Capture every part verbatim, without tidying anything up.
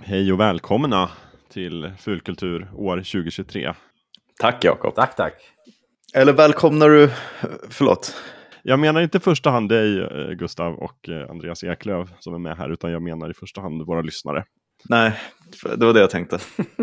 Hej och välkomna till Fulkultur år tjugo tjugotre. Tack Jakob. Tack, tack. Eller välkomnar du, förlåt. Jag menar inte i första hand dig, Gustav och Andreas Eklöf som är med här, utan jag menar i första hand våra lyssnare. Nej, det var det jag tänkte.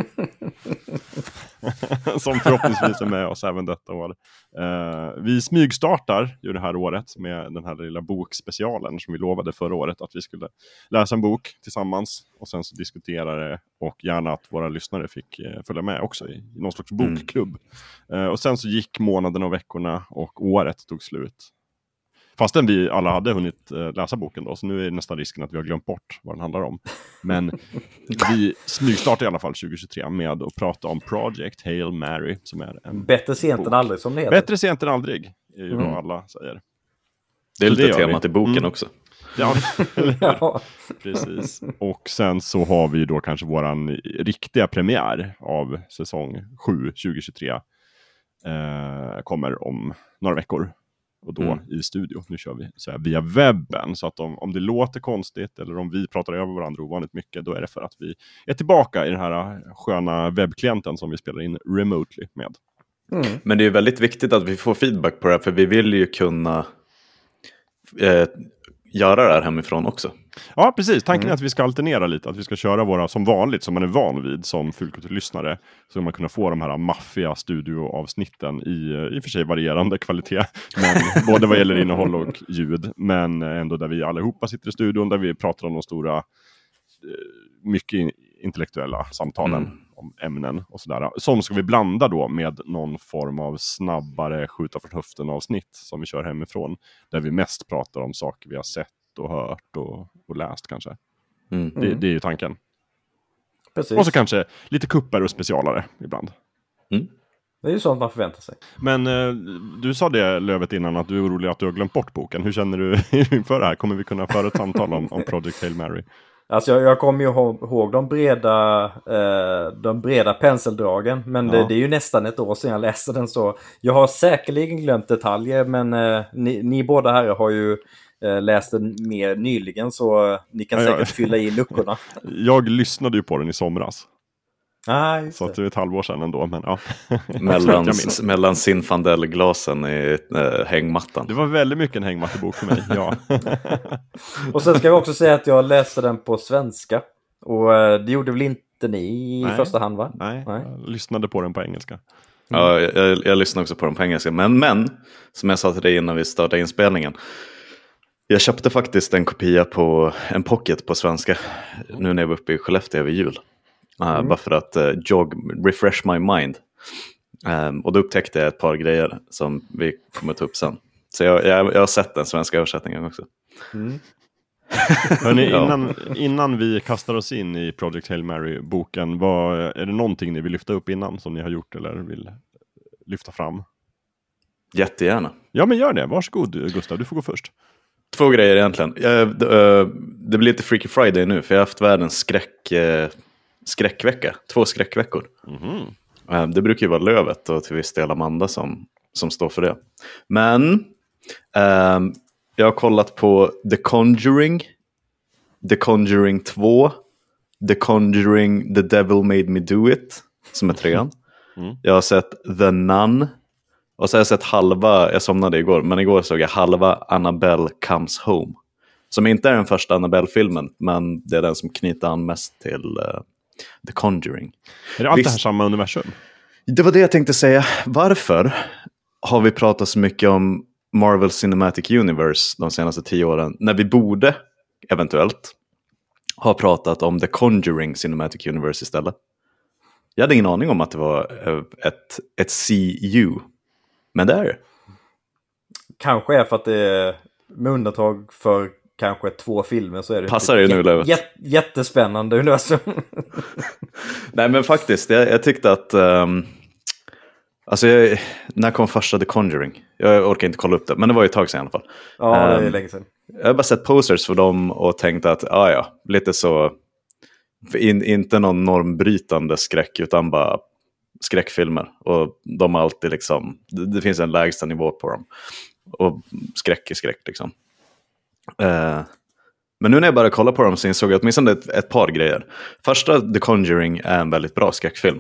Som förhoppningsvis är med oss även detta år. Uh, vi smygstartar ju det här året med den här lilla bokspecialen som vi lovade förra året att vi skulle läsa en bok tillsammans och sen så diskutera det och gärna att våra lyssnare fick uh, följa med också i, i någon slags bokklubb. Mm. Uh, och sen så gick månaderna och veckorna och året tog slut. Fastän vi alla hade hunnit läsa boken då. Så nu är nästan risken att vi har glömt bort vad den handlar om. Men vi smygstartar i alla fall tjugo tjugotre med att prata om Project Hail Mary. Som är en Bättre sent bok. Än aldrig som det heter. Bättre sent än aldrig är ju mm. vad alla säger. Det är lite det temat i boken mm. också. Ja, ja, precis. Och sen så har vi då kanske våran riktiga premiär av säsong sju tjugo tjugotre. Eh, kommer om några veckor. Och då mm. i studio. Nu kör vi så här via webben. Så att om, om det låter konstigt eller om vi pratar över varandra ovanligt mycket, då är det för att vi är tillbaka i den här sköna webbklienten som vi spelar in remotely med. Mm. Men det är väldigt viktigt att vi får feedback på det här, för vi vill ju kunna eh, göra det här hemifrån också. Ja, precis. Tanken mm. är att vi ska alternera lite. Att vi ska köra våra som vanligt, som man är van vid som Fulkulturlyssnare. Så att man kunna få de här maffiga studioavsnitten i, i och för sig varierande kvalitet. Men både vad gäller innehåll och ljud. Men ändå där vi allihopa sitter i studion. Där vi pratar om de stora, mycket intellektuella samtalen. Mm. Om ämnen och sådär. Som ska vi blanda då med någon form av snabbare skjuta från höften avsnitt. Som vi kör hemifrån. Där vi mest pratar om saker vi har sett och hört och, och läst kanske. Mm. Det, det är ju tanken. Precis. Och så kanske lite kupper och specialare ibland. Mm. Det är ju sånt man förväntar sig. Men eh, du sa det, Lövet, innan att du är orolig att du har glömt bort boken. Hur känner du inför det här? Kommer vi kunna föra ett samtal om, om Project Hail Mary? Alltså jag, jag kommer ju ihåg de breda, eh, de breda penseldragen. Men ja. det, det är ju nästan ett år sedan jag läste den, så jag har säkerligen glömt detaljer. Men eh, ni, ni båda här har ju eh, läst den mer nyligen, så ni kan säkert ja, ja. fylla i luckorna. Jag lyssnade ju på den i somras. Ah, just så att det är ett halvår sedan ändå, men ja. mellan, mellan Zinfandel-glasen i äh, hängmattan. Det var väldigt mycket en hängmattebok för mig, ja. Och sen ska jag också säga att jag läste den på svenska. Och äh, det gjorde väl inte ni i Nej. första hand, va? Nej, Nej, jag lyssnade på den på engelska. Mm. Ja, jag, jag, jag lyssnade också på den på engelska. Men, men, som jag sa till dig innan vi startade inspelningen. Jag köpte faktiskt en kopia på en pocket på svenska. Nu när jag var uppe i Skellefteå över jul. Uh, mm. Bara för att uh, jog, refresh my mind. Um, och då upptäckte jag ett par grejer som vi kommer ta upp sen. Så jag, jag, jag har sett den svenska översättningen också. Mm. Hörrni, innan, innan vi kastar oss in i Project Hail Mary-boken, vad, är det någonting ni vill lyfta upp innan som ni har gjort eller vill lyfta fram? Jättegärna. Ja, men gör det. Varsågod, Gustav. Du får gå först. Två grejer egentligen. Jag, det, det blir lite Freaky Friday nu, för jag har haft världens skräck... skräckvecka, två skräckveckor. Mm-hmm. Det brukar ju vara Lövet och till viss del Amanda som, som står för det. Men um, jag har kollat på The Conjuring, The Conjuring två, The Conjuring The Devil Made Me Do It, som är trean. Mm. Jag har sett The Nun, och så har jag sett halva, jag somnade igår, men igår såg jag halva Annabelle Comes Home. Som inte är den första Annabelle-filmen, men det är den som knyter an mest till uh, The Conjuring. Är det allt Visst, det här samma universum? Det var det jag tänkte säga. Varför har vi pratat så mycket om Marvel Cinematic Universe de senaste tio åren, när vi borde eventuellt ha pratat om The Conjuring Cinematic Universe istället? Jag hade ingen aning om att det var ett, ett C U. Men det är det. Kanske är för att det är med undantag för kanske två filmer, så är det passar det nu, Lövet. Jät- jättespännande universum. Nej, men faktiskt, jag, jag tyckte att um, alltså jag, när kom första The Conjuring? Jag orkar inte kolla upp det, men det var ju ett tag sedan i alla fall. Ja, det är um, länge sedan. Jag har bara sett posters för dem och tänkt att ah, ja, lite så in, inte någon normbrytande skräck, utan bara skräckfilmer, och de har alltid liksom, det, det finns en lägsta nivå på dem, och skräck är skräck liksom. Uh, Men nu när jag började kolla på dem så insåg jag åtminstone ett, ett par grejer. Första, The Conjuring är en väldigt bra skräckfilm.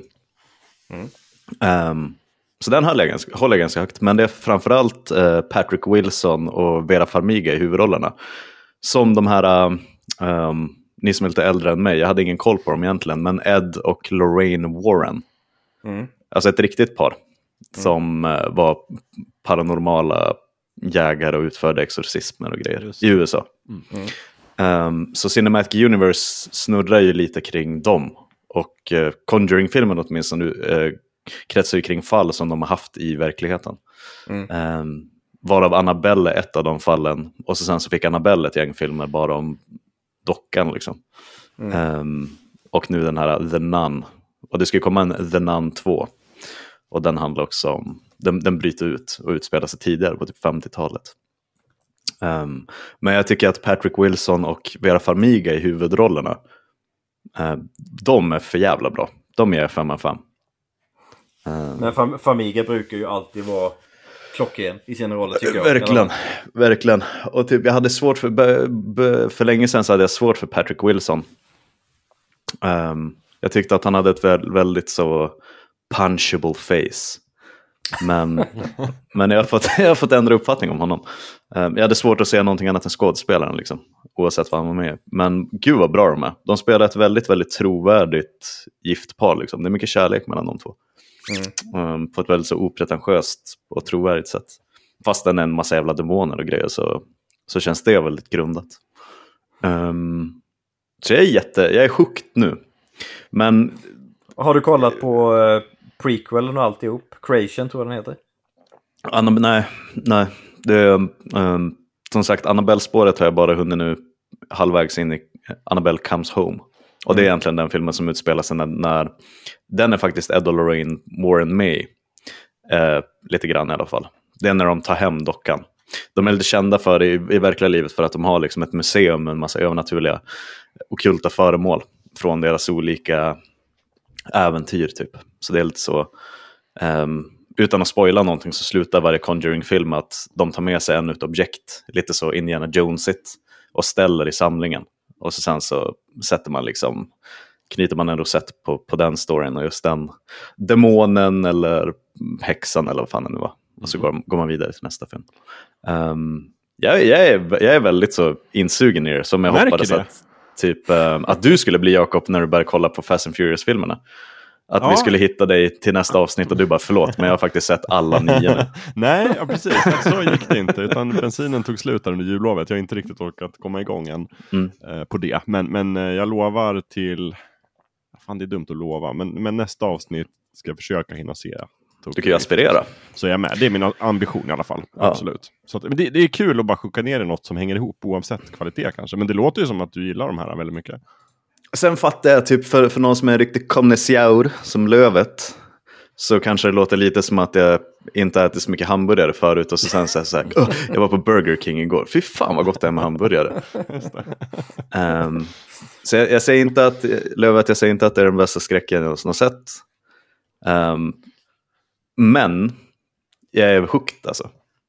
Mm. Um, så den håller jag, ganska, håller jag ganska högt. Men det är framförallt uh, Patrick Wilson och Vera Farmiga i huvudrollerna. Som de här, uh, um, ni som är lite äldre än mig, jag hade ingen koll på dem egentligen. Men Ed och Lorraine Warren. Mm. Alltså ett riktigt par. Mm. Som uh, var paranormala jägare och utförde exorcismer och grejer i U S A. Mm. Mm. Um, så Cinematic Universe snurrar ju lite kring dem. Och uh, Conjuring-filmen åtminstone uh, kretsar ju kring fall som de har haft i verkligheten. Mm. Um, varav Annabelle är ett av de fallen. Och så sen så fick Annabelle ett gäng filmer bara om dockan liksom. Mm. Um, och nu den här The Nun. Och det ska ju komma en The Nun två. Och den handlar också om, den, den bryter ut och utspelar sig tidigare på typ femtiotalet. Um, men jag tycker att Patrick Wilson och Vera Farmiga i huvudrollerna, uh, de är för jävla bra. De är fem av fem. Uh, men fam- Farmiga brukar ju alltid vara klockren i sina roller, tycker jag. Verkligen, verkligen. Och typ jag hade svårt för, be, be, för länge sedan så hade jag svårt för Patrick Wilson. Um, jag tyckte att han hade ett väldigt, väldigt så punchable face. Men, men jag, har fått, jag har fått ändra uppfattning om honom. Um, jag hade svårt att se någonting annat än skådespelaren liksom, oavsett vad han var med. Men gud vad bra de är. De spelar ett väldigt, väldigt trovärdigt giftpar liksom. Det är mycket kärlek mellan de två. Mm. Um, på ett väldigt så opretentiöst och trovärdigt sätt. Fast den är en massa jävla demoner och grejer så, så känns det väldigt grundat. Um, så jag är jätte, jag är hooked nu. Men har du kollat på uh, prequelen och alltihop? Creation tror jag den heter. Anna, nej, nej. Det, um, som sagt, Annabelle-spåret har jag bara hunnit nu halvvägs in i Annabelle Comes Home. Och det är egentligen den filmen som utspelar sig när, när den är faktiskt Ed och Lorraine Warren med eh, lite grann i alla fall. Det är när de tar hem dockan. De är lite kända för det i, i verkliga livet för att de har liksom ett museum med en massa övernaturliga ockulta föremål från deras olika äventyr typ. Så det är lite så um, utan att spoila någonting så slutar varje Conjuring-film att de tar med sig en ut objekt, lite så Indiana Jones-igt, och ställer i samlingen. Och så sen så sätter man liksom, knyter man en rosett på, på den storyn och just den demonen eller häxan eller vad fan det nu var. Och så går, går man vidare till nästa film. Um, jag, jag, är, jag är väldigt så insugen i det, som jag, jag hoppades att, typ, um, att du skulle bli, Jakob, när du började kolla på Fast and Furious-filmerna. Att ja. vi skulle hitta dig till nästa avsnitt och du bara, förlåt, men jag har faktiskt sett alla nio nu. Nej, ja, precis. Så gick det inte. Utan bensinen tog slut under jullovet. Jag har inte riktigt orkat komma igång än mm. eh, på det. Men, men eh, jag lovar till... Fan, det är dumt att lova. Men, men nästa avsnitt ska jag försöka hinna se. Du kan ju aspirera. Så jag är med. Det är min ambition i alla fall. Ja. Absolut. Så att, men det, det är kul att bara skicka ner i något som hänger ihop oavsett kvalitet kanske. Men det låter ju som att du gillar de här väldigt mycket. Sen fattar jag typ för, för någon som är riktigt connoisseur som Lövet, så kanske det låter lite som att jag inte ätit så mycket hamburgare förut och så sen så här, så här oh, jag var på Burger King igår. Fy fan vad gott det är med hamburgare. um, så jag, jag säger inte att Lövet, jag säger inte att det är den bästa skräcken jag har sett. Um, men jag är hooked alltså.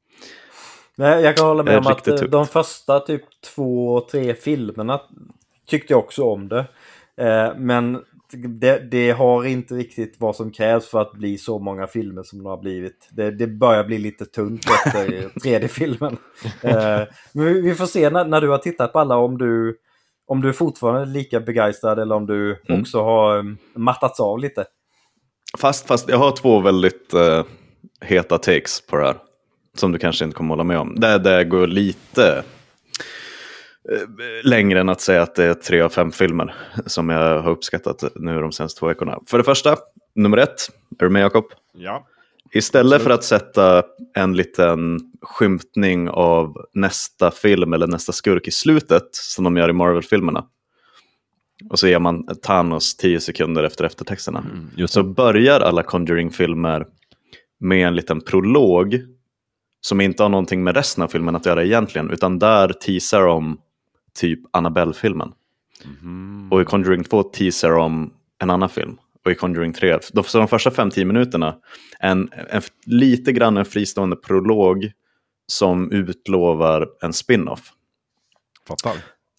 Nej, jag kan hålla med om att hooked. De första typ två, tre filmerna tyckte jag också om det. Eh, men det, det har inte riktigt vad som krävs för att bli så många filmer som det har blivit. Det, det börjar bli lite tunt efter tredje filmen. Eh, men vi, vi får se när, när du har tittat på alla om du, om du är fortfarande lika begeistrad eller om du mm. också har um, mattats av lite. Fast, fast jag har två väldigt uh, heta takes på det här. Som du kanske inte kommer hålla med om. Det, det går lite... längre än att säga att det är tre av fem filmer som jag har uppskattat nu de senaste två veckorna. För det första, nummer ett, är du med, Jakob? Ja. Istället absolut. För att sätta en liten skymtning av nästa film eller nästa skurk i slutet som de gör i Marvel-filmerna, och så ger man Thanos tio sekunder efter eftertexterna, mm, just så börjar alla Conjuring-filmer med en liten prolog som inte har någonting med resten av filmen att göra egentligen, utan där teasar om typ Annabelle-filmen. Mm. Och i Conjuring två teasar om en annan film. Och i Conjuring tre, de, så de första fem till tio minuterna, en, en, lite grann en fristående prolog som utlovar en spin-off. Fattar.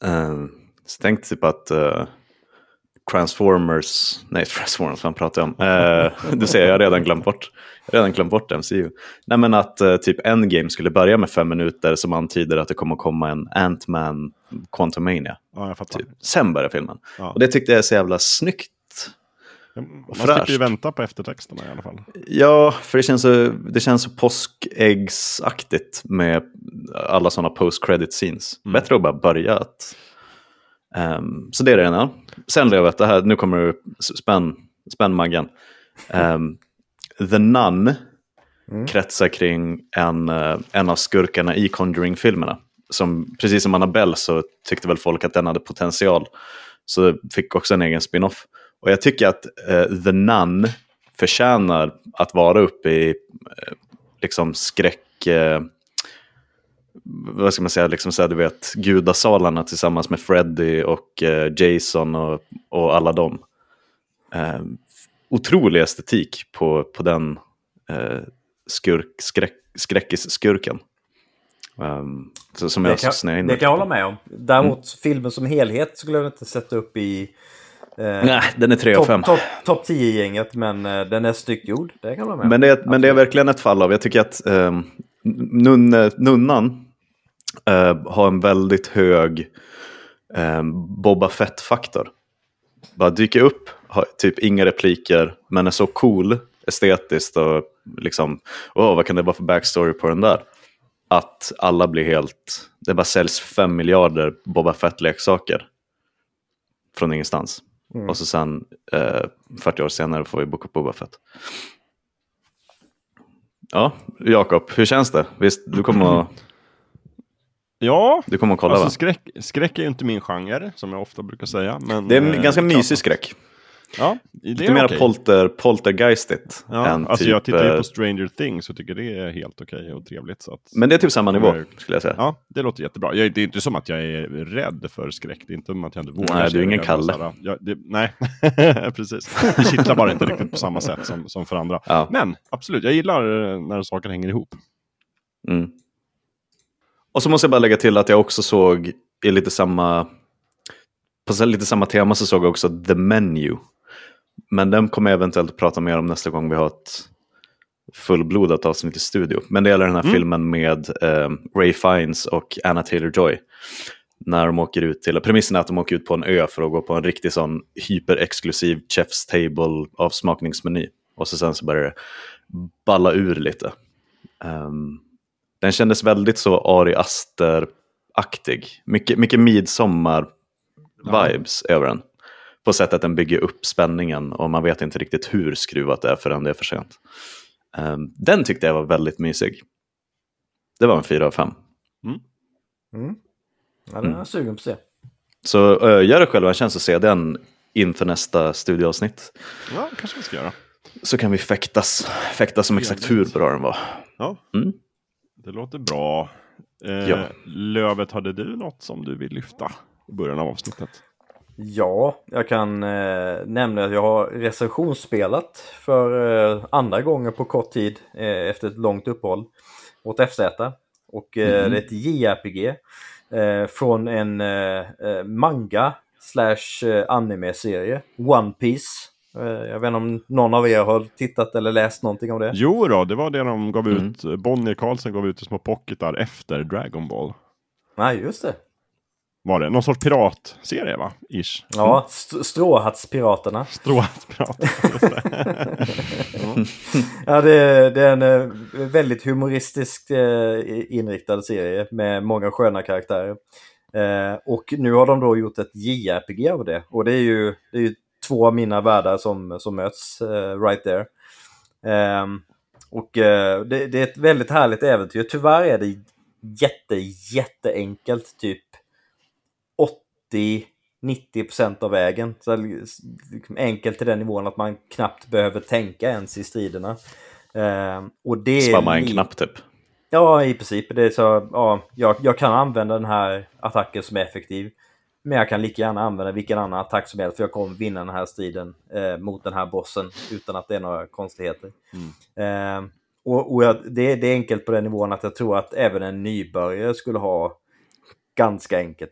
Uh, så tänk typ att uh, Transformers, nej Transformers, vad pratar jag om? Uh, du ser, jag har redan glömt bort, jag har redan glömt bort M C U. Nej men att uh, typ Endgame skulle börja med fem minuter som antyder att det kommer att komma en Ant-Man Quantumania. Ja, jag fattar. Typ. Sen börjar filmen. Ja. Och det tyckte jag är så jävla snyggt. Man slipper ju vänta på eftertexterna i alla fall. Ja, för det känns så, det känns så påskäggsaktigt med alla sådana post-credit scenes. Mm. Bättre att bara börja att... Um, så det är det ena. Sen Lövet, det här, nu kommer du spänn, spänn maggan. Um, The Nun mm. kretsar kring en, uh, en av skurkarna i Conjuring-filmerna. Som, precis som Annabelle så tyckte väl folk att den hade potential. Så fick också en egen spin-off. Och jag tycker att uh, The Nun förtjänar att vara uppe i uh, liksom skräck... Uh, vad ska man säga, liksom så här, du vet, gudasalarna tillsammans med Freddy och uh, Jason och, och alla dem. Uh, otrolig estetik på, på den uh, skurk, skräck, skräckisskurken. Um, så, som det jag kan, snöjde det kan jag hålla med om. Däremot mm. filmen som helhet skulle jag inte sätta upp i uh, nej, den är tre av fem. Topp top tio-gänget, men uh, den är styckt gjord. Det kan jag hålla med om. Men det, är, men det är verkligen ett fall av, jag tycker att um, nun, nunnan Uh, har en väldigt hög um, Boba Fett-faktor. Bara dyker upp, har typ inga repliker, men är så cool, estetiskt och liksom, åh, vad kan det vara för backstory på den där? Att alla blir helt, det bara säljs fem miljarder Boba Fett-leksaker från ingenstans. Mm. Och så sen uh, fyrtio år senare får vi Book of Boba Fett. Ja, Jakob, hur känns det? Visst, du kommer att Ja, du kommer att kolla, alltså va? skräck, skräck är ju inte min genre, som jag ofta brukar säga. Men, det är en eh, ganska mysig skräck. Ja, det är lite mer okej. polter, poltergeistigt. Ja, än alltså typ, jag tittar ju på Stranger Things och tycker det är helt okej och trevligt. Så att, men det är typ samma nivå, skulle jag säga. Ja, det låter jättebra. Jag, det är inte som att jag är rädd för skräck. Det är inte som att jag inte vågar. Nej, du är ingen Kalle. Här, jag, det, nej, precis. Det kittlar bara inte riktigt på samma sätt som, som för andra. Ja. Men absolut, jag gillar när saker hänger ihop. Mm. Och så måste jag bara lägga till att jag också såg i lite samma på lite samma tema så såg jag också The Menu. Men den kommer jag eventuellt att prata mer om nästa gång vi har ett fullblodat avsnitt i studio. Men det gäller den här mm. filmen med eh, Ray Fiennes och Anna Taylor-Joy. När de åker ut till, premissen är att de åker ut på en ö för att gå på en riktig sån hyperexklusiv Chef's Table avsmakningsmeny. Och så sen så börjar det balla ur lite. Um, Den kändes väldigt så Ari Aster-aktig. Mycket, mycket midsommar-vibes ja. över den. På sättet att den bygger upp spänningen. Och man vet inte riktigt hur skruvat det är förrän det är för sent. Um, den tyckte jag var väldigt mysig. Det var en fyra av fem. Mm. Mm. Ja, den är jag sugen på att se. Så uh, gör det själv en chans att se den inför nästa studieavsnitt. Ja, kanske vi ska göra. Så kan vi fäktas, fäktas som exakt hur bra den var. Ja. Mm. Det låter bra. Eh, ja. Lövet, hade du något som du vill lyfta i början av avsnittet? Ja, jag kan eh, nämna att jag har recensionsspelat för eh, andra gången på kort tid eh, efter ett långt uppehåll åt F Z. Och eh, mm. det är ett J R P G eh, från en eh, manga slash anime-serie, One Piece. Jag vet inte om någon av er har tittat eller läst någonting om det. Jo då, det var det de gav mm. ut. Bonnier Carlsen gav ut i små pocketar efter Dragon Ball. Nej, just det. Var det någon sorts piratserie, va? Ish. Ja, st- Stråhattspiraterna. Stråhattspiraterna, just det. mm. Ja, det, det är en väldigt humoristiskt inriktad serie med många sköna karaktärer. Och nu har de då gjort ett J R P G av det. Och det är ju... Det är ju två av mina världar som, som möts uh, right there. Um, och uh, det, det är ett väldigt härligt äventyr. Tyvärr är det jätte, jätteenkelt. Typ åttio till nittio procent av vägen. Så liksom enkelt till den nivån att man knappt behöver tänka ens i striderna. Um, och det Spamma en knapp typ. Ja, i princip. Det är så, ja, jag, jag kan använda den här attacken som är effektiv. Men jag kan lika gärna använda vilken annan attack som helst, för jag kommer vinna den här striden eh, mot den här bossen utan att det är några konstigheter. Mm. Eh, och och jag, det, det är enkelt på den nivån att jag tror att även en nybörjare skulle ha ganska enkelt med det.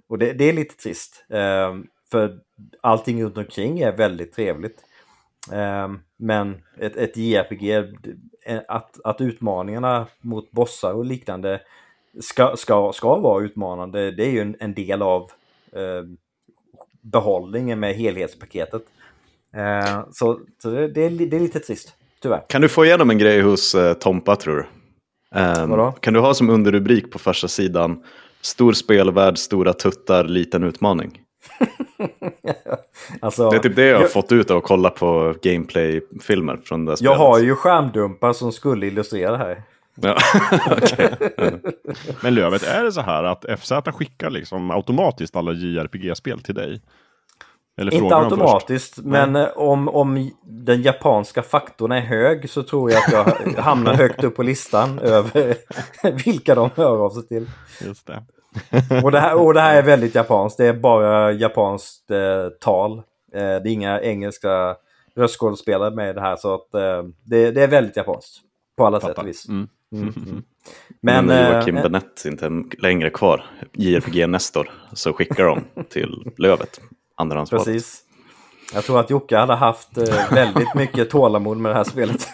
och det, det är lite trist. Eh, för allting runt omkring är väldigt trevligt. Eh, men ett, ett J R P G, att, att utmaningarna mot bossar och liknande ska, ska, ska vara utmanande, det är ju en, en del av eh, behållningen med helhetspaketet. Eh, så så det, det, är, det är lite trist, tyvärr. Kan du få igenom en grej hos uh, Tompa, tror du? Um, Vadå? kan du ha som underrubrik på första sidan: stor spelvärld, stora tuttar, liten utmaning? Alltså, det är typ det jag har jag, fått ut av att kolla på gameplay-filmer från det spelet. Jag har ju skärmdumpar som skulle illustrera det här. Ja. Okay. Men Lövet, är det så här att F Z skickar liksom automatiskt alla J R P G-spel till dig? Eller inte automatiskt, men mm. om, om den japanska faktorn är hög så tror jag att jag hamnar högt upp på listan över vilka de hör av sig till. Just det. och, det här, och det här är väldigt japanskt. Det är bara japanskt eh, tal. Eh, det är inga engelska röstskådespelare med i det här. Så att, eh, det, det är väldigt japanskt på alla Fattar. sätt och vis. Mm. Mm, mm. Men när Joakim äh, Bennett inte längre kvar, J R P G Nestor, så skickar de till Lövet. Precis. Jag tror att Jocke hade haft eh, väldigt mycket tålamod med det här spelet.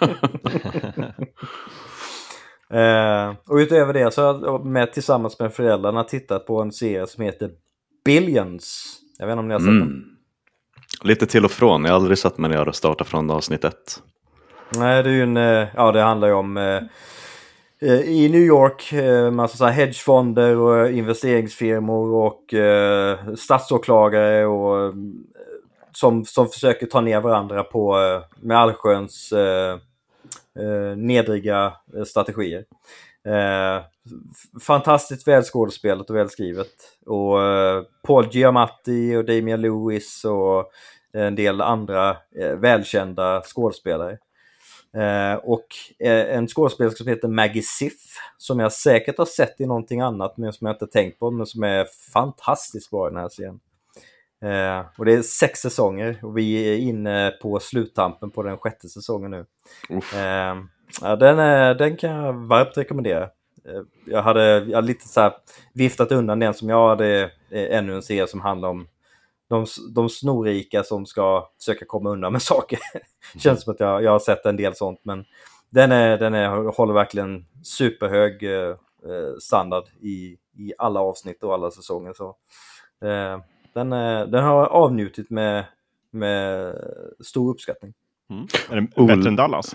eh, och utöver det så har jag med, tillsammans med föräldrarna tittat på en serie som heter Billions. Jag vet inte om ni har sett mm. den. Lite till och från. Jag har aldrig satt mig ner och starta från avsnitt ett. Nej, det är ju en, ja, det handlar ju om eh, i New York, massa så här hedgefonder och investeringsfirmor och eh, statsåklagare och, som, som försöker ta ner varandra på, med allsköns eh, eh, nedriga strategier. Eh, fantastiskt välskådespelat och välskrivet. Och eh, Paul Giamatti och Damian Lewis och en del andra eh, välkända skådespelare. Eh, och eh, en skådespelare som heter Maggie Siff, som jag säkert har sett i någonting annat men som jag inte tänkt på, men som är fantastiskt bra i den här serien. Eh, och det är sex säsonger och vi är inne på sluttampen på den sjätte säsongen nu. Eh, ja, den, är, den kan jag varmt rekommendera. Eh, jag hade jag hade lite så här viftat undan den som jag hade eh, ännu en serie som handlar om De, de snorrika som ska försöka komma undan med saker. Känns som att jag, jag har sett en del sånt. Men den, är, den är, håller verkligen superhög eh, standard i, i alla avsnitt och alla säsonger. Så, eh, den, är, den har avnjutit med, med stor uppskattning. Mm. Är den bättre än Dallas?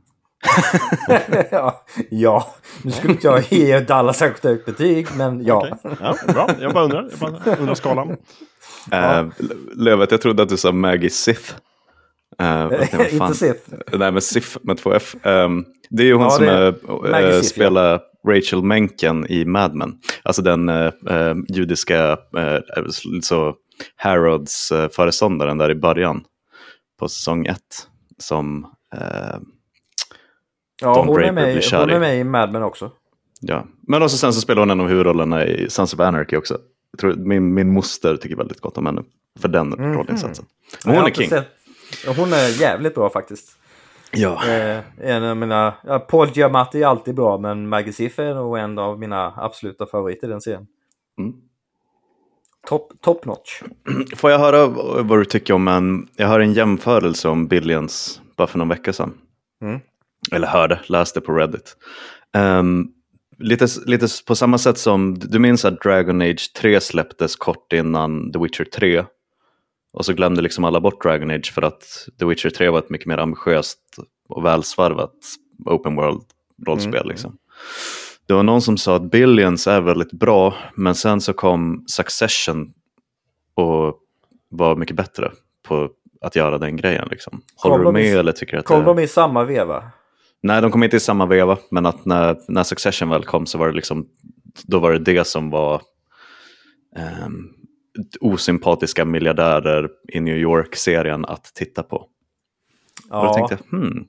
ja, ja, nu skulle inte jag ge Dallas särskilt högt betyg, men ja. Okay. Ja, bra. Jag bara undrar, jag bara undrar skalan. Ja. Uh, Lövet, jag trodde att du sa Maggie Sith. Uh, inte Sith. Nej, men Sith med två F. Um, det är ju hon ja, som är, äh, Sith, spelar ja. Rachel Menken i Mad Men. Alltså den äh, judiska äh, så Harrods äh, föreståndaren där i början på säsong ett som äh, ja, hon är, med, hon är med i Mad Men också. Ja, men också sen så spelar hon en av huvudrollerna i Sons of Anarchy också. Jag tror min, min moster tycker väldigt gott om henne för den mm. rollinsatsen. Hon är king. Sett. Hon är jävligt bra faktiskt. Ja. Eh, en av mina, ja, Paul Giamatti är alltid bra, men Maggie Siff är nog en av mina absoluta favoriter i den serien. Mm. Top, top notch. Får jag höra vad du tycker om en... Jag har en jämförelse om Billions bara för någon vecka sedan. Mm. Eller hörde, läste på Reddit. Um, lite, lite på samma sätt som... Du minns att Dragon Age tre släpptes kort innan The Witcher tre. Och så glömde liksom alla bort Dragon Age för att The Witcher tre var ett mycket mer ambitiöst och välsvarvat open world rollspel. Mm. Liksom. Det var någon som sa att Billions är väldigt bra, men sen så kom Succession och var mycket bättre på att göra den grejen. Liksom. Håller du med i, eller tycker att kom det... de i samma veva? Nej, de kom inte i samma veva, men att när, när Succession väl kom så var det liksom, då var det det som var um, osympatiska miljardärer i New York-serien att titta på. Ja. Och då tänkte jag, hmm...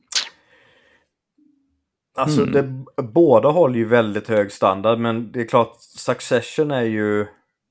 Alltså mm. det, båda håller ju väldigt hög standard, men det är klart Succession är ju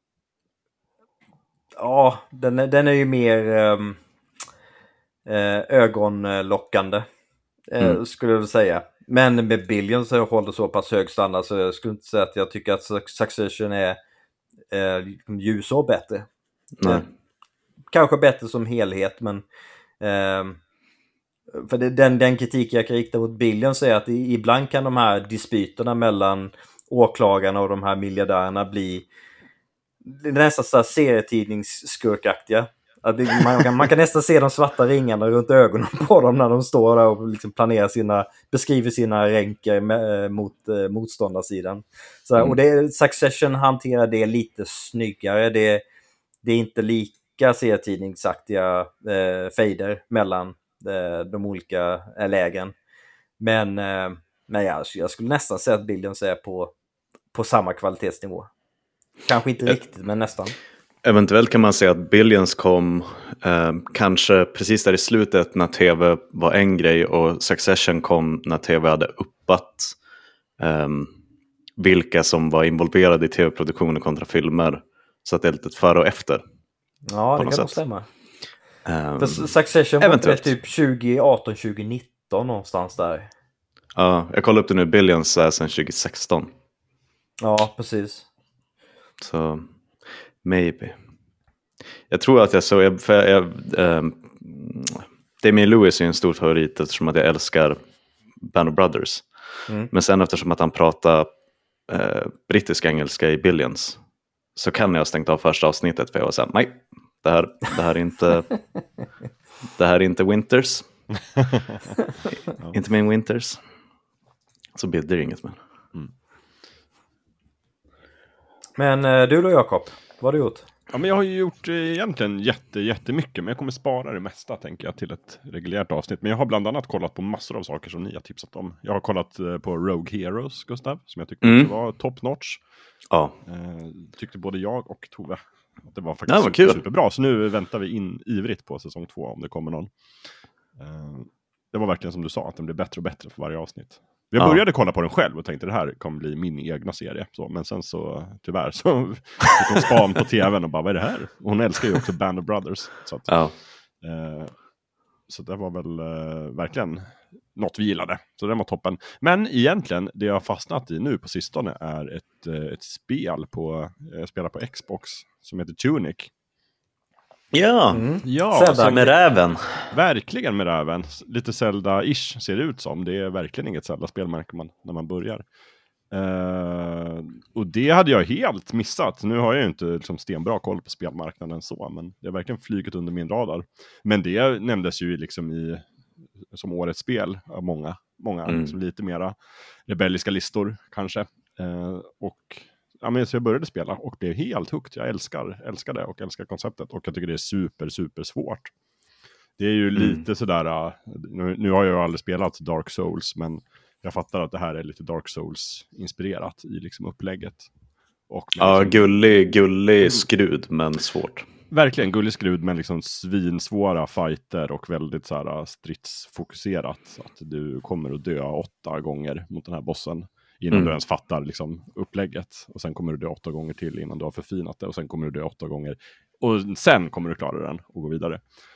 ja, den är, den är ju mer um, eh, ögonlockande eh, mm. skulle jag säga. Men med Billions så håller så pass hög standard så jag skulle inte säga att jag tycker att Succession är eh, ljusår bättre. Nej. Eh, kanske bättre som helhet, men eh, för det, den, den kritik jag kan rikta mot Billions är att i, ibland kan de här dispyterna mellan åklagarna och de här miljardärerna bli nästan så här serietidningsskurkaktiga. Att det, man, kan, man kan nästan se de svarta ringarna runt ögonen på dem när de står där och liksom planerar sina, beskriver sina ränker med, mot eh, motståndarsidan. Så, mm. Och det, Succession hanterar det lite snyggare. Det, det är inte lika serietidningsaktiga eh, fejder mellan eh, de olika eh, lägen. Men, eh, men jag, jag skulle nästan säga att Billions är på, på samma kvalitetsnivå. Kanske inte riktigt, men nästan. Eventuellt kan man säga att Billions kom eh, kanske precis där i slutet när tv var en grej och Succession kom när tv hade uppat eh, vilka som var involverade i tv-produktioner kontra filmer. Så att det är lite före och efter. Ja, det kan nog stämma. Um, För Succession var det typ tjugo arton tjugo nitton någonstans där. Ja, jag kollar upp det nu. Billions är sedan tjugo sexton. Ja, precis. Så, maybe. Jag tror att jag så... För jag, jag, um, Damian Lewis är en stor favorit eftersom att jag älskar Band of Brothers. Mm. Men sen eftersom att han pratar uh, brittisk engelska i Billions så kan jag ha stängt av första avsnittet för jag var såhär, nej, det här, det här är inte det här är inte Winters. Ja. Inte min Winters. Så blir det inget med. Mm. Men eh, du då Jakob, vad har du gjort? Ja, men jag har ju gjort eh, egentligen jätte, jättemycket, men jag kommer spara det mesta tänker jag till ett reguljärt avsnitt. Men jag har bland annat kollat på massor av saker som ni har tipsat om. Jag har kollat eh, på Rogue Heroes, Gustav, som jag tyckte mm. var top notch. Ja. Eh, tyckte både jag och Tove att det var faktiskt ja, super, superbra. Så nu väntar vi in ivrigt på säsong två om det kommer någon. Eh, det var verkligen som du sa, att den blir bättre och bättre för varje avsnitt. Jag började ja. kolla på den själv och tänkte det här kommer bli min egna serie. Så, men sen så tyvärr så fick hon spam på tvn och bara, vad är det här? Och hon älskar ju också Band of Brothers. Så, att, ja. eh, så det var väl eh, verkligen något vi gillade. Så det var toppen. Men egentligen, det jag har fastnat i nu på sistone är ett, eh, ett spel på, jag spelar på Xbox som heter Tunic. Ja, mm. ja som med räven. Verkligen med räven. Lite Zelda-ish ser det ut som. Det är verkligen inget Zelda-spel märker man när man börjar. Uh, och det hade jag helt missat. Nu har jag ju inte liksom, stenbra koll på spelmarknaden så. Men det har verkligen flugit under min radar. Men det nämndes ju liksom i som årets spel av många. Många mm. liksom, lite mera rebelliska listor kanske. Uh, och... Ja, men så jag började spela och blev helt hooked. Jag älskar, älskar det och älskar konceptet. Och jag tycker det är super, super svårt. Det är ju mm. lite sådär... Nu, nu har jag ju aldrig spelat Dark Souls. Men jag fattar att det här är lite Dark Souls-inspirerat i liksom upplägget. Och ja, liksom, gullig, gullig skrud men svårt. Verkligen gullig skrud men liksom svinsvåra fighter och väldigt såhär stridsfokuserat. Så att du kommer att dö åtta gånger mot den här bossen. Innan mm. du ens fattar liksom, upplägget. Och sen kommer du dö åtta gånger till innan du har förfinat det. Och sen kommer du dö åtta gånger. Och sen kommer du klara den och gå vidare.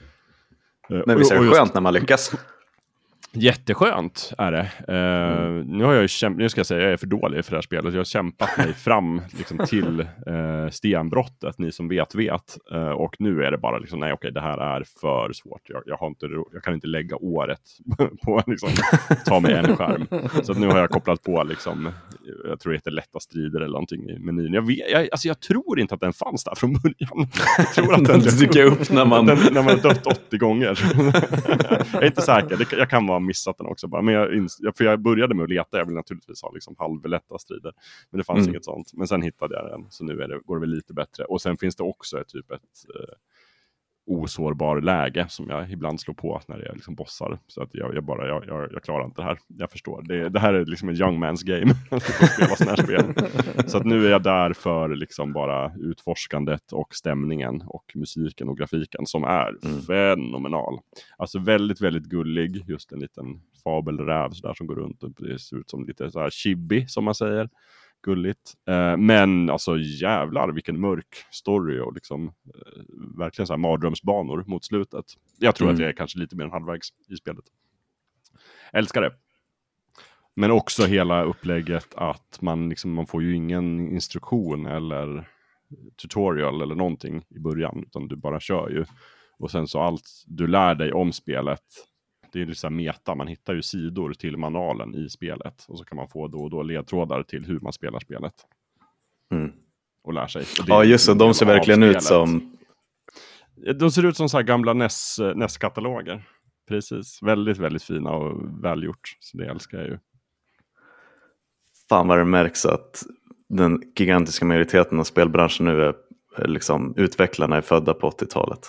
Men visst är det just... skönt när man lyckas? Jätteskönt är det. Uh, mm. Nu har jag ju kämpat, nu ska jag säga jag är för dålig för det här spelet. Jag har kämpat mig fram liksom, till uh, stenbrottet. Ni som vet vet. Uh, och nu är det bara liksom, nej okej, det här är för svårt. Jag, jag, har inte, jag kan inte lägga året på att liksom, ta mig en skärm. Så nu har jag kopplat på liksom, jag tror det heter lätta strider eller någonting i menyn. Jag, vet, jag, alltså, jag tror inte att den fanns där från början. Jag tror att den dyker upp när man... den, när man har dött åttio gånger. Jag är inte säker. Det, jag kan vara missat den också bara. Men jag, för jag började med att leta. Jag vill naturligtvis ha liksom halvlätta strider. Men det fanns mm. inget sånt. Men sen hittade jag den. Så nu är det, går det väl lite bättre. Och sen finns det också ett, typ ett eh, osårbar läge som jag ibland slår på när det är liksom bossar. Så att jag, jag bara, jag, jag, jag klarar inte det här. Jag förstår. Det, det här är liksom en young man's game. Spela sån här spel. Så att nu är jag där för liksom bara utforskandet och stämningen och musiken och grafiken som är mm. fenomenal. Alltså väldigt, väldigt gullig. Just en liten fabelräv så där som går runt och det ser ut som lite så här chibi som man säger. Gulligt. Eh, men alltså jävlar vilken mörk story och liksom eh, verkligen så här mardrömsbanor mot slutet. Jag tror mm. att jag är kanske lite mer än halvvägs i spelet. Älskar det. Men också hela upplägget att man liksom, man får ju ingen instruktion eller tutorial eller någonting i början, utan du bara kör ju. Och sen så allt du lär dig om spelet, det är liksom meta, man hittar ju sidor till manualen i spelet och så kan man få då och då ledtrådar till hur man spelar spelet. Mm. Och lär sig. Och ja just det, de ser verkligen ut som... De ser ut som så här gamla N E S, N E S-kataloger. Precis, väldigt, väldigt fina och välgjort. Så det älskar jag ju. Fan vad det märks att den gigantiska majoriteten av spelbranschen nu är liksom, utvecklarna är födda på åttiotalet.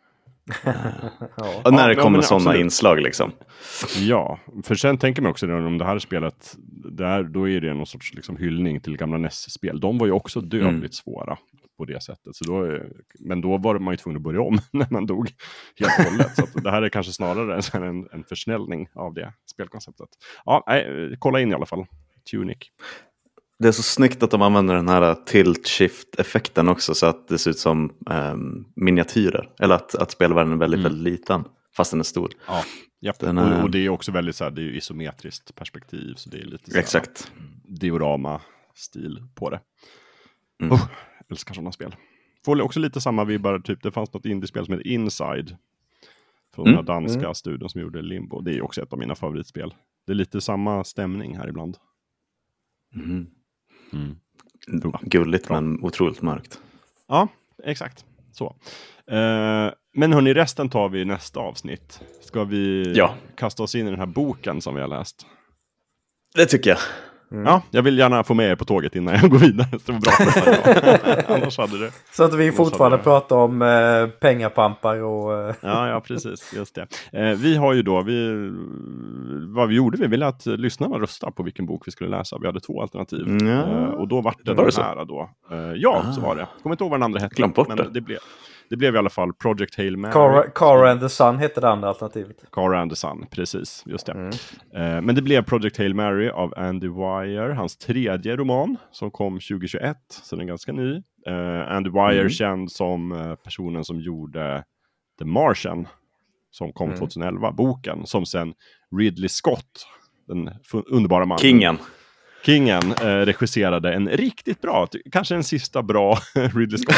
ja. Och när det kommer ja, sådana absolut. inslag liksom. Ja, för sen tänker man också om det här spelet, där, då är det någon sorts liksom, hyllning till gamla N E S-spel. De var ju också dödligt mm. svåra på det sättet. Så då, men då var man ju tvungen att börja om när man dog helt och hållet. Så att det här är kanske snarare en, en försnällning av det spelkonceptet. Ja, nej, kolla in i alla fall. Tunic. Det är så snyggt att de använder den här tilt-shift-effekten också så att det ser ut som um, miniatyrer. Eller att, att spelvärlden är väldigt, mm. väldigt liten fast den är stor. Ja, den är... och, och det är också väldigt så här, det är ju isometriskt perspektiv så det är lite så här, exakt. diorama-stil på det. Mm. Oh, älskar sådana spel. Får också lite samma vibbar, typ det fanns något indiespel som heter Inside från mm. den danska mm. studion som gjorde Limbo. Det är också ett av mina favoritspel. Det är lite samma stämning här ibland. Mm. Mm. Gulligt bra. Men otroligt mörkt. Ja, exakt. Så. Uh, men hörni, resten tar vi i nästa avsnitt. Ska vi ja. kasta oss in i den här boken som vi har läst? Det tycker jag. Mm. Ja, jag vill gärna få med er på tåget innan jag går vidare. Det var bra för Annars hade det. Så att vi fortfarande pratar om eh, pengapampar och... Eh. Ja, ja, precis. Just det. Eh, vi har ju då, vi, vad vi gjorde, vi ville att lyssnarna rösta på vilken bok vi skulle läsa. Vi hade två alternativ. Mm. Eh, och då var det, det var den här då. Eh, ja, ah. så var det. Jag kommer inte ihåg vad den andra hette. Glöm bort men det. det blev... Det blev i alla fall Project Hail Mary. Cara, Cara and the Sun hette det andra alternativet. Cara and the Sun, precis. Just det. Mm. Eh, men det blev Project Hail Mary av Andy Weir. Hans tredje roman som kom tjugohundratjugoett. Så den är ganska ny. Eh, Andy Weir mm. känd som eh, personen som gjorde The Martian. Som kom mm. tjugoelva. Boken som sen Ridley Scott, den f- underbara mannen. Kingen. Kingen eh, regisserade en riktigt bra, kanske en sista bra Ridley Scott.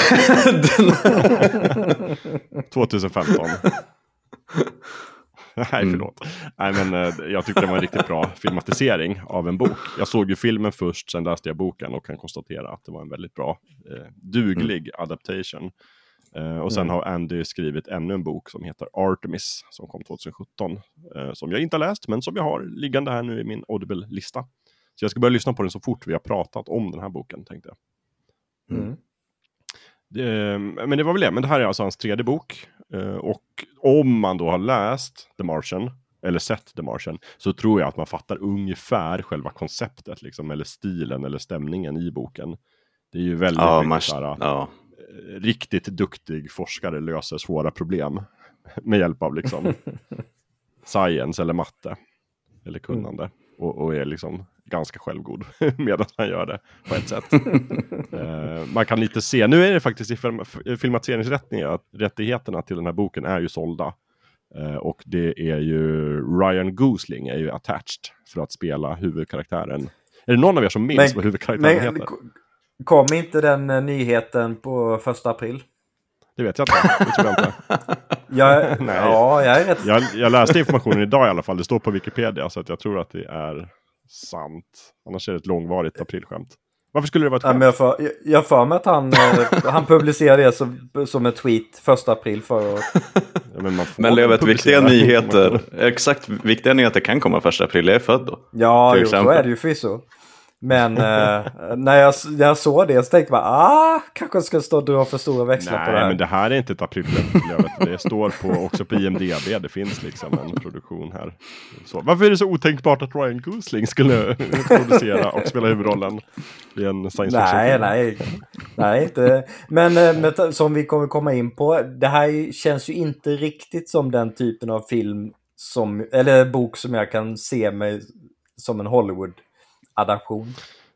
tjugohundrafemton. Nej, förlåt. Mm. Nej, men eh, jag tyckte det var en riktigt bra filmatisering av en bok. Jag såg ju filmen först, sen läste jag boken och kan konstatera att det var en väldigt bra, eh, duglig mm. adaptation. Eh, och sen mm. har Andy skrivit ännu en bok som heter Artemis som kom tjugosjutton. Eh, som jag inte har läst, men som jag har liggande här nu i min Audible-lista. Så jag ska börja lyssna på den så fort vi har pratat om den här boken, tänkte jag. Mm. Det, men det var väl det. Men det här är alltså hans tredje bok. Och om man då har läst The Martian, eller sett The Martian, så tror jag att man fattar ungefär själva konceptet, liksom, eller stilen eller stämningen i boken. Det är ju väldigt ja, mycket man, såhär, ja. riktigt duktig forskare löser svåra problem med hjälp av liksom science eller matte eller kunnande. Mm. Och, och är liksom ganska självgod medan han gör det på ett sätt. uh, man kan lite se, nu är det faktiskt i film, filmatiseringsrättigheterna att rättigheterna till den här boken är ju sålda. Uh, och det är ju Ryan Gosling är ju attached för att spela huvudkaraktären. Är det någon av er som minns men, vad huvudkaraktären men, heter? Kom inte den uh, nyheten på första april? Det vet jag inte. Det tror jag inte. jag, Nej. Ja, jag är rätt. Jag, jag läste informationen idag i alla fall. Det står på Wikipedia så att jag tror att det är sant. Annars är det ett långvarigt aprilskämt. Varför skulle det vara ett skämt? Ja, men jag, för, jag, jag för mig att han, han publicerade det som, som en tweet första april förra året. Ja, men men Lövet, viktiga nyheter. Exakt, viktiga nyheter kan komma första april. Jag är född då. Ja, jo, så är det ju förvisso. Men eh, när, jag, när jag såg det så tänkte jag ah, kanske ska stå och dra för stora växlar Nej, på det här. Nej, men det här är inte ett aprilskämt. Det står på, också på I M D B. Det finns liksom en produktion här. Så, varför är det så otänkbart att Ryan Gosling skulle producera och spela huvudrollen i en science fiction? Nej, nej. Nej, inte. Men med, som vi kommer komma in på, det här känns ju inte riktigt som den typen av film som, eller bok som jag kan se mig som en Hollywood adaption.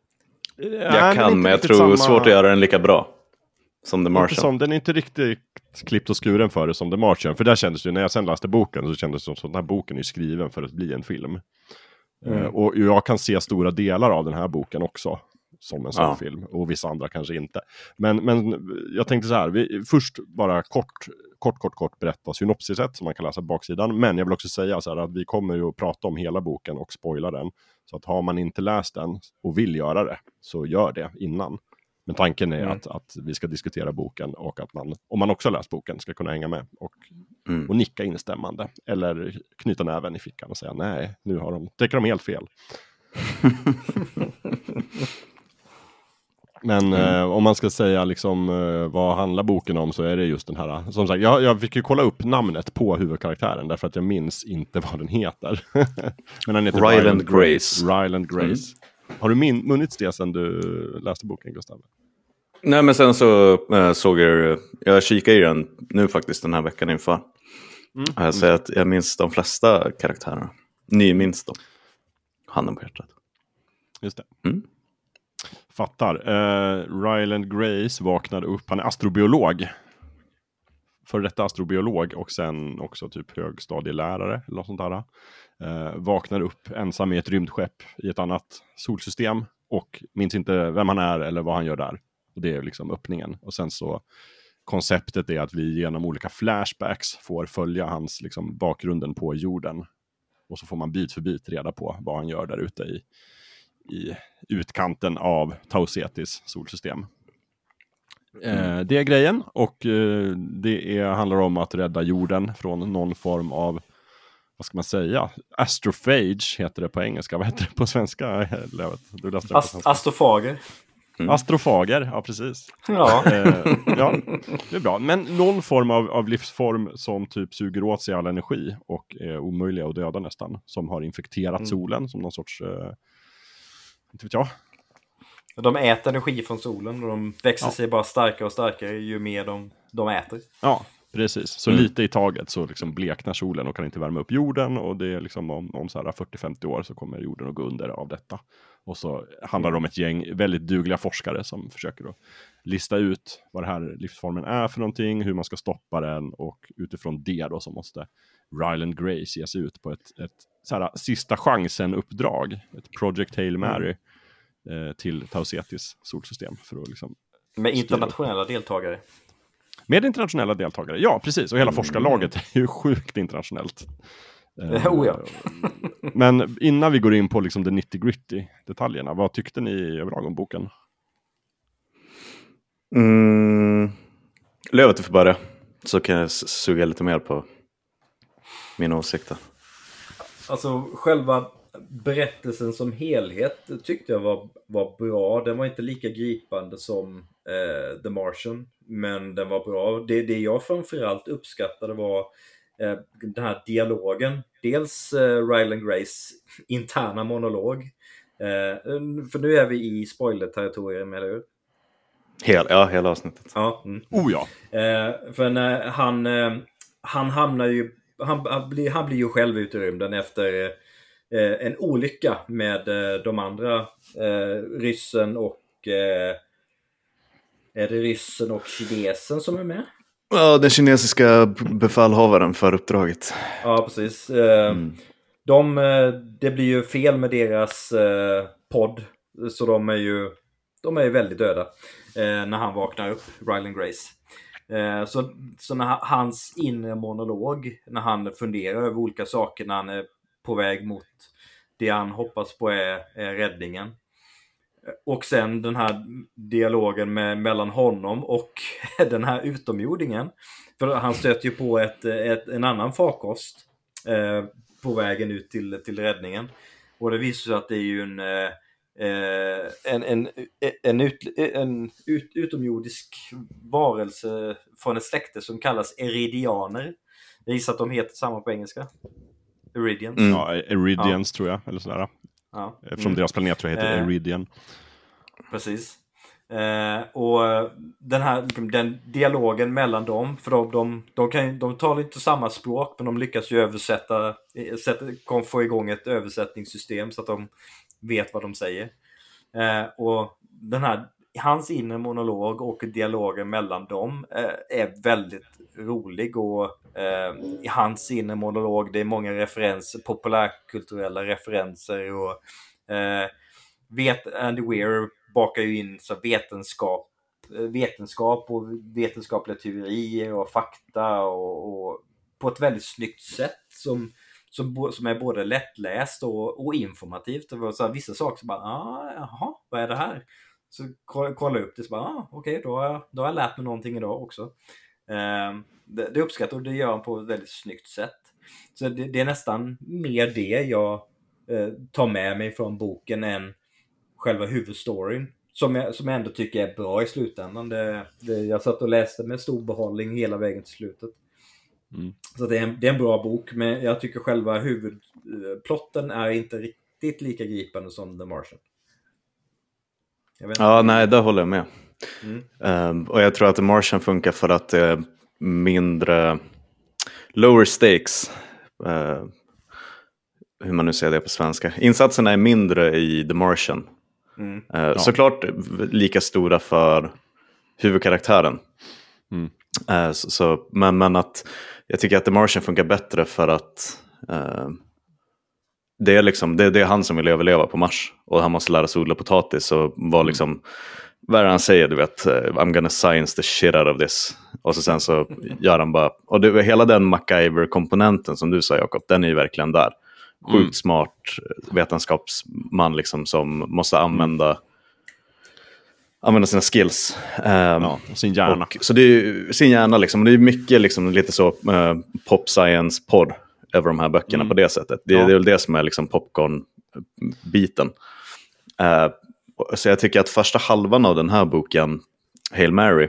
Jag kan, men, men jag tror det är svårt att göra den lika bra som The Martian. Som, den är inte riktigt klippt och skuren för det som The Martian. För där kändes det, när jag sen läste boken så kändes det som att den här boken är skriven för att bli en film. Mm. Uh, och jag kan se stora delar av den här boken också. som en sån Ja. film, och vissa andra kanske inte. Men, men jag tänkte så här, vi, först bara kort, kort, kort, kort berätta synopsiset som man kan läsa på baksidan, men jag vill också säga så här att vi kommer ju att prata om hela boken och spoila den, så att har man inte läst den och vill göra det, så gör det innan. Men tanken är mm. att, att vi ska diskutera boken, och att man, om man också har läst boken, ska kunna hänga med och, mm. och nicka instämmande. Eller knyta näven i fickan och säga nej, nu har de, tycker de helt fel. Men mm. eh, om man ska säga liksom, eh, vad handlar boken om, så är det just den här. Som sagt, jag, jag fick ju kolla upp namnet på huvudkaraktären, därför att jag minns inte vad den heter. Men den heter Ryland Grace. Ryland Grace. Mm. Har du min, munnits det sedan du läste boken, Gustav? Nej, men sen så äh, såg jag, jag kikade i den nu faktiskt den här veckan inför. Mm. Jag säger att jag minns de flesta karaktärerna. Ni minns dem. Handen på hjärtat. Just det. Mm. Fattar. Uh, Ryland Grace vaknade upp. Han är astrobiolog. För detta astrobiolog och sen också typ högstadielärare eller något sånt där. Uh, vaknar upp ensam i ett rymdskepp i ett annat solsystem och minns inte vem han är eller vad han gör där. Och det är liksom öppningen. Och sen så konceptet är att vi genom olika flashbacks får följa hans liksom bakgrunden på jorden. Och så får man bit för bit reda på vad han gör där ute i, i utkanten av Tau-Cetis solsystem. Mm. Eh, det är grejen, och eh, det är, handlar om att rädda jorden från någon form av, vad ska man säga, astrophage heter det på engelska. Vad heter det på svenska? Du läste det på svenska. Astrofager. Mm. Astrofager, ja precis. Ja. Eh, ja, det är bra. Men någon form av, av livsform som typ suger åt sig all energi och är omöjliga att döda nästan. Som har infekterat mm. solen som någon sorts, eh, inte vet jag. De äter energi från solen och de växer ja. sig bara starkare och starkare ju mer de, de äter. Ja, precis. Så mm. lite i taget så liksom bleknar solen och kan inte värma upp jorden. Och det är liksom om, om så här fyrtio till femtio år så kommer jorden att gå under av detta. Och så handlar det om ett gäng väldigt dugliga forskare som försöker att lista ut vad den här livsformen är för någonting, hur man ska stoppa den, och utifrån det då så måste Ryland Grace ge sig ut på ett, ett så här, sista chansen-uppdrag, ett Project Hail Mary mm. eh, till Tau-Cetis solsystem. För att liksom med internationella deltagare. Med internationella deltagare, ja precis. Och hela mm. forskarlaget är ju sjukt internationellt. Uh, oh ja. Men innan vi går in på liksom the nitty-gritty detaljerna, vad tyckte ni överlag om boken? Mm, Lövet är för börja, så kan jag suga lite mer på mina åsikter. Alltså själva berättelsen som helhet tyckte jag var, var bra. Den var inte lika gripande som eh, The Martian, men den var bra. Det, det jag framförallt uppskattade var eh, den här dialogen. Dels eh, Ryland Grace interna monolog. Eh, för nu är vi i spoiler-territorium, eller hur? Hel, ja, hela avsnittet. Ja. Mm. Oh ja. Eh, för när han, eh, han hamnar ju, han, han, blir, han blir ju själv ute i rymden efter eh, en olycka med eh, de andra, eh, ryssen och eh, är det ryssen och kinesen som är med? Ja, den kinesiska befallhavaren för uppdraget. Ja, precis. Eh, mm. de, det blir ju fel med deras eh, podd, så de är ju de är ju väldigt döda eh, när han vaknar upp, Ryland Grace. Eh, så, så när hans inre monolog, när han funderar över olika saker, när han är på väg mot det han hoppas på är, är räddningen. Och sen den här dialogen med, mellan honom och den här utomjordingen. För han stöter ju på ett, ett, en annan farkost eh, på vägen ut till, till räddningen. Och det visar sig att det är ju en... Eh, En, en, en, ut, en ut, utomjordisk varelse från ett släkte som kallas Eridianer. Jag gissar att de heter samma på engelska. Eridians. Mm. Ja, Eridians ja. tror jag. Eller sådär. Ja. Eftersom mm. deras planet tror jag heter eh, Eridian. Precis. Eh, och den här den dialogen mellan dem, för de, de, de, kan, de talar inte samma språk, men de lyckas ju översätta, sätta, kan få igång ett översättningssystem så att de vet vad de säger. Eh, och den här, hans inre monolog och dialogen mellan dem eh, är väldigt rolig. Och eh, i hans inre monolog, det är många referenser, populärkulturella referenser. Och eh, vet Andy Weir bakar ju in så vetenskap, vetenskap och vetenskapliga teorier och fakta och, och på ett väldigt snyggt sätt som, som, som är både lättläst och, och informativt. Det var så här, vissa saker som bara, ah, jaha, vad är det här? Så kolla upp det så bara, ah, okej, okay, då, har jag, då har jag lärt mig någonting idag också. Eh, det, det uppskattar och det gör han på ett väldigt snyggt sätt. Så det, det är nästan mer det jag eh, tar med mig från boken än själva huvudstoryn. Som jag, som jag ändå tycker är bra i slutändan. Det, det, jag satt och läste med stor behållning hela vägen till slutet. Mm. Så det är, en, det är en bra bok. Men jag tycker själva huvudplotten är inte riktigt lika gripande som The Martian. Ja, nej, där håller jag med. Mm. Um, och jag tror att The Martian funkar för att det är mindre lower stakes. Uh, hur man nu säger det på svenska. Insatserna är mindre i The Martian. Mm. Uh, ja. Såklart lika stora för huvudkaraktären. Mm. Uh, så, så, men, men att jag tycker att The Martian funkar bättre för att uh, det, är liksom, det, det är han som vill överleva på Mars. Och han måste lära sig odla potatis och vara liksom... Mm. Vad är det han säger, du vet, I'm gonna science the shit out of this. Och så sen så gör han bara, och det, hela den MacGyver-komponenten som du sa, Jakob, den är ju verkligen där. Sjukt mm. smart vetenskapsman liksom som måste använda mm. använda sina skills. Um, ja, och sin hjärna. Och, så det är ju sin hjärna liksom, och det är mycket liksom lite så uh, pop science-podd över de här böckerna mm. på det sättet. Det, ja. det är väl det som är liksom popcorn-biten. Uh, Så jag tycker att första halvan av den här boken, Hail Mary,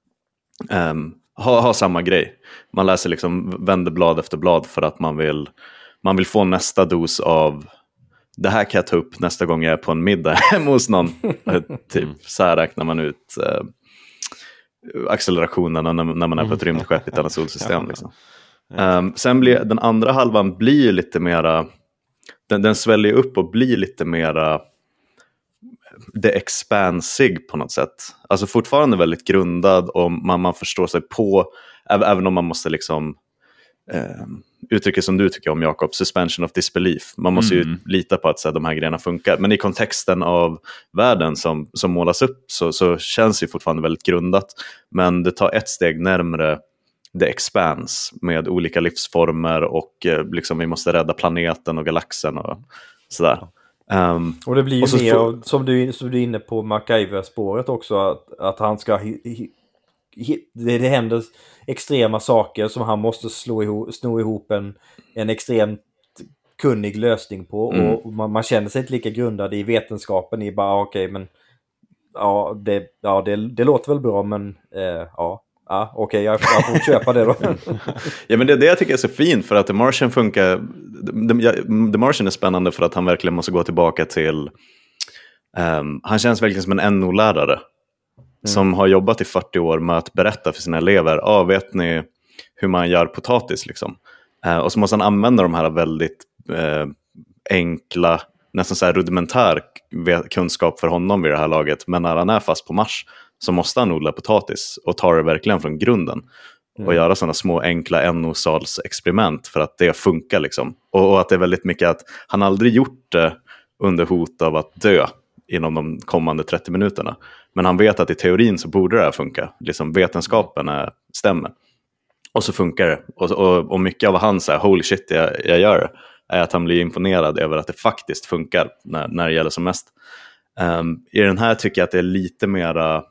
um, har, har samma grej. Man läser liksom, vänder blad efter blad för att man vill, man vill få nästa dos av det här kan jag ta upp nästa gång jag är på en middag hemma hos någon. Typ så här räknar man ut uh, accelerationerna när, när man är på ett rymdskepp i ett annat solsystem. Liksom. Um, sen blir den andra halvan blir lite mera, den, den sväljer upp och blir lite mera det expansig på något sätt. Alltså fortfarande väldigt grundad och man, man förstår sig på, även om man måste liksom eh, uttrycka som du tycker om, Jakob, suspension of disbelief. Man måste mm. ju lita på att så här, de här grejerna funkar. Men i kontexten av världen som, som målas upp så, så känns det fortfarande väldigt grundat. Men det tar ett steg närmare the expanse med olika livsformer och eh, liksom vi måste rädda planeten och galaxen och sådär. Um, och det blir ju mer av, som, du, som du är inne på MacGyver-spåret också, att, att han ska hi, hi, hi, det, det händer extrema saker som han måste slå ihop, sno ihop en, en extremt kunnig lösning på mm. och man, man känner sig inte lika grundad i vetenskapen i bara okej okay, men ja, det, ja det, det låter väl bra men eh, ja Ja, okej, okay, jag, jag får köpa det då. Ja, men det är det jag tycker är så fint, för att The Martian funkar. The, The Martian är spännande för att han verkligen måste gå tillbaka till um, han känns verkligen som en N O-lärare mm. som har jobbat i fyrtio år med att berätta för sina elever, ja, ah, vet ni hur man gör potatis liksom. Uh, och så måste han använda de här väldigt uh, enkla, nästan så här rudimentär kunskap för honom vid det här laget, men när han är fast på Mars så måste han odla potatis och ta det verkligen från grunden. Mm. Och göra sådana små enkla N O-salsexperiment för att det funkar liksom. Och, och att det är väldigt mycket att han aldrig gjort det under hot av att dö inom de kommande trettio minuterna. Men han vet att i teorin så borde det här funka. Liksom vetenskapen är, stämmer. Och så funkar det. Och, och, och mycket av han säger, holy shit, jag, jag gör det, är att han blir imponerad över att det faktiskt funkar när, när det gäller som mest. Um, I den här tycker jag att det är lite mera...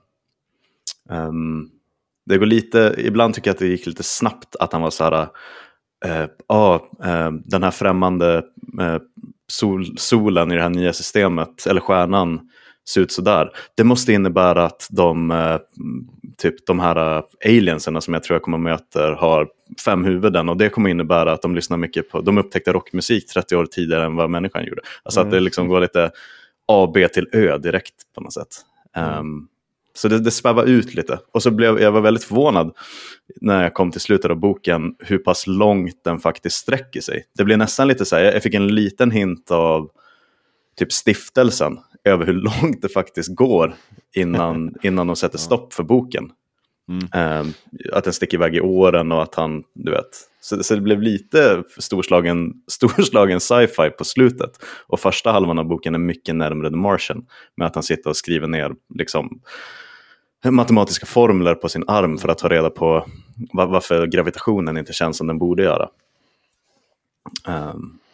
Um, det går lite, ibland tycker jag att det gick lite snabbt att han var så här, uh, ah, uh, den här främmande uh, sol, solen i det här nya systemet, eller stjärnan, ser ut så där. Det måste innebära att de uh, typ de här uh, alienserna som jag tror jag kommer möta har fem huvuden, och det kommer innebära att de lyssnar mycket på, de upptäckte rockmusik trettio år tidigare än vad människan gjorde. Alltså mm. att det liksom går lite A, B till Ö direkt på något sätt. Um, mm. Så det, det spävar ut lite. Och så blev jag var väldigt förvånad när jag kom till slutet av boken hur pass långt den faktiskt sträcker sig. Det blev nästan lite så här, jag fick en liten hint av typ stiftelsen över hur långt det faktiskt går innan, innan de sätter stopp för boken. Mm. Um, att den sticker iväg i åren och att han, du vet. Så, så det blev lite storslagen, storslagen sci-fi på slutet. Och första halvan av boken är mycket närmare The Martian. Med att han sitter och skriver ner liksom matematiska formler på sin arm för att ta reda på var, varför gravitationen inte känns som den borde göra. Um,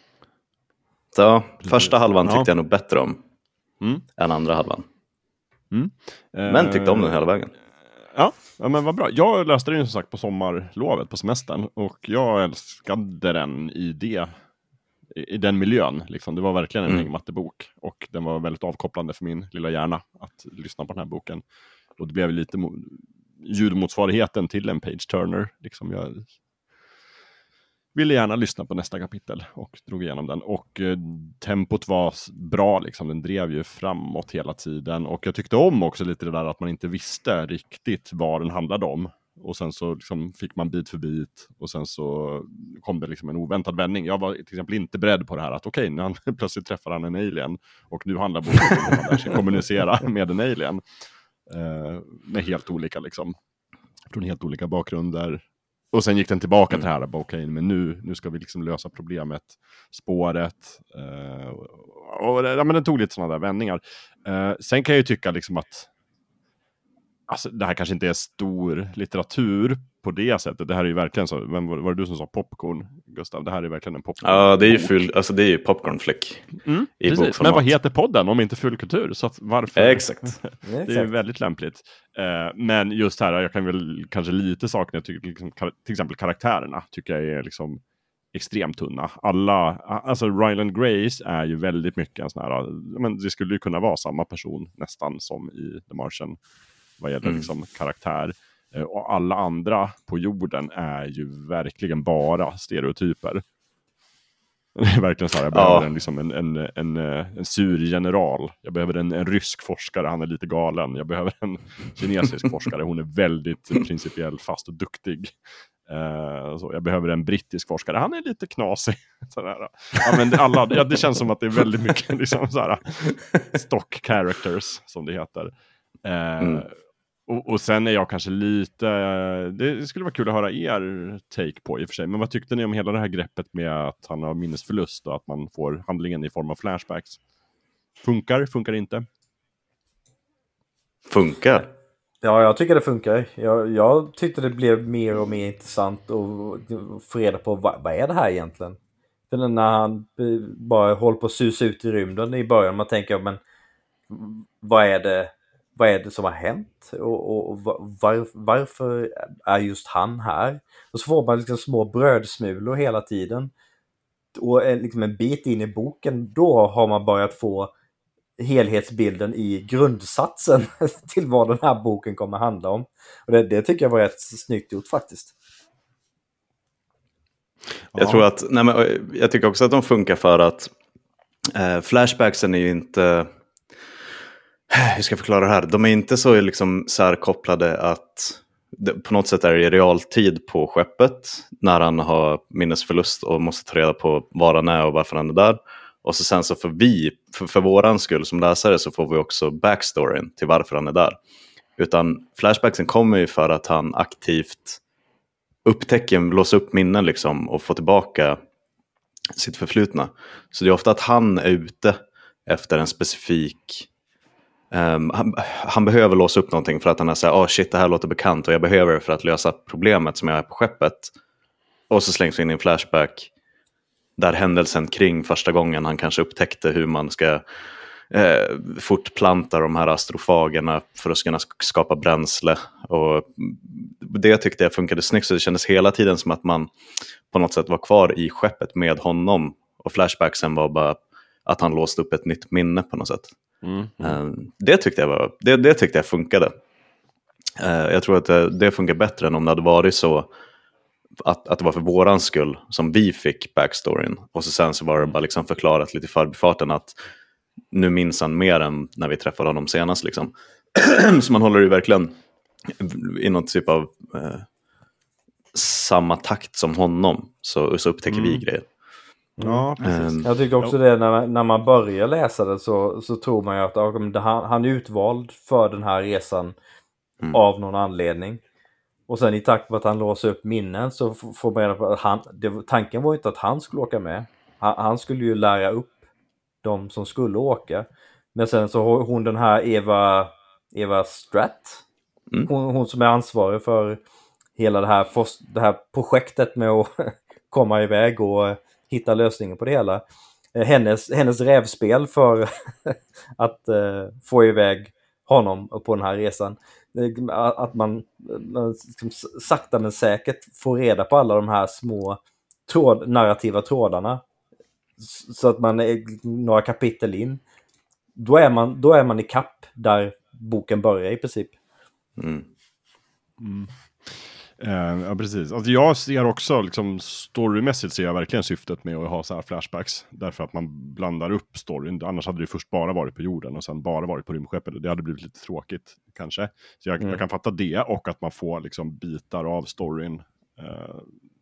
så första halvan tyckte ja. jag nog bättre om mm. än andra halvan. Mm. Men tyckte om den hela vägen. Ja, ja, men vad bra. Jag läste den som sagt på sommarlovet, på semestern. Och jag älskade den i det, i den miljön. Liksom. Det var verkligen en mm. hängmattebok. Och den var väldigt avkopplande för min lilla hjärna att lyssna på den här boken. Och det blev lite mo- ljudmotsvarigheten till en page turner. Liksom jag ville gärna lyssna på nästa kapitel och drog igenom den. Och eh, tempot var bra, liksom. Den drev ju framåt hela tiden. Och jag tyckte om också lite det där att man inte visste riktigt vad den handlade om. Och sen så liksom fick man bit för bit. Och sen så kom det liksom en oväntad vändning. Jag var till exempel inte beredd på det här att okej, okay, nu han, plötsligt träffar han en alien. Och nu handlar boken om att han ska kommunicera med en alien. Eh, med helt olika liksom, från helt olika bakgrunder. Och sen gick den tillbaka till det här, okej, okay, men nu, nu ska vi liksom lösa problemet, spåret. Eh, och, och ja, men den tog lite sådana där vändningar. Eh, sen kan jag ju tycka liksom att alltså, det här kanske inte är stor litteratur på det sättet. Det här är ju verkligen så, vem var, var det du som sa popcorn, Gustav? Det här är verkligen en popcorn. Ja, det är ju full, alltså det är ju popcornflick mm, i bokformat. Men vad heter podden om inte fullkultur? Så att varför? Exakt. Det är ju väldigt lämpligt. Uh, men just här, jag kan väl kanske lite sakna, jag tycker, liksom, till exempel karaktärerna tycker jag är liksom extremt tunna. Alla, alltså Ryland Grace är ju väldigt mycket en sån här, men det skulle ju kunna vara samma person nästan som i The Martian vad gäller mm. liksom karaktär. Och alla andra på jorden är ju verkligen bara stereotyper. Det är verkligen så här, jag behöver ja. en, liksom en, en, en, en sur general. Jag behöver en, en rysk forskare, han är lite galen. Jag behöver en kinesisk forskare, hon är väldigt principiell, fast och duktig. Uh, så jag behöver en brittisk forskare, han är lite knasig. Sådär. Ja, men alla, ja, det känns som att det är väldigt mycket liksom, sådär, stock characters, som det heter. Uh, mm. Och, och sen är jag kanske lite, det skulle vara kul att höra er take på i och för sig, men vad tyckte ni om hela det här greppet med att han har minnesförlust och att man får handlingen i form av flashbacks? Funkar, funkar inte? Funkar? Ja, jag tycker det funkar. Jag, jag tyckte det blev mer och mer intressant att få reda på vad, vad är det här egentligen? För när han bara håller på att susa ut i rymden i början, man tänker, men vad är det Vad är det som har hänt? Och, och, och var, varför är just han här? Och så får man liksom små brödsmulor hela tiden. Och liksom en bit in i boken, då har man börjat få helhetsbilden i grundsatsen till vad den här boken kommer handla om. Och det, det tycker jag var rätt snyggt gjort faktiskt. Jag ja. tror att, nej men, jag tycker också att de funkar för att eh, flashbacksen är ju inte... Hur ska jag förklara det här? De är inte så liksom särkopplade att det, på något sätt är det i realtid på skeppet när han har minnesförlust och måste ta reda på var han är och varför han är där. Och så sen så får vi, för, för våran skull som läsare, så får vi också backstoryn till varför han är där. Utan flashbacksen kommer ju för att han aktivt upptäcker, låser upp minnen liksom och får tillbaka sitt förflutna. Så det är ofta att han är ute efter en specifik... Um, han, han behöver låsa upp någonting för att han är såhär, åh oh shit, det här låter bekant och jag behöver det för att lösa problemet som jag är på skeppet. Och så slängs vi in i en flashback där händelsen kring första gången han kanske upptäckte hur man ska eh, fortplanta de här astrofagerna för att kunna skapa bränsle. Och det tyckte jag funkade snyggt, så det kändes hela tiden som att man på något sätt var kvar i skeppet med honom. Och flashbacksen var bara att han låste upp ett nytt minne på något sätt. Mm, mm. Det, tyckte jag var, det, det tyckte jag funkade. Jag tror att det, det funkar bättre än om det hade varit så att, att det var för våran skull som vi fick backstoryn. Och så sen så var det bara liksom förklarat lite i förbifarten att nu minns han mer än när vi träffade honom senast. Liksom. Så man håller ju verkligen i någon typ av eh, samma takt som honom. Så, så upptäcker mm. vi grejer. Ja, precis. Jag tycker också det, när, när man börjar läsa det så, så tror man ju att han, han är utvald för den här resan mm. av någon anledning. Och sen i takt med att han låser upp minnen så f- får man reda på att han, det, tanken var inte att han skulle åka med. Han, han skulle ju lära upp de som skulle åka. Men sen så har hon den här Eva, Eva Stratt. Mm. Hon, hon som är ansvarig för hela det här, det här projektet med att komma iväg och hitta lösningen på det hela. Hennes, hennes rävspel för att uh, få iväg honom på den här resan. Att man, man sakta men säkert får reda på alla de här små tråd, narrativa trådarna. Så att man är några kapitel in. Då är man, då är man i kapp där boken börjar i princip. Mm. Mm. Uh, ja, precis. Alltså jag ser också, liksom, storymässigt ser jag verkligen syftet med att ha så här flashbacks. Därför att man blandar upp storyn. Annars hade det först bara varit på jorden och sen bara varit på rymdskeppet. Det hade blivit lite tråkigt kanske. Så jag, mm. jag kan fatta det, och att man får liksom bitar av storyn. Uh,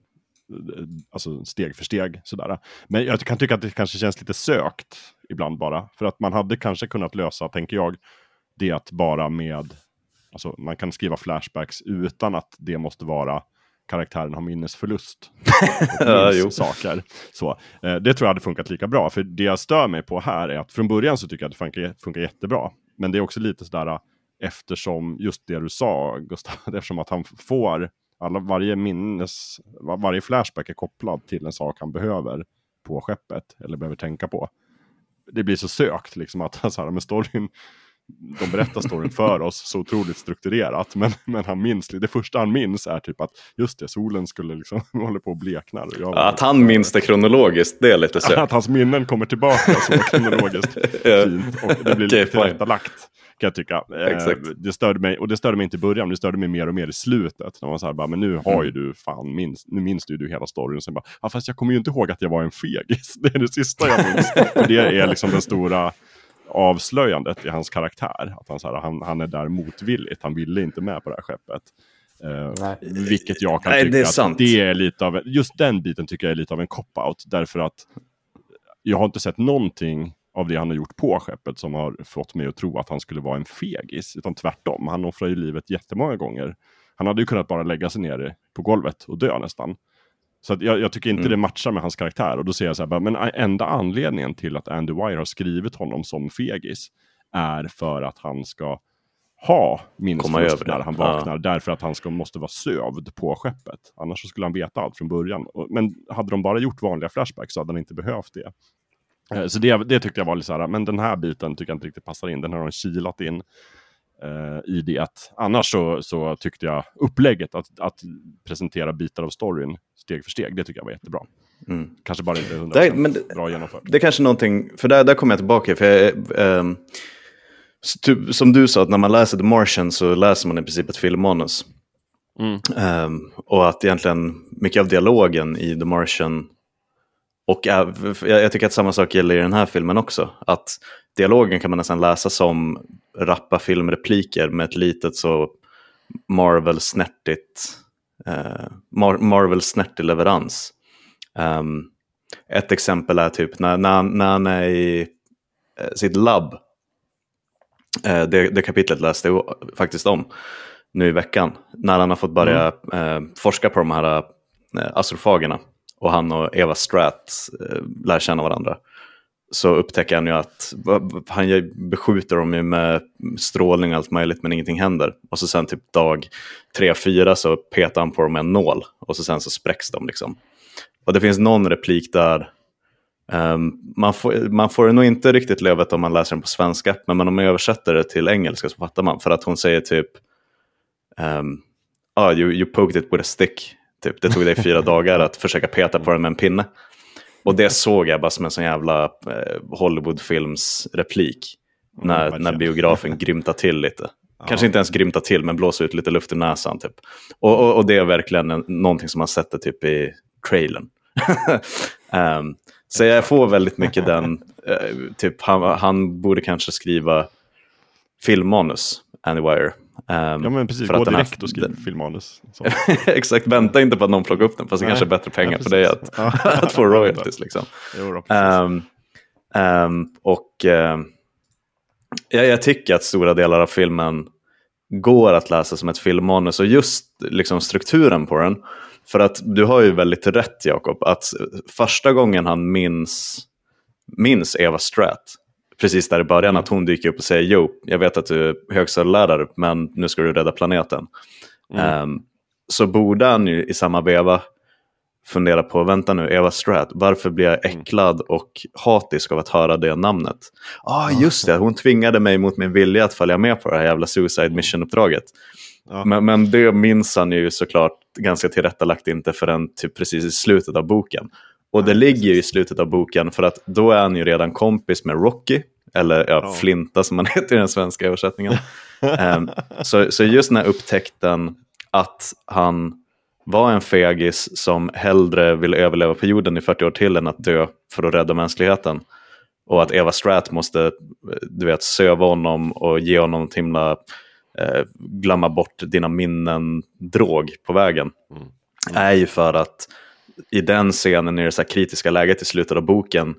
alltså steg för steg sådär. Men jag kan tycka att det kanske känns lite sökt ibland bara. För att man hade kanske kunnat lösa, tänker jag, det att bara med... Alltså, man kan skriva flashbacks utan att det måste vara karaktären har minnesförlust. Ja, jo. Saker. Så, eh, det tror jag hade funkat lika bra. För det jag stör mig på här är att från början så tycker jag att det funkar, funkar jättebra. Men det är också lite sådär, eftersom just det du sa, Gustav, eftersom att han får alla, varje minnes, var, varje flashback är kopplad till en sak han behöver på skeppet eller behöver tänka på. Det blir så sökt liksom att så här, med storyn, de berättar storyn för oss så otroligt strukturerat, men, men han minns, det första han minns är typ att just det, solen skulle liksom hålla på att blekna. Ja, att han minns det kronologiskt, det är lite sökt. Att hans minnen kommer tillbaka så kronologiskt fint, och det blir okay, lite tillrättalagt, kan jag tycka. Exakt. Eh, det störde mig, och det störde mig inte i början, det störde mig mer och mer i slutet. När man så här bara, men nu har ju du fan minns, nu minns du, du hela storyn. Och sen bara, ja, fast jag kommer ju inte ihåg att jag var en fegis. Det är det sista jag minns. Och det är liksom den stora avslöjandet i hans karaktär. Att han, så här, han, han är där motvilligt. Han ville inte med på det här skeppet. Eh, vilket jag kan Nej, tycka det är att sant. det är lite av, just den biten tycker jag är lite av en cop-out. Därför att jag har inte sett någonting av det han har gjort på skeppet som har fått mig att tro att han skulle vara en fegis. Utan tvärtom, han offrar ju livet jättemånga gånger. Han hade ju kunnat bara lägga sig ner på golvet och dö nästan. Så att jag, jag tycker inte mm. det matchar med hans karaktär. Och då ser jag så här, men enda anledningen till att Andy Weir har skrivit honom som fegis är för att han ska ha minnesförlust när han vaknar. Ja. Därför att han ska, måste vara sövd på skeppet. Annars så skulle han veta allt från början. Men hade de bara gjort vanliga flashbacks så hade han inte behövt det. Så det, det tyckte jag var lite så här, men den här biten tycker jag inte riktigt passar in. Den har de kilat in uh, i det. Annars så, så tyckte jag upplägget att, att presentera bitar av storyn steg för steg, det tycker jag var jättebra. Mm. Kanske bara inte hundra procent det, men bra genomfört. Det är kanske någonting, för där, där kommer jag tillbaka. För jag, um, typ, som du sa, att när man läser The Martian så läser man i princip ett filmmanus. Mm. Um, och att egentligen mycket av dialogen i The Martian, och jag, jag tycker att samma sak gäller i den här filmen också. Att dialogen kan man nästan läsa som rappa filmrepliker med ett litet så Marvel-snärtigt uh, Mar- Marvel-snärtig leverans. Um, ett exempel är typ när, när, när han är i uh, sitt labb. Uh, det, det kapitlet läste jag faktiskt om nu i veckan. När han har fått börja mm. uh, forska på de här uh, astrofagerna. Och han och Eva Stratt eh, lär känna varandra. Så upptäcker han ju att han beskjuter dem ju med strålning och allt möjligt, men ingenting händer. Och så sen typ dag tre, fyra så petar han på dem med en nål. Och så sen så spräcks de liksom. Och det finns någon replik där. Um, man, får, man får nog inte riktigt lövet om man läser den på svenska. Men om man översätter det till engelska så fattar man. För att hon säger typ um, ah, you, you poked it with a stick. Typ, det tog dig fyra dagar att försöka peta på den med en pinne. Och det såg jag bara som en sån jävla eh, Hollywoodfilms replik. Mm, när, när biografen grymtar till lite. Ja. Kanske inte ens grymtar till, men blåser ut lite luft ur näsan. Typ. Och, och, och det är verkligen en, någonting som man sätter typ i trailern. um, så jag får väldigt mycket den... Uh, typ, han, han borde kanske skriva filmmanus, Andy Weir. Um, ja men precis, gå direkt här, och skriva filmmanus. Exakt, vänta inte på att någon plockar upp den. Fast det kanske är bättre pengar ja, för dig att, ja. att få royalties liksom. Jo, um, um, och um, jag, jag tycker att stora delar av filmen går att läsa som ett filmmanus och just liksom strukturen på den. För att du har ju väldigt rätt, Jakob, att första gången han minns, minns Eva Stratt, precis där i början, mm. att hon dyker upp och säger jo, jag vet att du är högstadielärare, men nu ska du rädda planeten. Mm. Um, så borde han ju i samma veva fundera på, vänta nu, Eva Stratt, varför blir jag äcklad och hatisk av att höra det namnet? Ah, just det, hon tvingade mig mot min vilja att följa med på det här jävla Suicide Mission-uppdraget. Ja. Men, men det minns han ju såklart ganska tillrättalagt inte förrän typ precis i slutet av boken. Och det ligger ju i slutet av boken för att då är han ju redan kompis med Rocky, eller ja, ja. Flinta som man heter i den svenska översättningen. um, så, så just den här upptäckten att han var en fegis som hellre ville överleva på jorden i fyrtio år till än att dö för att rädda mänskligheten. Och att Eva Stratt måste, du vet, söva honom och ge honom ett himla eh, glömma bort dina minnen drog på vägen. Mm. Mm. Är ju för att i den scenen, i det så här kritiska läget i slutet av boken,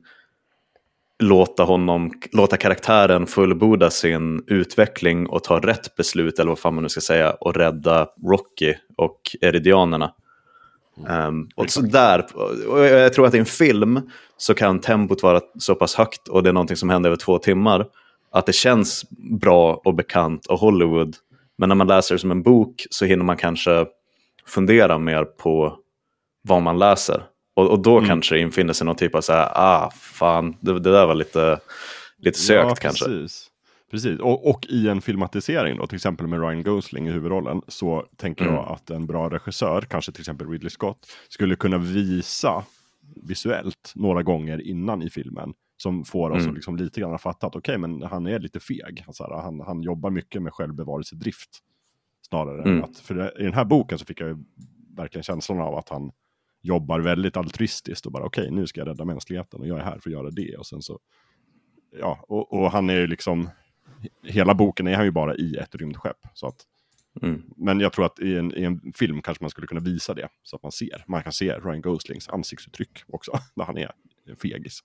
låta honom, låta karaktären fullborda sin utveckling och ta rätt beslut, eller vad fan man nu ska säga, och rädda Rocky och Eridianerna. Mm. Um, och så där, och jag tror att i en film så kan tempot vara så pass högt och det är någonting som händer över två timmar att det känns bra och bekant och Hollywood. Men när man läser det som en bok så hinner man kanske fundera mer på vad man läser. Och, och då mm. kanske det infinner sig någon typ av så här, ah fan, det, det där var lite, lite sökt ja, kanske. Precis. Precis. Och, och i en filmatisering då, till exempel med Ryan Gosling i huvudrollen, så tänker mm. jag att en bra regissör, kanske till exempel Ridley Scott, skulle kunna visa visuellt några gånger innan i filmen som får oss mm. liksom lite grann fatta att okej, okay, men han är lite feg. Alltså, han, han jobbar mycket med självbevarelsedrift snarare mm. än att, för det, i den här boken så fick jag ju verkligen känslan av att han jobbar väldigt altruistiskt och bara okej, okay, nu ska jag rädda mänskligheten och jag är här för att göra det. Och sen så, ja, och, och han är ju liksom, hela boken är han ju bara i ett rymdskepp. Så att, mm. men jag tror att i en, i en film kanske man skulle kunna visa det så att man ser, man kan se Ryan Goslings ansiktsuttryck också, när han är en fegis.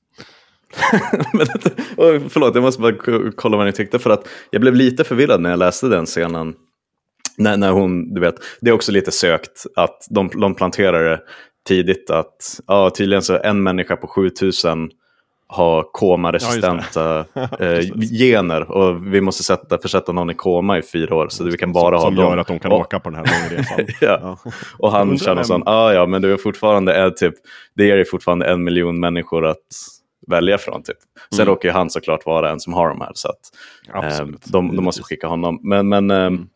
Men, oh, förlåt, jag måste bara kolla vad ni tyckte, för att jag blev lite förvirrad när jag läste den scenen. När, när hon, du vet, det är också lite sökt att de, de planterar det tidigt att ja, tydligen så en människa på sjutusen har komaresistenta ja, eh, gener och vi måste sätta, försätta någon i koma i fyra år så vi kan bara som, ha som dem. Som gör att de kan och, åka på den här långa resan. ja. Ja. Och han känner sån, ah, ja men det är fortfarande är typ, det är ju fortfarande en miljon människor att välja från typ. Sen mm. råkar ju han såklart vara en som har de här så att eh, de, de måste skicka honom. Men, men eh, mm.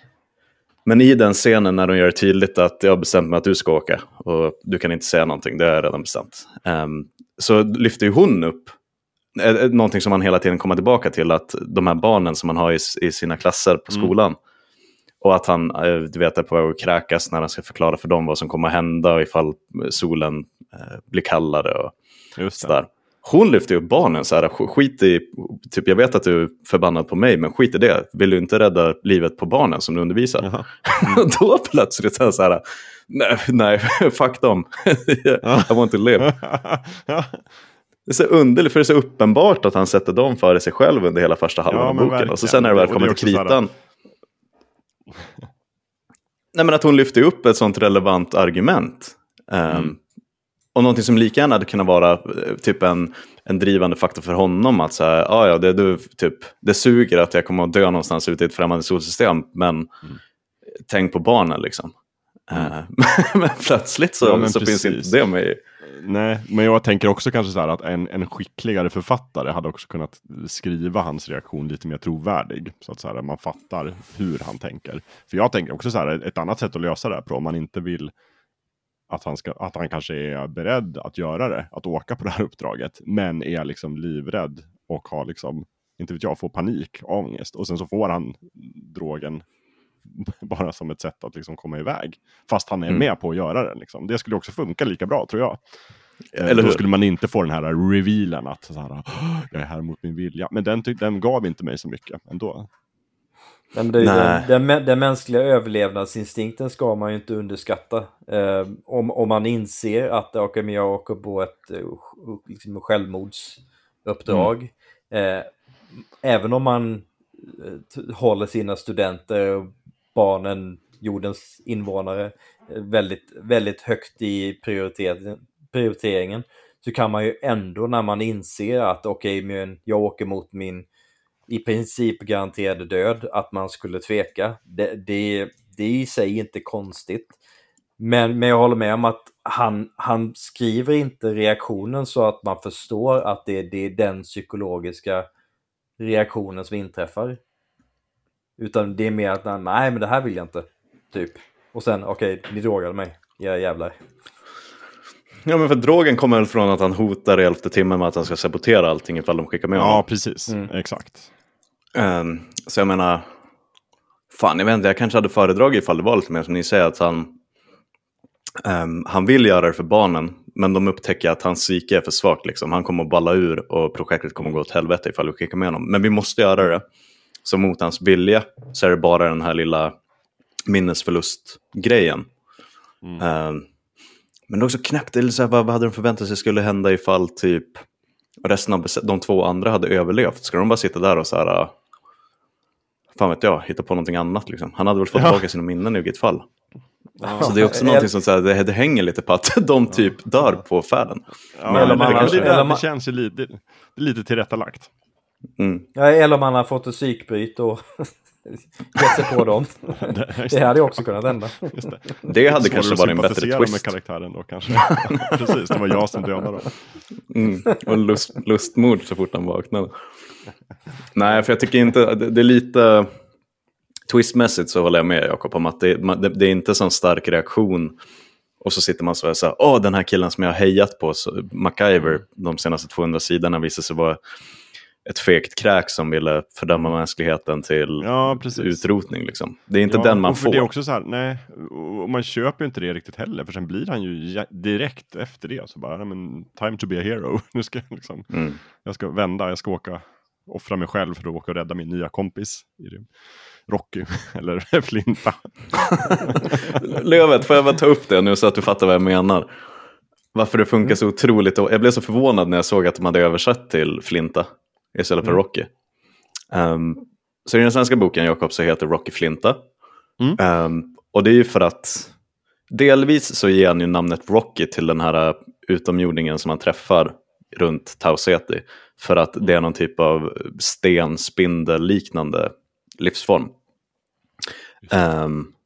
Men i den scenen när de gör det tydligt att jag har bestämt mig att du ska åka och du kan inte säga någonting, det har jag redan bestämt. Um, så lyfter ju hon upp eh, någonting som man hela tiden kommer tillbaka till, att de här barnen som man har i, i sina klasser på skolan mm. och att han, eh, du vet, är på väg att kräkas när han ska förklara för dem vad som kommer att hända ifall solen eh, blir kallare och sådär. Hon lyfter upp barnen så här, skit i, typ jag vet att du är förbannad på mig, men skit i det. Vill du inte rädda livet på barnen som du undervisar? Mm. Då plötsligt så här, så här nej, nej, fuck dem. I want to live. Det är så underligt, för det är så uppenbart att han sätter dem före sig själv under hela första halvan ja, av boken. Verkligen. Och så sen när det väl kommer till kritan. Nej, men att hon lyfter upp ett sånt relevant argument. Mm. Um, Och någonting som lika gärna hade kunnat vara typ en, en drivande faktor för honom. Att säga, ah, ja, det, du, typ, det suger att jag kommer att dö någonstans ute i ett främmande solsystem. Men mm. tänk på barnen liksom. Mm. Uh, men plötsligt så, ja, men så finns inte det med. Nej, men jag tänker också kanske så här att en, en skickligare författare hade också kunnat skriva hans reaktion lite mer trovärdig. Så att så här, man fattar hur han tänker. För jag tänker också så här, ett annat sätt att lösa det här på, om man inte vill Att han, ska, att han kanske är beredd att göra det, att åka på det här uppdraget, men är liksom livrädd och har liksom, inte vet jag, får panik, ångest, och sen så får han drogen bara som ett sätt att liksom komma iväg, fast han är mm. med på att göra det liksom. Det skulle också funka lika bra, tror jag. Eller då skulle man inte få den här revealen att så här, jag är här mot min vilja, men den, den gav inte mig så mycket ändå. Nej, men det, Nej. Den, den, den mänskliga överlevnadsinstinkten ska man ju inte underskatta. Eh, om, om man inser att okay, men jag åker på ett liksom, självmordsuppdrag. Mm. Eh, även om man t- håller sina studenter och barnen, jordens invånare, väldigt, väldigt högt i prioritet, prioriteringen, så kan man ju ändå, när man inser att okej, okay, men jag åker mot min i princip garanterade död, att man skulle tveka. Det, det, det är i sig inte konstigt. Men, men jag håller med om att han, han skriver inte reaktionen så att man förstår att det, det är den psykologiska reaktionen som inträffar. Utan det är mer att nej, men det här vill jag inte. Typ. Och sen, okej, okay, ni drogade mig. Ja, jävlar. Ja, men för drogen kommer väl från att han hotar i elfte timmen med att han ska sabotera allting ifall de skickar med honom. Ja, precis. Mm. Exakt. Um, så jag menar, fan, jag vet inte, jag kanske hade föredragit ifall det var lite mer som ni säger, att han um, han vill göra det för barnen, men de upptäcker att hans psyke är för svagt liksom. Han kommer att balla ur och projektet kommer att gå åt helvete ifall vi skickar med honom. Men vi måste göra det. Så mot hans vilja så är det bara den här lilla minnesförlust-grejen. Mm. Um, men det är också knäppt, eller så här, vad, vad hade de förväntat sig skulle hända ifall typ resten av de två andra hade överlevt? Ska de bara sitta där och så här, fan vet jag, hitta på någonting annat liksom? Han hade väl fått ja. tillbaka sina minnen i vilket fall. Ja. Så det är också någonting som så här, det, det hänger lite på att de typ dör på färden. Ja, men, men det, det, det, det, det känns ju lite, lite tillrättalagt. Mm. Ja, eller om man har fått ett psykbryt och gett sig på dem. Det hade ju också kunnat hända. Just det. Det hade kanske varit en bättre twist. Med karaktären då kanske. Precis, det var jag som dödade dem. Mm. Och lust, lustmord så fort han vaknade. Nej, för jag tycker inte, det, det är lite twistmässigt så håller jag med Jakob om att det, det, det är inte så stark reaktion. Och så sitter man så här, så här, åh, den här killen som jag har hejat på, så MacGyver, de senaste tvåhundra sidorna visar sig vara ett fegt kräk som ville fördöma mänskligheten till ja, utrotning liksom. Det är inte ja, den man och för får. Det är också så här, nej, och man köper ju inte det riktigt heller, för sen blir han ju direkt efter det så bara, men time to be a hero. Nu ska jag liksom, mm. jag ska vända, jag ska åka, offra mig själv för att åka och rädda min nya kompis i det. Rocky, eller Flinta. Lövet, får jag bara ta upp det nu så att du fattar vad jag menar. Varför det funkar mm. så otroligt. Jag blev så förvånad när jag såg att de hade översatt till Flinta istället för mm. Rocky. Um, så i den svenska boken, Jakob, så heter Rocky Flinta. Mm. Um, och det är ju för att delvis så ger han ju namnet Rocky till den här utomjordingen som man träffar runt Tau Ceti. För att det är någon typ av stenspindel liknande livsform. Um,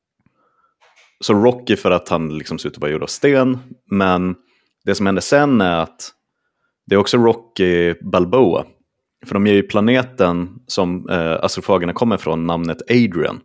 så Rocky för att han liksom ser ut att vara gjord av sten. Men det som händer sen är att det är också Rocky Balboa. För de ger ju planeten som eh, astrofagerna kommer från namnet Adrian.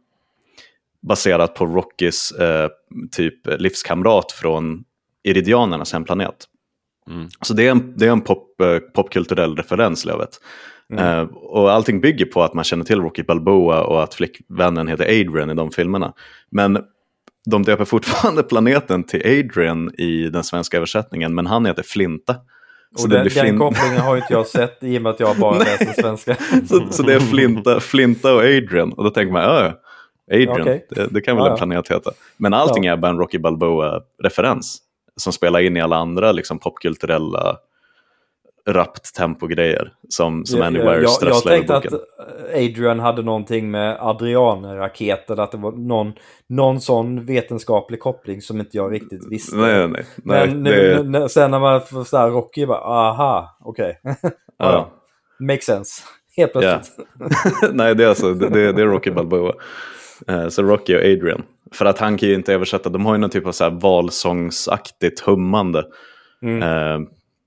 Baserat på Rockys eh, typ livskamrat från Iridianernas hemplanet. Mm. Så det är en, det är en pop, eh, popkulturell referens, Lövet. Mm. Uh, och allting bygger på att man känner till Rocky Balboa och att flickvännen heter Adrian i de filmerna. Men de döper fortfarande planeten till Adrian i den svenska översättningen, men han heter Flinta. Så och det den, Flin... den kopplingen har inte jag sett i och med att jag bara läser svenska. så, så det är Flinta, Flinta och Adrian. Och då tänker man, ja, Adrian, okay. det, det kan väl ja, en planet heta. Men allting ja. är bara en Rocky Balboa-referens som spelar in i alla andra liksom, popkulturella rappt tempo-grejer som, som ja, Anywhere jag, stresslar jag tänkte att Adrian hade någonting med Adrian-raketer, att det var någon, någon sån vetenskaplig koppling som inte jag riktigt visste. Nej, nej, nej. Men det... nu, sen när man får så här Rocky, bara, aha, okej. Okay. ja. Makes sense. Helt plötsligt. Yeah. nej, det är, alltså, det, det är Rocky Balboa. Uh, så Rocky och Adrian. För att han kan ju inte översätta, de har ju någon typ av så här valsångsaktigt hummande. Mm. Uh,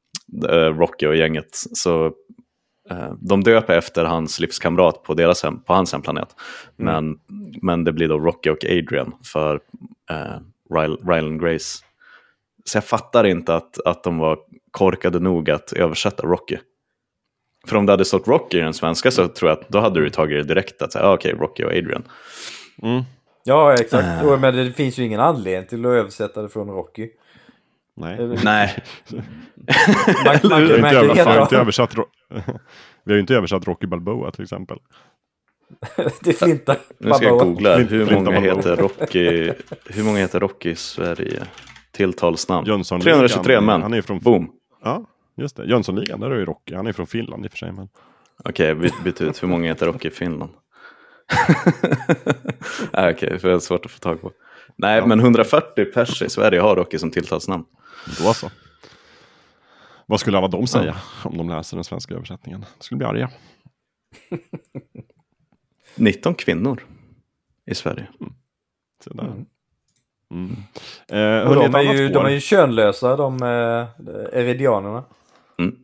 Rocky och gänget, så eh, de döper efter hans livskamrat på deras hem, på hans hemplanet. Mm. Men, men det blir då Rocky och Adrian för eh, Ryland Grace. Så jag fattar inte att, att de var korkade nog att översätta Rocky. För om det hade stått Rocky i den svenska så tror jag att då hade du tagit det direkt att säga, ah, okej, okay, Rocky och Adrian. Mm. Ja, exakt. Uh. Men det finns ju ingen anledning till att översätta det från Rocky. Nej. Nej. man, man, man, man, man, man, inte översatt, vi har ju inte översatt Rocky Balboa till exempel. Det är Flinta. Nu ska jag googla hur många heter Rocky, hur många heter Rocky i Sverige? Tilltalsnamn. trehundratjugotre män. Han är från Boom. Ja, just det. Jönssonligan, där är ju Rocky. Han är från Finland i och för sig. Men... Okej, okay, byt ut. Hur många heter Rocky i Finland? Okej, okay, det är svårt att få tag på. Nej, ja. Men hundrafyrtio pers i Sverige har Rocky som tilltalsnamn. Då så. Vad skulle alla de säga ja. om de läser den svenska översättningen? De skulle bli arga. nitton kvinnor i Sverige. Mm. Så där. Mm. Mm. Eh, och de, är ju, de är ju könlösa, de eh, eridianerna. Mm.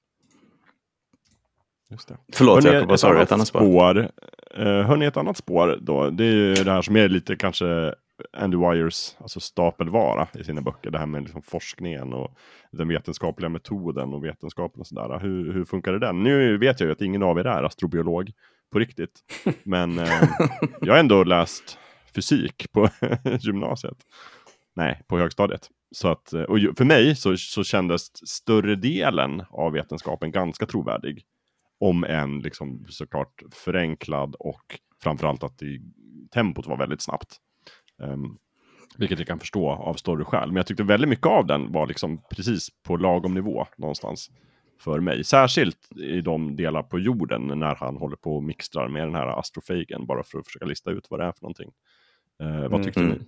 Just det. Förlåt, Jakob, vad sa du? Ett annat spår? Eh, hörni, ett annat spår då. Det är ju det här som är lite kanske Andy Weijers alltså stapelvara i sina böcker. Det här med liksom forskningen och den vetenskapliga metoden och vetenskapen och sådär. Hur, hur funkar det den? Nu vet jag ju att ingen av er är astrobiolog på riktigt. Men eh, jag har ändå läst fysik på gymnasiet. Nej, på högstadiet. Så att, och för mig så, så kändes större delen av vetenskapen ganska trovärdig. Om en liksom såklart förenklad och framförallt att det, tempot var väldigt snabbt. Um, vilket jag kan förstå av större skäl. Men jag tyckte väldigt mycket av den var liksom precis på lagom nivå någonstans för mig. Särskilt i de delar på jorden när han håller på och mixtrar med den här astrofagen bara för att försöka lista ut vad det är för någonting. Uh, vad tyckte mm. ni?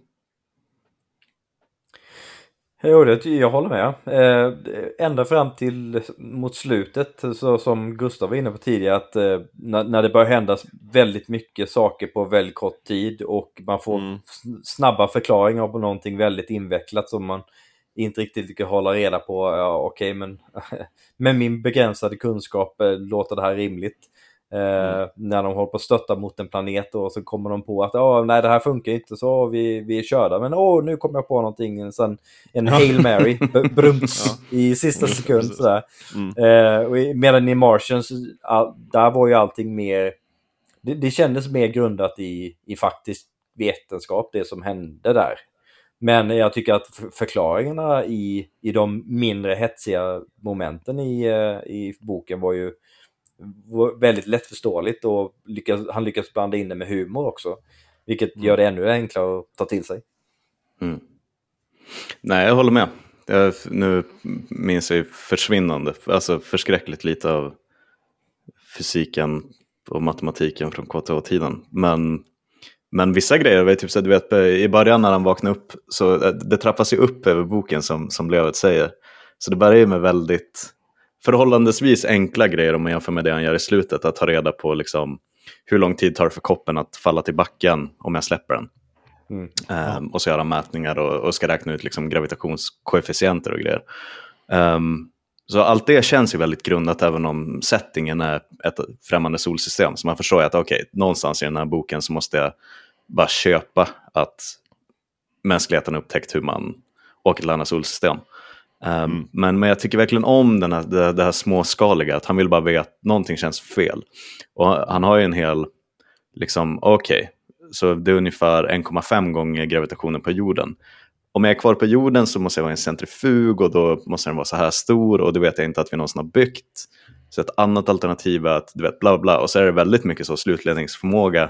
Jo, det, jag håller med. Eh, ända fram till mot slutet, så som Gustav var inne på tidigare, att eh, när, när det börjar hända väldigt mycket saker på väldigt kort tid och man får mm. snabba förklaringar på någonting väldigt invecklat som man inte riktigt kan hålla reda på. Ja, okej, okay, men med min begränsade kunskap eh, låter det här rimligt. Eh, mm. När de håller på att stötta mot en planet och så kommer de på att oh, nej, det här funkar inte, så vi, vi är körda. Men oh, nu kommer jag på någonting, sen en Hail Mary b- brums ja. i sista sekund sådär. Mm. Eh, och medan i Martians all, där var ju allting mer, det, det kändes mer grundat i, i faktisk vetenskap, det som hände där. Men jag tycker att förklaringarna i, i de mindre hetsiga momenten i, i boken var ju väldigt lättförståeligt, och lyckas, han lyckas blanda in det med humor också, vilket mm. gör det ännu enklare att ta till sig. Mm. Nej, jag håller med. Jag, nu minns jag försvinnande, alltså förskräckligt lite av fysiken och matematiken från K T H-tiden. Men, men vissa grejer, vet, typ, så du vet, i början när han vaknar upp, så det trappas ju upp över boken som, som Lövet säger. Så det börjar ju med väldigt förhållandevis enkla grejer om man jämför med det han gör i slutet. Att ta reda på liksom, hur lång tid tar det för koppen att falla till backen om jag släpper den. Mm. Um, och så göra mätningar och, och ska räkna ut liksom, gravitationskoefficienter och grejer. Um, så allt det känns ju väldigt grundat, även om settingen är ett främmande solsystem. Så man förstår ju att okej, okay, någonstans i den här boken så måste jag bara köpa att mänskligheten har upptäckt hur man åker till andra solsystem. Um, mm. men, men jag tycker verkligen om den här, det, det här småskaliga, att han vill bara veta att någonting känns fel. Och han har ju en hel, liksom, okej, okay, så det är ungefär en komma fem gånger gravitationen på jorden. Om jag är kvar på jorden så måste jag vara en centrifug, och då måste den vara så här stor, och det vet jag inte att vi någonsin har byggt. Så ett annat alternativ är att, du vet, bla bla, och så är det väldigt mycket så slutledningsförmåga.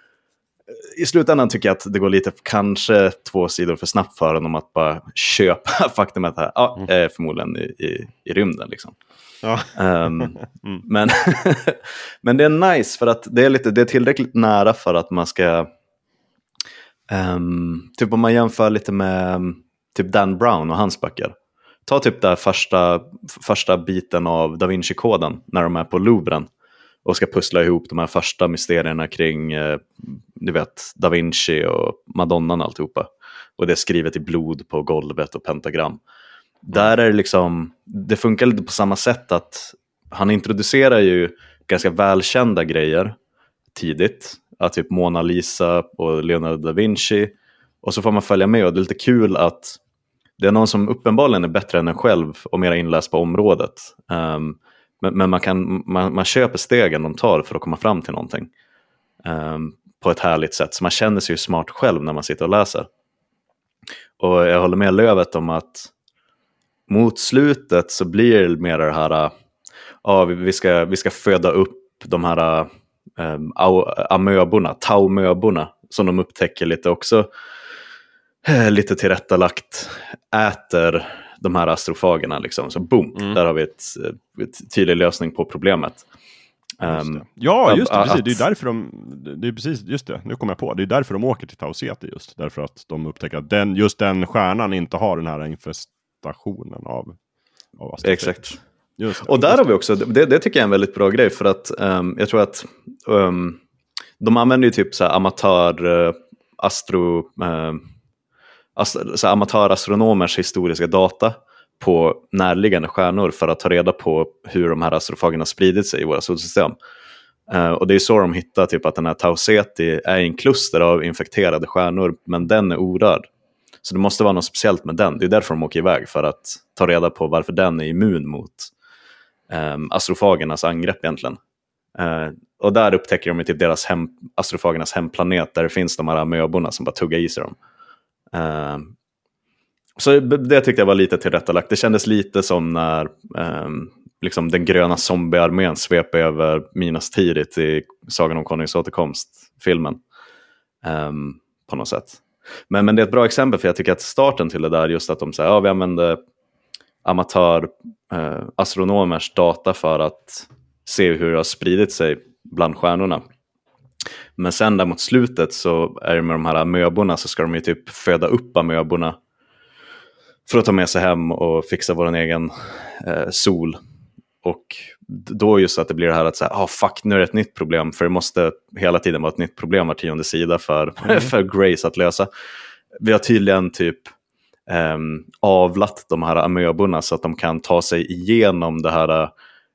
I slutändan tycker jag att det går lite, kanske två sidor för snabbt för honom att bara köpa faktumet att det här ja, är förmodligen i, i, i rymden liksom. Ja. Um, mm. men, men det är nice för att det är, lite, det är tillräckligt nära för att man ska um, typ om man jämför lite med typ Dan Brown och hans böcker. Ta typ där första, första biten av Da Vinci-koden när de är på Louvren och ska pussla ihop de här första mysterierna kring eh, du vet, Da Vinci och Madonnan och alltihopa. Och det är skrivet i blod på golvet och pentagram. Mm. Där är det liksom, det funkar lite på samma sätt att han introducerar ju ganska välkända grejer tidigt. Att typ Mona Lisa och Leonardo da Vinci. Och så får man följa med, och det är lite kul att det är någon som uppenbarligen är bättre än en själv och mer inläst på området. Um, Men, men man, kan, man, man köper stegen de tar för att komma fram till någonting um, på ett härligt sätt. Så man känner sig ju smart själv när man sitter och läser. Och jag håller med Lövet om att mot slutet så blir det mer det här, ja, vi, ska, vi ska föda upp de här um, amöborna, taumöborna, som de upptäcker lite också, lite tillrättalagt äter de här astrofagerna liksom. Så boom, mm. där har vi ett, ett tydlig lösning på problemet. Just det. Ja, just det, precis. Att... Det är därför de, det är precis, just det, nu kommer jag på. Det är därför de åker till Tau Ceti just. Därför att de upptäcker att den, just den stjärnan inte har den här infestationen av, av exakt. Just det, och där har vi också, det, det tycker jag är en väldigt bra grej. För att um, jag tror att um, de använder ju typ så här amatör uh, astro... Uh, ast- så här amatörastronomers historiska data på närliggande stjärnor för att ta reda på hur de här astrofagerna spridit sig i våra solsystem. Uh, och det är så de hittar typ att den här Tau Ceti är en kluster av infekterade stjärnor, men den är orörd. Så det måste vara något speciellt med den. Det är därför de åker iväg, för att ta reda på varför den är immun mot um, astrofagernas angrepp egentligen. Uh, och där upptäcker de typ deras hem, astrofagernas hemplanet, där det finns de här amöborna som bara tuggar i sig dem. Uh, Så det tyckte jag var lite tillrättalagt. Det kändes lite som när um, liksom den gröna zombiearmén svep över Minas Tirith i Sagan om Konungens återkomst-filmen. Um, på något sätt. Men, men det är ett bra exempel, för jag tycker att starten till det där, just att de säger, ja, vi använder amatör uh, astronomers data för att se hur det har spridit sig bland stjärnorna. Men sen där mot slutet så är det med de här amöborna, så ska de ju typ föda upp amöborna för att ta med sig hem och fixa vår egen eh, sol. Och då just att det blir det här att säga, ah, fuck, nu är det ett nytt problem. För det måste hela tiden vara ett nytt problem var tionde sida för, mm. för Grace att lösa. Vi har tydligen typ eh, avlat de här amöborna så att de kan ta sig igenom det här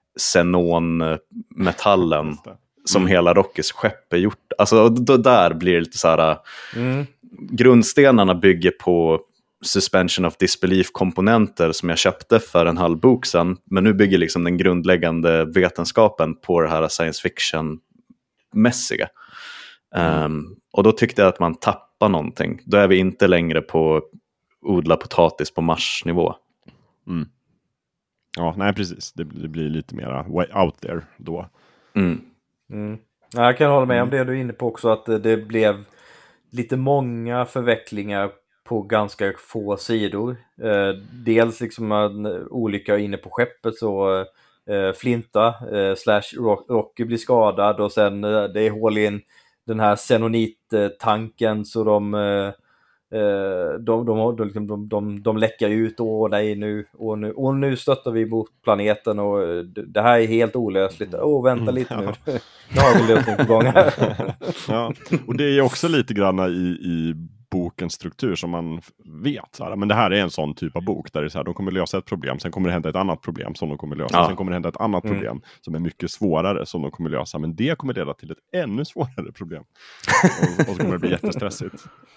xenonmetallen mm. som hela Rockys skepp är gjort. Alltså då, där blir det lite så här, mm. grundstenarna bygger på suspension of disbelief-komponenter som jag köpte för en halv bok sedan, men nu bygger liksom den grundläggande vetenskapen på det här science fiction-mässiga. Mm. Um, och då tyckte jag att man tappar någonting. Då är vi inte längre på odla potatis på Mars-nivå. Mm. Ja, nej precis. Det, det blir lite mer out there då. Mm. Mm. Ja, jag kan hålla med om det du är inne på också, att det blev lite många förvecklingar på ganska få sidor. Eh, dels liksom en olycka inne på skeppet, så eh, Flinta eh, slash Rocky blir skadad, och sen eh, det är hål in den här xenonit-tanken, så de eh, de, de, de, liksom, de, de, de läcker ut, och nej nu och, nu och nu stöttar vi mot planeten, och det här är helt olösligt. Åh, oh, vänta lite mm, ja. nu. Nu har vi en lösning på gång här. Ja, och det är också lite grann i, i bokens struktur som man vet. Så här, men det här är en sån typ av bok där det är så här, de kommer lösa ett problem, sen kommer det hända ett annat problem som de kommer lösa, ja. sen kommer det hända ett annat problem mm. som är mycket svårare som de kommer lösa, men det kommer leda till ett ännu svårare problem. och, och så kommer det bli jättestressigt.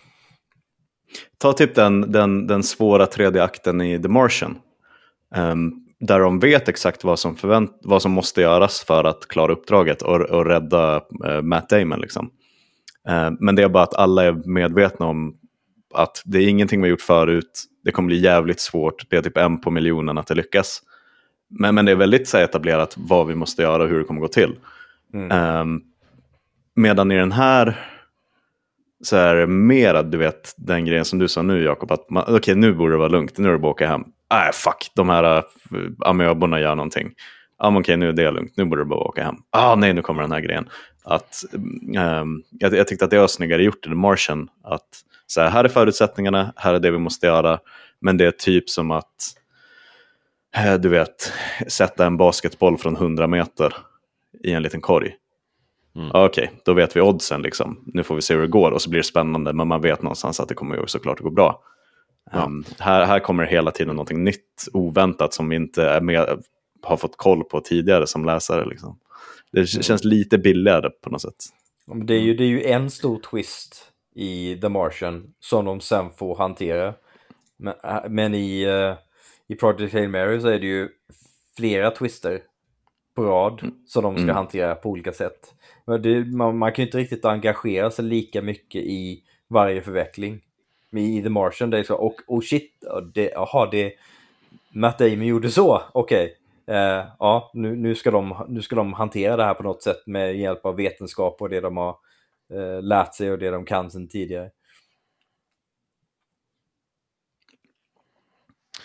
Ta typ den, den, den svåra tredje akten i The Martian. Um, där de vet exakt vad som, förvänt- vad som måste göras för att klara uppdraget och, och rädda uh, Matt Damon. Liksom. Uh, men det är bara att alla är medvetna om att det är ingenting vi har gjort förut. Det kommer bli jävligt svårt. Det är typ en på miljonen att det lyckas. Men, men det är väldigt så etablerat vad vi måste göra och hur det kommer gå till. Mm. Um, medan i den här... så är det mer, du vet, den grejen som du sa nu, Jakob, att okej, okay, nu borde det vara lugnt, nu är det bara att åka hem. Nej, fuck, de här uh, amöborna gör någonting. Ja, ah, okej, okay, nu är det lugnt, nu borde det bara åka hem. Ah, nej, nu kommer den här grejen. Att, um, jag, jag tyckte att det var snyggare gjort i The Martian, att så här, här är förutsättningarna, här är det vi måste göra, men det är typ som att, uh, du vet, sätta en basketboll från hundra meter i en liten korg. Mm. Okej, okay, då vet vi oddsen liksom. Nu får vi se hur det går, och så blir det spännande, men man vet någonstans att det kommer ju såklart att gå bra. Ja. Um, här, här kommer det hela tiden någonting nytt, oväntat, som vi inte är med, har fått koll på tidigare som läsare liksom. Det mm. känns lite billigare på något sätt. Det är ju, det är ju en stor twist i The Martian som de sen får hantera. Men, men i, uh, i Project Hail Mary så är det ju flera twister på rad mm. som de ska mm. hantera på olika sätt. Men det, man, man kan ju inte riktigt engagera sig lika mycket i varje förveckling. Men i The Martian, det är så, och oh shit, det, aha, det Matt Damon gjorde så, okej. Okay. Eh, ja, nu, nu, ska de, nu ska de hantera det här på något sätt med hjälp av vetenskap och det de har eh, lärt sig och det de kan sedan tidigare.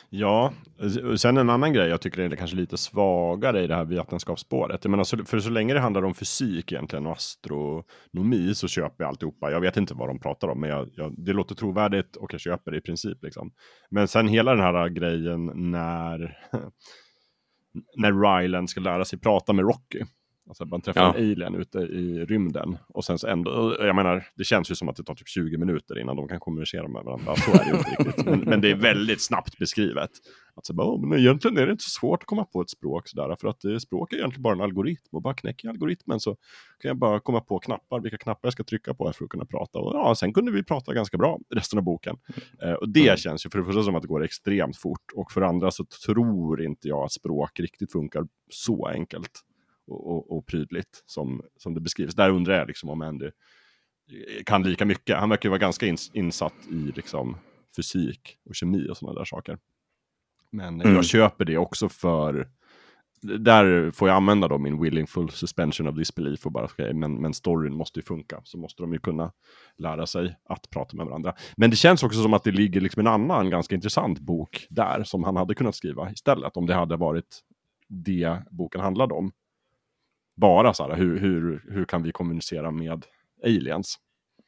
Ja, sen en annan grej jag tycker är kanske lite svagare i det här vetenskapsspåret. Jag menar, för så länge det handlar om fysik egentligen och astronomi så köper jag alltihopa. Jag vet inte vad de pratar om, men jag, jag, det låter trovärdigt och jag köper det i princip. Liksom. Men sen hela den här grejen när, när Ryland ska lära sig prata med Rocky. Alltså man träffar ja. en alien ute i rymden. Och sen så ändå, jag menar, det känns ju som att det tar typ tjugo minuter innan de kan kommunicera med varandra. Så är det ju inte riktigt. Men, men det är väldigt snabbt beskrivet. Att så bara, men egentligen är det inte så svårt att komma på ett språk sådär. För att det, språk är egentligen bara en algoritm. Och bara knäcker algoritmen så kan jag bara komma på knappar. Vilka knappar jag ska trycka på för att kunna prata. Och ja, sen kunde vi prata ganska bra resten av boken. Eh, och det mm. känns ju för det första som att det går extremt fort. Och för det andra så tror inte jag att språk riktigt funkar så enkelt. Och, och, och prydligt som, som det beskrivs. Där undrar jag liksom om Andy kan lika mycket. Han verkar ju vara ganska ins, insatt i liksom fysik och kemi och sådana där saker. Men mm. jag köper det också för där får jag använda då min willingful suspension of disbelief och bara okay, men, men storyn måste ju funka. Så måste de ju kunna lära sig att prata med varandra. Men det känns också som att det ligger liksom en annan ganska intressant bok där som han hade kunnat skriva istället om det hade varit det boken handlade om. Bara så här, hur, hur, hur kan vi kommunicera med aliens?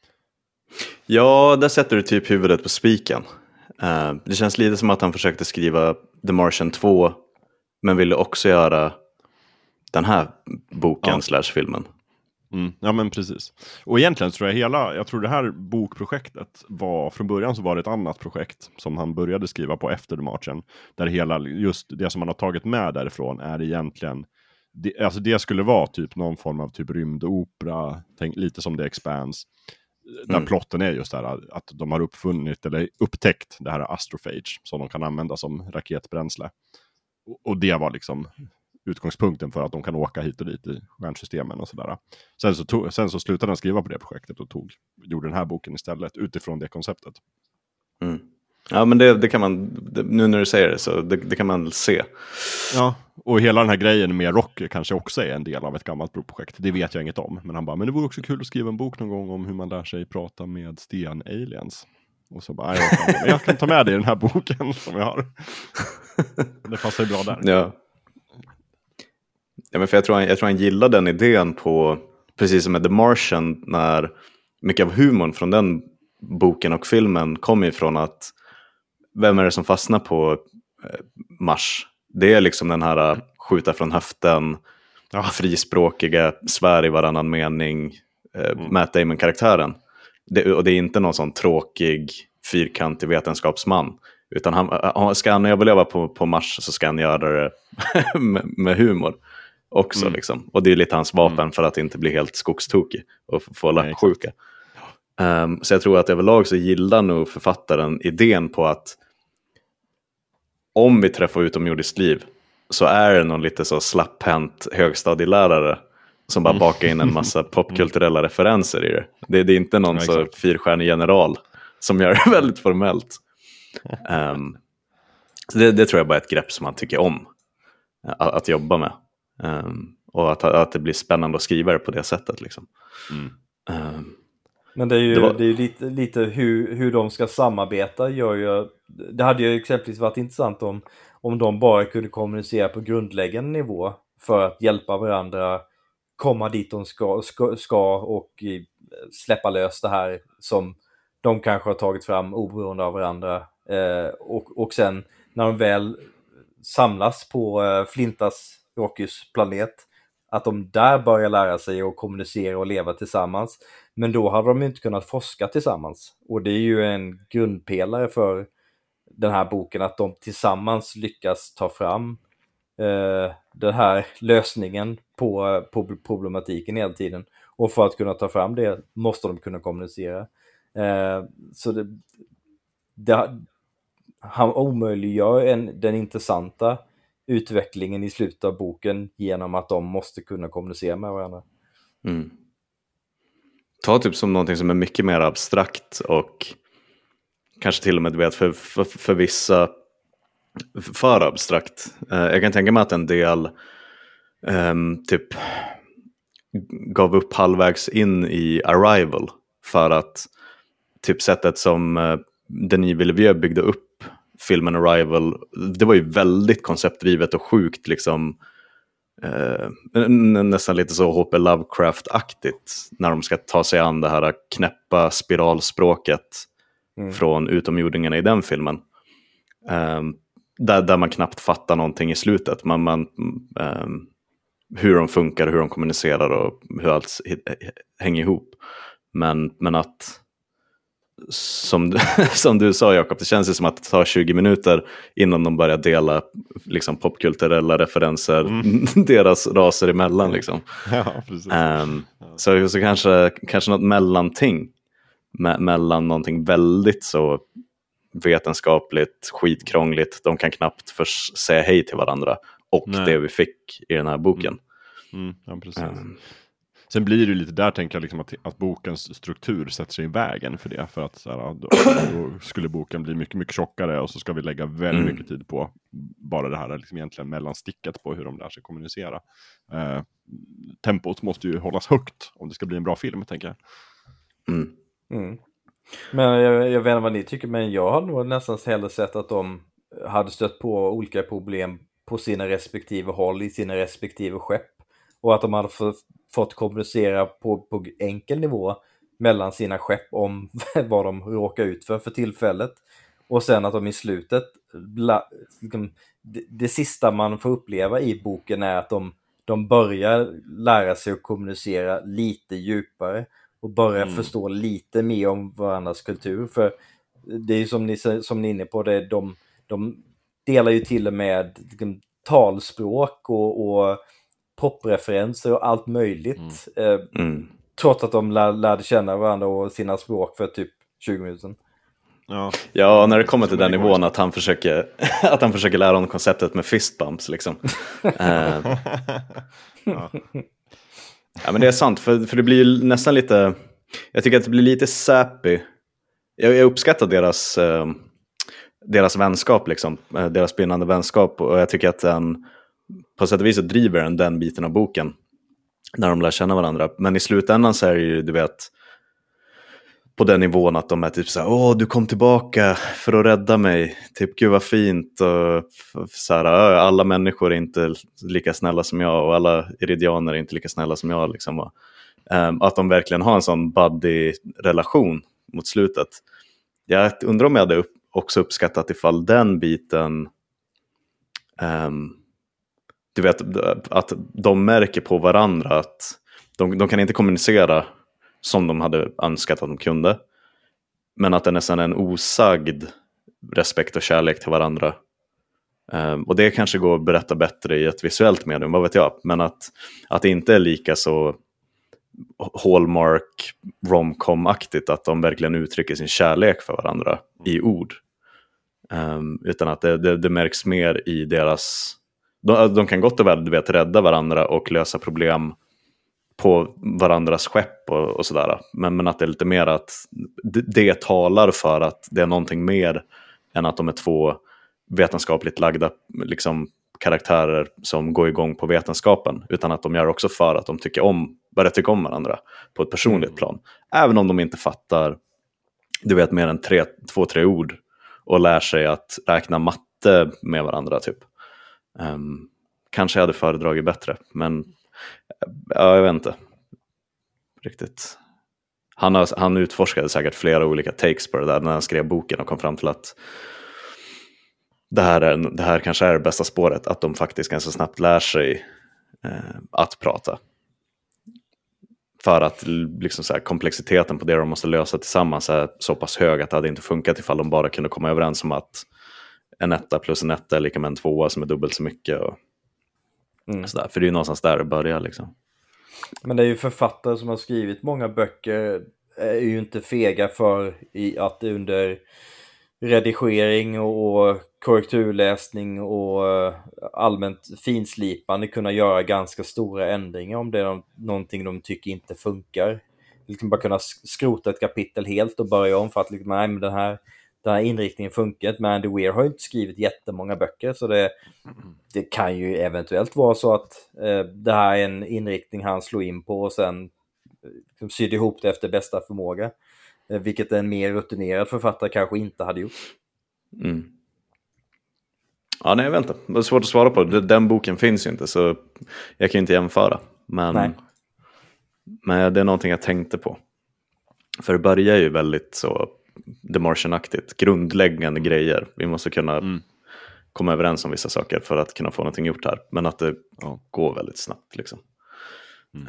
Ja, där sätter du typ huvudet på spiken. Uh, det känns lite som att han försökte skriva The Martian två, men ville också göra den här boken ja. slash filmen. Mm, ja men precis. Och egentligen tror jag hela, jag tror det här bokprojektet var, från början så var det ett annat projekt som han började skriva på efter The Martian. Där hela, just det som man har tagit med därifrån är egentligen Det, alltså det skulle vara typ någon form av typ rymdopera, tänk, lite som The Expanse. Där mm. plotten är just där att de har uppfunnit eller upptäckt det här astrophage som de kan använda som raketbränsle. Och, och det var liksom utgångspunkten för att de kan åka hit och dit i stjärnsystemen och sådär. Sen så, tog, sen så slutade han skriva på det projektet och tog, gjorde den här boken istället utifrån det konceptet. Mm. Ja, men det, det kan man, det, nu när du säger det så det, det kan man se. Ja, och hela den här grejen med Rocky kanske också är en del av ett gammalt broprojekt. Det vet jag inget om. Men han bara, men det vore också kul att skriva en bok någon gång om hur man lär sig prata med sten-aliens. Och så bara, jag kan, jag kan ta med det i den här boken som jag har. Det passar ju bra där. Ja. Ja, men för jag tror, han, jag tror han gillar den idén på, precis som med The Martian, när mycket av humorn från den boken och filmen kom ifrån att vem är det som fastnar på eh, Mars? Det är liksom den här uh, skjuta från höften, ja. frispråkiga, svär i varannan mening, eh, mm. Matt Damon-karaktären. Det, och det är inte någon sån tråkig, fyrkantig vetenskapsman. Utan han, ska han överleva på, på Mars så ska han göra det med, med humor också. Mm. Liksom. Och det är lite hans vapen mm. för att inte bli helt skogstokig och få lappsjuka. Um, så jag tror att överlag så gillar nog författaren idén på att om vi träffar utomjordiskt liv så är det någon lite så slapphänt högstadielärare som bara bakar in en massa popkulturella referenser i det. Det, det är inte någon ja, så fyrstjärnig general som gör det väldigt formellt. Um, så det, det tror jag bara är ett grepp som man tycker om att, att jobba med. Um, och att, att det blir spännande att skriva det på det sättet. Liksom. Mm. Um, Men det är ju, det var... det är ju lite, lite hur, hur de ska samarbeta. Gör ju, det hade ju exempelvis varit intressant om, om de bara kunde kommunicera på grundläggande nivå för att hjälpa varandra komma dit de ska, ska, ska och släppa lös det här som de kanske har tagit fram oberoende av varandra. Eh, och, och sen när de väl samlas på eh, Flintas Rockys planet, att de där börjar lära sig att kommunicera och leva tillsammans. Men då hade de inte kunnat forska tillsammans. Och det är ju en grundpelare för den här boken, att de tillsammans lyckas ta fram eh, den här lösningen på, på problematiken hela tiden. Och för att kunna ta fram det måste de kunna kommunicera. Eh, så det, det, han omöjliggör en, den intressanta utvecklingen i slutet av boken genom att de måste kunna kommunicera med varandra. Mm. Ta typ som någonting som är mycket mer abstrakt och kanske till och med vet, för, för, för vissa för abstrakt. Uh, jag kan tänka mig att en del um, typ gav upp halvvägs in i Arrival för att typ sättet som uh, Denis Villeneuve byggde upp filmen Arrival, det var ju väldigt konceptdrivet och sjukt liksom, eh, nästan lite så H P Lovecraft-aktigt när de ska ta sig an det här knäppa spiralspråket mm. från utomjordingarna i den filmen. Um, där, där man knappt fattar någonting i slutet. Man, man, um, hur de funkar, hur de kommunicerar och hur allt hänger ihop. Men, men att som, som du sa, Jakob, det känns ju som att det tar tjugo minuter innan de börjar dela liksom, popkulturella referenser mm. deras raser emellan. Liksom. Ja, precis. Um, så, så kanske, kanske något mellanting me- mellan någonting väldigt så vetenskapligt, skitkrångligt, de kan knappt förs- säga hej till varandra, och Nej. det vi fick i den här boken. Mm. Mm, ja, precis. Um. Sen blir det lite där, tänker jag, liksom att, att bokens struktur sätter sig i vägen för det. För att så här, då, då skulle boken bli mycket, mycket tjockare, och så ska vi lägga väldigt mm. mycket tid på bara det här liksom egentligen mellansticket på hur de lär sig kommunicera. Eh, tempot måste ju hållas högt om det ska bli en bra film, tänker jag. Mm. Mm. Men jag, jag vet inte vad ni tycker, men jag har nog nästan hellre sett att de hade stött på olika problem på sina respektive håll i sina respektive skepp, och att de hade f- fått kommunicera på, på enkel nivå mellan sina skepp om vad de råkar ut för för tillfället, och sen att de i slutet la, liksom, det, det sista man får uppleva i boken är att de, de börjar lära sig att kommunicera lite djupare och börjar mm. förstå lite mer om varandras kultur. För det är ju som ni, som ni är inne på, det, de, de delar ju till och med liksom, talspråk och, och popreferenser och allt möjligt. Mm. Eh, mm. Trots att de lär, lärde känna varandra och sina språk för typ tjugo minuter sedan. Ja, ja, när det kommer till den nivån att han försöker att han försöker lära honom konceptet med fistbumps liksom. uh. ja. ja, men det är sant, för, för det blir ju nästan lite, jag tycker att det blir lite sappy. Jag, jag uppskattar deras uh, deras vänskap liksom, uh, deras brinnande vänskap, och jag tycker att den på sätt och vis så driver den den biten av boken när de lär känna varandra. Men i slutändan så är det ju, du vet, på den nivån att de är typ så här: åh, du kom tillbaka för att rädda mig, typ gud vad fint, och så här, alla människor är inte lika snälla som jag, och alla iridianer är inte lika snälla som jag liksom. Och, um, att de verkligen har en sån buddy-relation mot slutet. Jag undrar om jag hade upp, också uppskattat ifall den biten um, du vet, att de märker på varandra att de, de kan inte kommunicera som de hade önskat att de kunde, men att det nästan är en osagd respekt och kärlek till varandra. Um, och det kanske går att berätta bättre i ett visuellt medium, vad vet jag, men att, att det inte är lika så Hallmark romcom-aktigt, att de verkligen uttrycker sin kärlek för varandra i ord, um, utan att det, det, det märks mer i deras, de, de kan gott och väl, du vet, rädda varandra och lösa problem på varandras skepp och, och sådär. Men, men att det är lite mer att det, det talar för att det är någonting mer än att de är två vetenskapligt lagda liksom, karaktärer som går igång på vetenskapen. Utan att de gör också för att de tycker om, börjar tycka om varandra på ett personligt plan. Även om de inte fattar, du vet, mer än tre, två, tre ord och lär sig att räkna matte med varandra typ. Um, kanske jag hade föredragit bättre, men ja, jag vet inte riktigt. Han, har, han utforskade säkert flera olika takes på det där när han skrev boken och kom fram till att det här, är, det här kanske är det bästa spåret, att de faktiskt ganska snabbt lär sig eh, att prata. För att liksom så här, komplexiteten på det de måste lösa tillsammans är så pass hög att det hade inte funkat ifall de bara kunde komma överens om att en etta plus en etta är lika med en tvåa som är dubbelt så mycket. Och mm. sådär. För det är ju någonstans där det börjar liksom. Men det är ju författare som har skrivit många böcker är ju inte fega för i att under redigering och korrekturläsning och allmänt finslipande kunna göra ganska stora ändringar om det är någonting de tycker inte funkar. Liksom bara kunna skrota ett kapitel helt och börja om för att liksom, nej, men den här den här inriktningen funkar. Men Andy Weir har ju inte skrivit jättemånga böcker, så det, det kan ju eventuellt vara så att eh, det här är en inriktning han slår in på och sen eh, sydde ihop det efter bästa förmåga. Eh, vilket en mer rutinerad författare kanske inte hade gjort. Mm. Ja, nej, jag vet inte. Det är svårt att svara på. Den boken finns ju inte, så jag kan inte jämföra. Men, Nej. men det är någonting jag tänkte på. För det börjar ju väldigt så The Martian-aktigt. Grundläggande grejer. Vi måste kunna mm. komma överens om vissa saker för att kunna få någonting gjort här. Men att det ja. går väldigt snabbt liksom. Mm.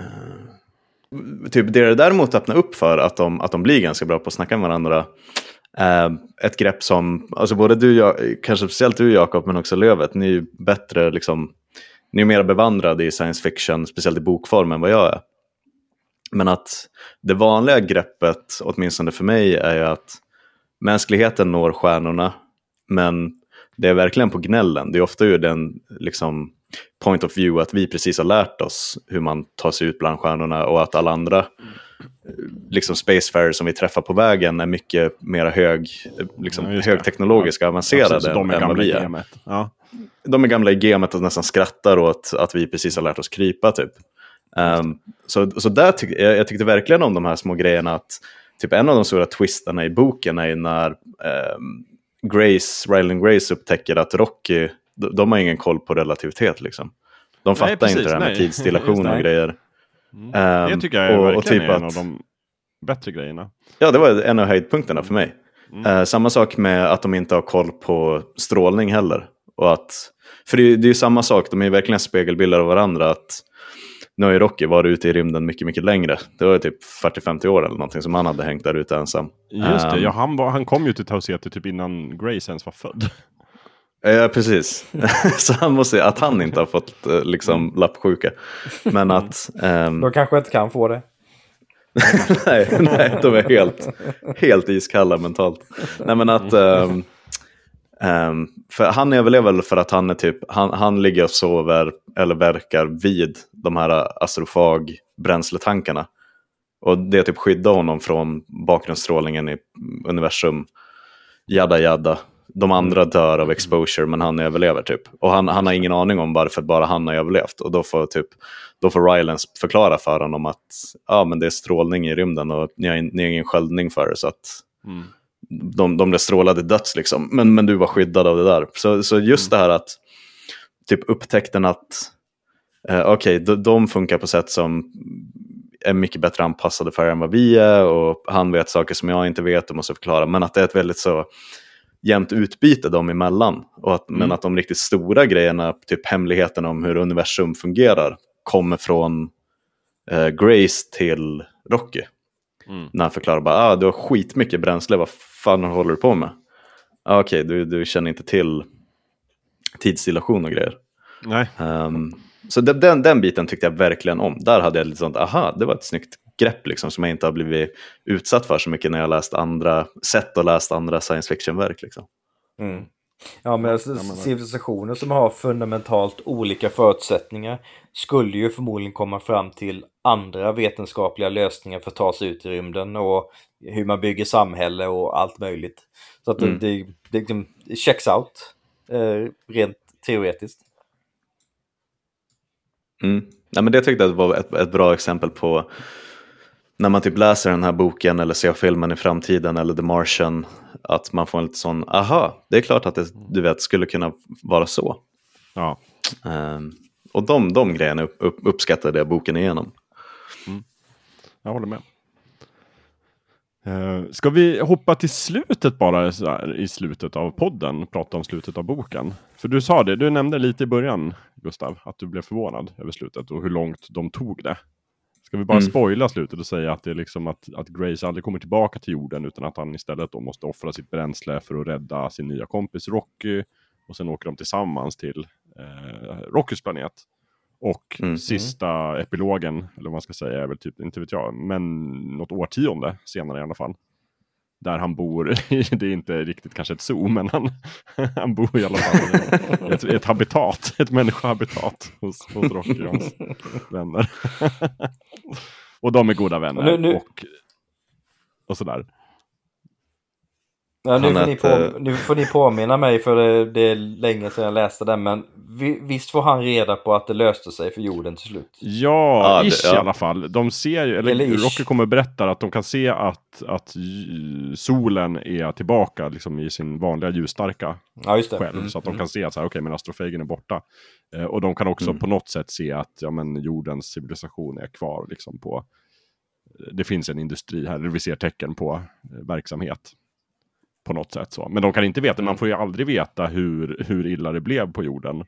Uh, typ det är däremot öppna upp för att de, att de blir ganska bra på att snacka med varandra. Uh, ett grepp som, alltså både du, jag, kanske speciellt du Jakob, men också Lövet, ni är ju bättre liksom, ni är mer bevandrade i science fiction, speciellt i bokform än vad jag är. Men att det vanliga greppet, åtminstone för mig, är ju att mänskligheten når stjärnorna, men det är verkligen på gnällen. Det är ofta ju den liksom point of view att vi precis har lärt oss hur man tar sig ut bland stjärnorna, och att alla andra liksom spacefarers som vi träffar på vägen är mycket mer hög, liksom ja, högteknologiska, avancerade ja, de är än gamla vad vi i är. gamet. Ja. De är gamla i gamet och nästan skrattar åt att vi precis har lärt oss krypa typ. Um, så, så där tyck, jag, jag tyckte verkligen om de här små grejerna, att typ en av de stora twisterna i boken är när um, Grace, Ryland Grace upptäcker att Rocky, de, de har ingen koll på relativitet liksom. De fattar nej, precis, inte det här med tidsdilation och grejer. Mm. Um, det tycker jag är och, verkligen och typ är en att, av de bättre grejerna. Ja, det var en av höjdpunkterna för mig. Mm. Uh, samma sak med att de inte har koll på strålning heller. Och att, för det, det är ju samma sak, de är ju verkligen spegelbilder av varandra. Att nu har ju Rocky varit ute i rymden mycket, mycket längre. Det var ju typ fyrtio till femtio år eller någonting som han hade hängt där ute ensam. Just det, um, ja, han, var, han kom ju till Tau Ceti typ innan Grace ens var född. Ja, precis. Så han måste, att han inte har fått liksom lappsjuka. Men att... Um, de kanske inte kan få det. nej, nej, de är helt, helt iskalla mentalt. Nej, men att... Um, um, för han överlever väl för att han är typ... Han, han ligger och sover eller verkar vid de här astrofag-bränsletankarna. Och det typ skyddar honom från bakgrundsstrålningen i universum. Jada jada. De andra dör av exposure, men han överlever typ. Och han, han har ingen aning om varför bara han har överlevt. Och då får typ då får Rylance förklara för honom att ja, men det är strålning i rymden och ni har, ni har ingen sköldning för det, så att mm. de, de blev strålade döds liksom. Men, men du var skyddad av det där. Så, så just mm. det här att typ upptäckten att eh, okej, okay, de, de funkar på sätt som är mycket bättre anpassade för än vad vi är, och han vet saker som jag inte vet och måste förklara, men att det är ett väldigt så jämnt utbyte dem emellan, och att, mm. men att de riktigt stora grejerna, typ hemligheten om hur universum fungerar, kommer från eh, Grace till Rocky. Mm. När han förklarar bara, ah, du har skitmycket bränsle, vad fan håller du på med? Ah, okej, okay, du, du känner inte till tidsdilation och grejer. Nej. Um, så den, den, den biten tyckte jag verkligen om. Där hade jag lite sånt, aha, det var ett snyggt grepp liksom, som jag inte har blivit utsatt för så mycket när jag läst andra, sett och läst andra science fiction-verk liksom. Mm. Ja, men alltså, civilisationer som har fundamentalt olika förutsättningar skulle ju förmodligen komma fram till andra vetenskapliga lösningar för att ta sig ut i rymden, och hur man bygger samhälle och allt möjligt. Så att mm. det, det, det, det checks out eh, rent teoretiskt. Mm. Ja, men det tyckte jag var ett, ett bra exempel på när man typ läser den här boken eller ser filmen i framtiden eller The Martian, att man får en lite sån, aha, det är klart att det, du vet, skulle kunna vara så. Ja. Um, och de, de grejerna upp, upp, uppskattade jag boken igenom. Mm. Jag håller med. Uh, ska vi hoppa till slutet bara så här, i slutet av podden, prata om slutet av boken? För du sa det, du nämnde lite i början, Gustav, att du blev förvånad över slutet och hur långt de tog det. Ska vi bara mm. spoila slutet och säga att det är liksom att, att Grace aldrig kommer tillbaka till jorden, utan att han istället då måste offra sitt bränsle för att rädda sin nya kompis Rocky, och sen åker de tillsammans till eh, Rockys planet. Och mm. sista epilogen, eller vad man ska säga, är väl typ, inte vet jag, men något årtionde senare i alla fall. Där han bor, det är inte riktigt kanske ett zoo, men han, han bor i alla fall i ett, ett habitat, ett människohabitat hos, hos Rocky och hans vänner. Och de är goda vänner nu, nu. Och, och sådär. Ja, nu, får ni heter... på, nu får ni påminna mig, för det, det är länge sedan jag läste den, men vi, visst får han reda på att det löste sig för jorden till slut? Ja, ah, ish det, ja. i alla fall. De ser ju, eller, eller Rocky kommer berätta att de kan se att, att solen är tillbaka liksom, i sin vanliga ljusstarka ja, just det. själv. Mm, så att de mm. kan se att så här, okay, men astrofagen är borta. Eh, och de kan också mm. på något sätt se att ja, men, jordens civilisation är kvar. Liksom, på, det finns en industri här, vi ser tecken på eh, verksamhet. På något sätt så. Men de kan inte veta, man får ju aldrig veta hur, hur illa det blev på jorden.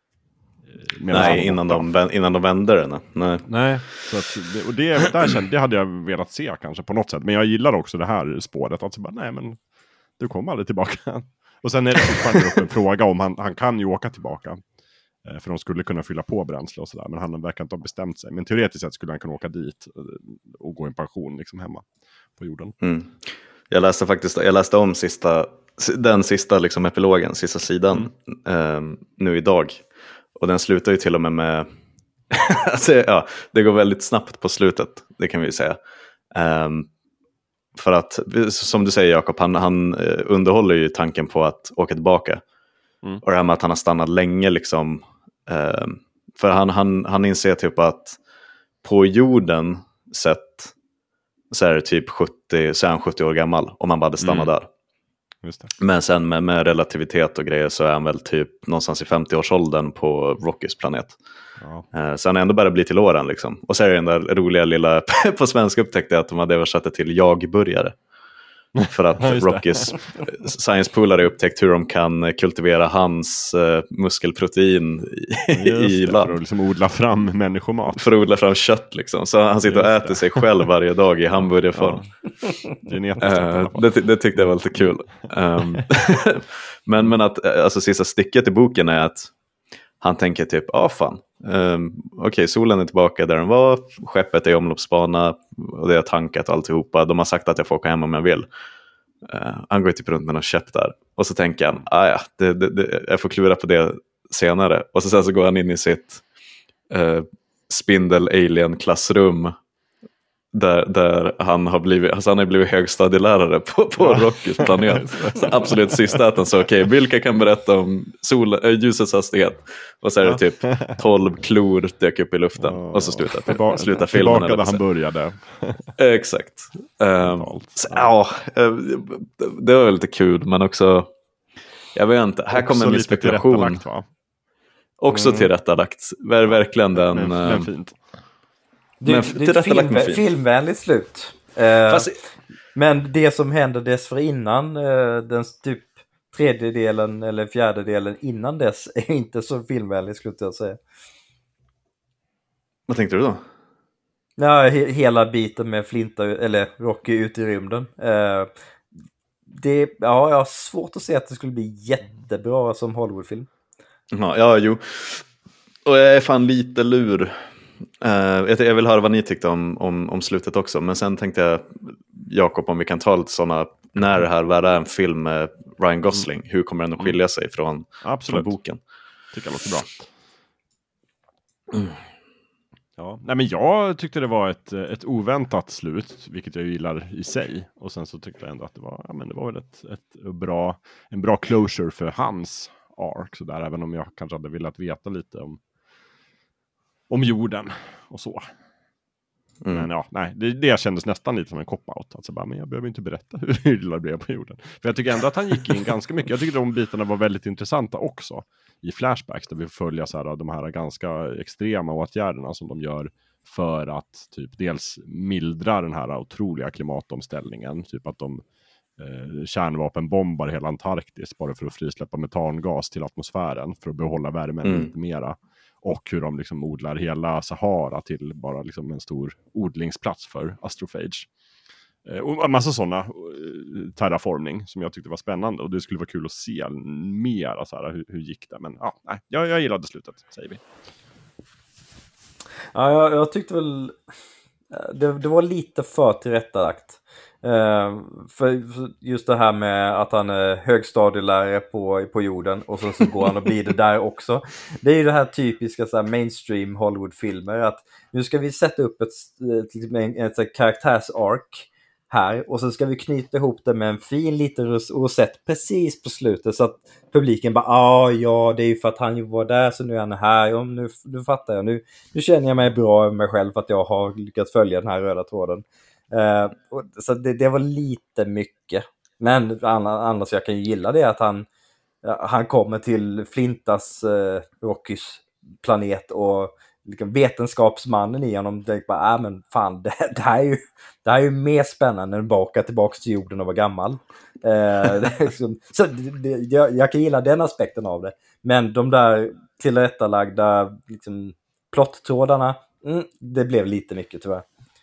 Nej, innan de, innan de vände den. Nej, Nej så att, och det, där kände, det hade jag velat se kanske på något sätt. Men jag gillar också det här spåret. Att så bara, nej men, du kommer aldrig tillbaka. Och sen är det fortfarande upp en fråga om han, han kan ju åka tillbaka. För de skulle kunna fylla på bränsle och sådär. Men han verkar inte ha bestämt sig. Men teoretiskt sett skulle han kunna åka dit och gå i en pension liksom hemma på jorden. Mm. Jag läste faktiskt, jag läste om sista, den sista liksom epilogen, sista sidan mm. eh, nu idag. Och den slutar ju till och med med, alltså, ja, det går väldigt snabbt på slutet, det kan vi säga. Eh, för att, som du säger Jakob, han, han underhåller ju tanken på att åka tillbaka. Mm. Och det här med att han har stannat länge liksom. Eh, för han, han, han inser typ att på jorden sett så är det typ sjuttio, så är han sjuttio år gammal om han bara hade stannat mm. där. Just det. Men sen med, med relativitet och grejer så är han väl typ någonstans i femtio-årsåldern på Rockys planet. Ja. Eh, så han är ändå bara bli till åren liksom. Och så är det den där roliga lilla, på svenska upptäckte jag att de hade översatt det till jag-börjare. För att ja, Rockys science-poolare upptäckt hur de kan kultivera hans uh, muskelprotein i, i land. För att liksom odla fram människomat. För att odla fram kött liksom. Så han sitter och äter sig själv varje dag i hamburgerform. Ja. uh, det, det tyckte jag var lite kul. Um, men, men att alltså, sista sticket i boken är att han tänker typ, ja ah, fan. Um, Okej, okay, solen är tillbaka där den var. Skeppet är i omloppsbana. Och det har tankat alltihopa. De har sagt att jag får åka hem om jag vill. uh, Han går typ runt med någon käpp där. Och så tänker han, ah, ja, det, det, det, jag får klura på det senare. Och så sen så går han in i sitt uh, spindel-alien-klassrum. Där, där han har blivit, alltså han har blivit högstadielärare på, på ja. Rockys planet. Så absolut sista att han sa, okej, okay, vilka kan berätta om sol, äh, ljusets hastighet? Och så är det typ tolv klor dök upp i luften. Ja. Och så slutar, Tillba- slutar filmen. Tillbaka där han började. Exakt. Um, så, ja, det var lite kul, men också, jag vet inte, här kommer min spekulation. Också mm. tillrättalagt. Ver- verkligen den... Men, men fint. Det, men, det är ett film, filmvänligt slut. Eh, Fast... Men det som händer dessförinnan, eh, den typ tredjedelen eller fjärdedelen innan dess, är inte så filmvänligt slut att säga. Vad tänkte du då? Ja, he- hela biten med Flinta, eller Rocky ut i rymden. Eh, det, ja, jag har svårt att se att det skulle bli jättebra som Hollywoodfilm. Ja, ja, jo. Och jag är fan lite lur. Uh, jag vill höra vad ni tyckte om, om, om slutet också. Men sen tänkte jag, Jakob, om vi kan ta lite sådana, när det här väl är en film med Ryan Gosling, mm. hur kommer den att skilja sig från, från boken? Tycker jag låter bra. Mm. Ja. Nej, men jag tyckte det var ett, ett oväntat slut, vilket jag gillar i sig. Och sen så tyckte jag ändå att det var, ja, men det var väl ett, ett bra, en bra closure för hans arc. Så där, även om jag kanske hade velat veta lite om om jorden och så. Mm. Men ja, nej, det, det kändes nästan lite som en cop-out. Alltså bara, men jag behöver inte berätta hur illa det blev på jorden. För jag tycker ändå att han gick in ganska mycket. Jag tycker de bitarna var väldigt intressanta också. I flashbacks där vi följer så här, de här ganska extrema åtgärderna som de gör för att typ dels mildra den här otroliga klimatomställningen. Typ att de eh, kärnvapenbombar hela Antarktis bara för att frisläppa metangas till atmosfären för att behålla värmen mm. lite mera. Och hur de liksom odlar hela Sahara till bara liksom en stor odlingsplats för astrophage. Eh, och en massa sådana eh, terraformning som jag tyckte var spännande. Och det skulle vara kul att se mer. Alltså här, hur, hur gick det? Men ja, nej, jag, jag gillade slutet, säger vi. Ja, jag, jag tyckte väl... Det, det var lite för tillrättalagt. Uh, för just det här med att han är högstadielärare på, på jorden och så, så går han och blir det där också. Det är ju det här typiska så här mainstream Hollywood-filmer att nu ska vi sätta upp ett, ett, ett, ett, ett karaktärs-arc här och så ska vi knyta ihop det med en fin liten ros- rosett precis på slutet så att publiken bara ah, ja, det är ju för att han var där så nu är han här. Ja, nu, nu fattar jag. Nu, nu känner jag mig bra med mig själv för att jag har lyckats följa den här röda tråden. Uh, och, så det, det var lite mycket. Men annars jag kan gilla det att han, han kommer till Flintas uh, Rockys planet och liksom vetenskapsmannen i honom tänker bara, ah, men fan, det, det, här är ju, det här är ju mer spännande än att åka tillbaka till jorden och vara gammal. Uh, liksom, så det, jag, jag kan gilla den aspekten av det. Men de där tillrättalagda liksom, plottrådarna, mm, det blev lite mycket tyvärr.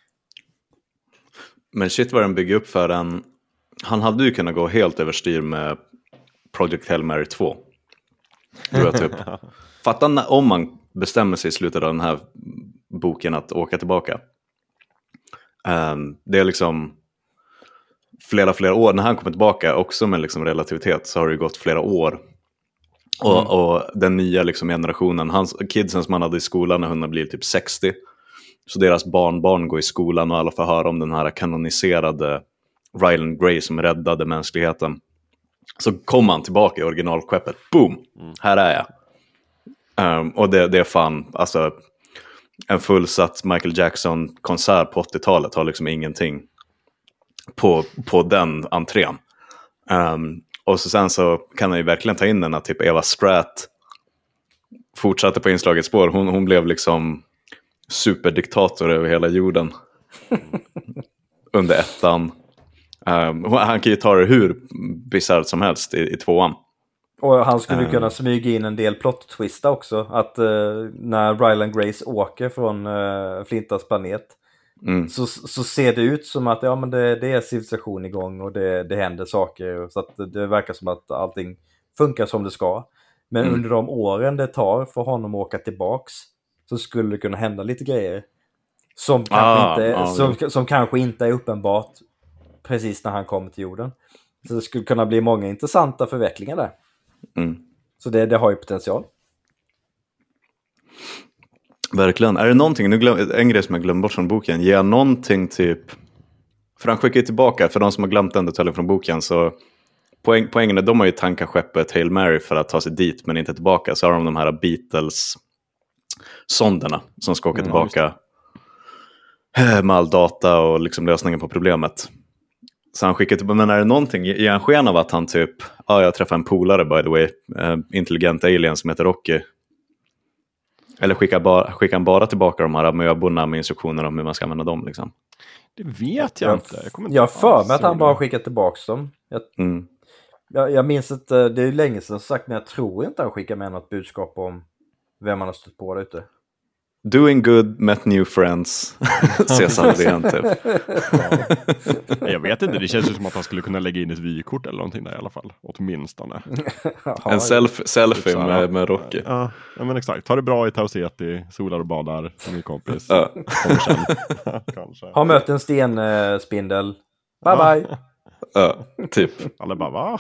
Men shit vad den bygger upp för en... Han hade ju kunnat gå helt överstyr med Project Hail Mary två. Du vet, typ. Fatta när, om man bestämmer sig i slutet av den här boken att åka tillbaka. Um, det är liksom flera, flera år. När han kommer tillbaka också med liksom relativitet så har det gått flera år. Och, mm. och den nya liksom generationen, hans, kidsen som han hade i skolan när hon blir typ sextio. Så deras barnbarn går i skolan och alla får höra om den här kanoniserade Ryland Grey som räddade mänskligheten. Så kom han tillbaka i originalskeppet. Boom! Mm. Här är jag. Um, och det, det är fan, alltså en fullsatt Michael Jackson-konsert på åttiotalet har liksom ingenting på, på den entrén. Um, och så sen så kan han ju verkligen ta in den här typ Eva Stratt fortsatte på inslagets spår. Hon, hon blev liksom superdiktator över hela jorden under ettan. Um, han kan ju ta det hur bizarrt som helst i, i tvåan. Och han skulle uh. kunna smyga in en del plot-twista också. Att uh, när Ryland Grace åker från uh, Flintas planet mm. så, så ser det ut som att ja, men det, det är civilisation igång och det, det händer saker. Så att det verkar som att allting funkar som det ska. Men mm. under de åren det tar för honom att åka tillbaks så skulle det kunna hända lite grejer som kanske, ah, inte, ah, som, ja. som kanske inte är uppenbart precis när han kommer till jorden. Så det skulle kunna bli många intressanta förvecklingar där. Mm. Så det, det har ju potential. Verkligen. Är det någonting, nu glöm, en grej som jag glömde bort från boken, ge någonting typ, för han skickar tillbaka, för de som har glömt den detaljen från boken, så poäng, poängen är, de har ju tankat skeppet Hail Mary för att ta sig dit men inte tillbaka, så har de de här Beatles sonderna som ska åka mm, tillbaka med all data och liksom lösningen på problemet. Så han skickar tillbaka, men är det någonting i en sken av att han typ, ja ah, jag träffade en polare by the way, uh, intelligent alien som heter Rocky. Eller skickar, ba, skickar han bara tillbaka de här möborna med instruktioner om hur man ska använda dem liksom? Det vet jag, jag inte. Jag kommer inte jag för mig att han bara skickat tillbaka dem. Jag, mm. jag, jag minns att det är länge sedan sagt, men jag tror inte han skickar med något budskap om vem man har stött på där ute. Doing good, met new friends. Ses aldrig igen typ. Ja. Jag vet inte, det känns ju som att han skulle kunna lägga in ett vykort eller någonting där i alla fall. Åtminstone. En self, selfie med, med Rocky. Ja, ja, men exakt. Ta det bra i Tauseti, solar och badar, min kompis. Ja. Kommer sen. Kanske. Har mött en stenspindel. Bye ja. bye. Ja, typ. Alla bara, va?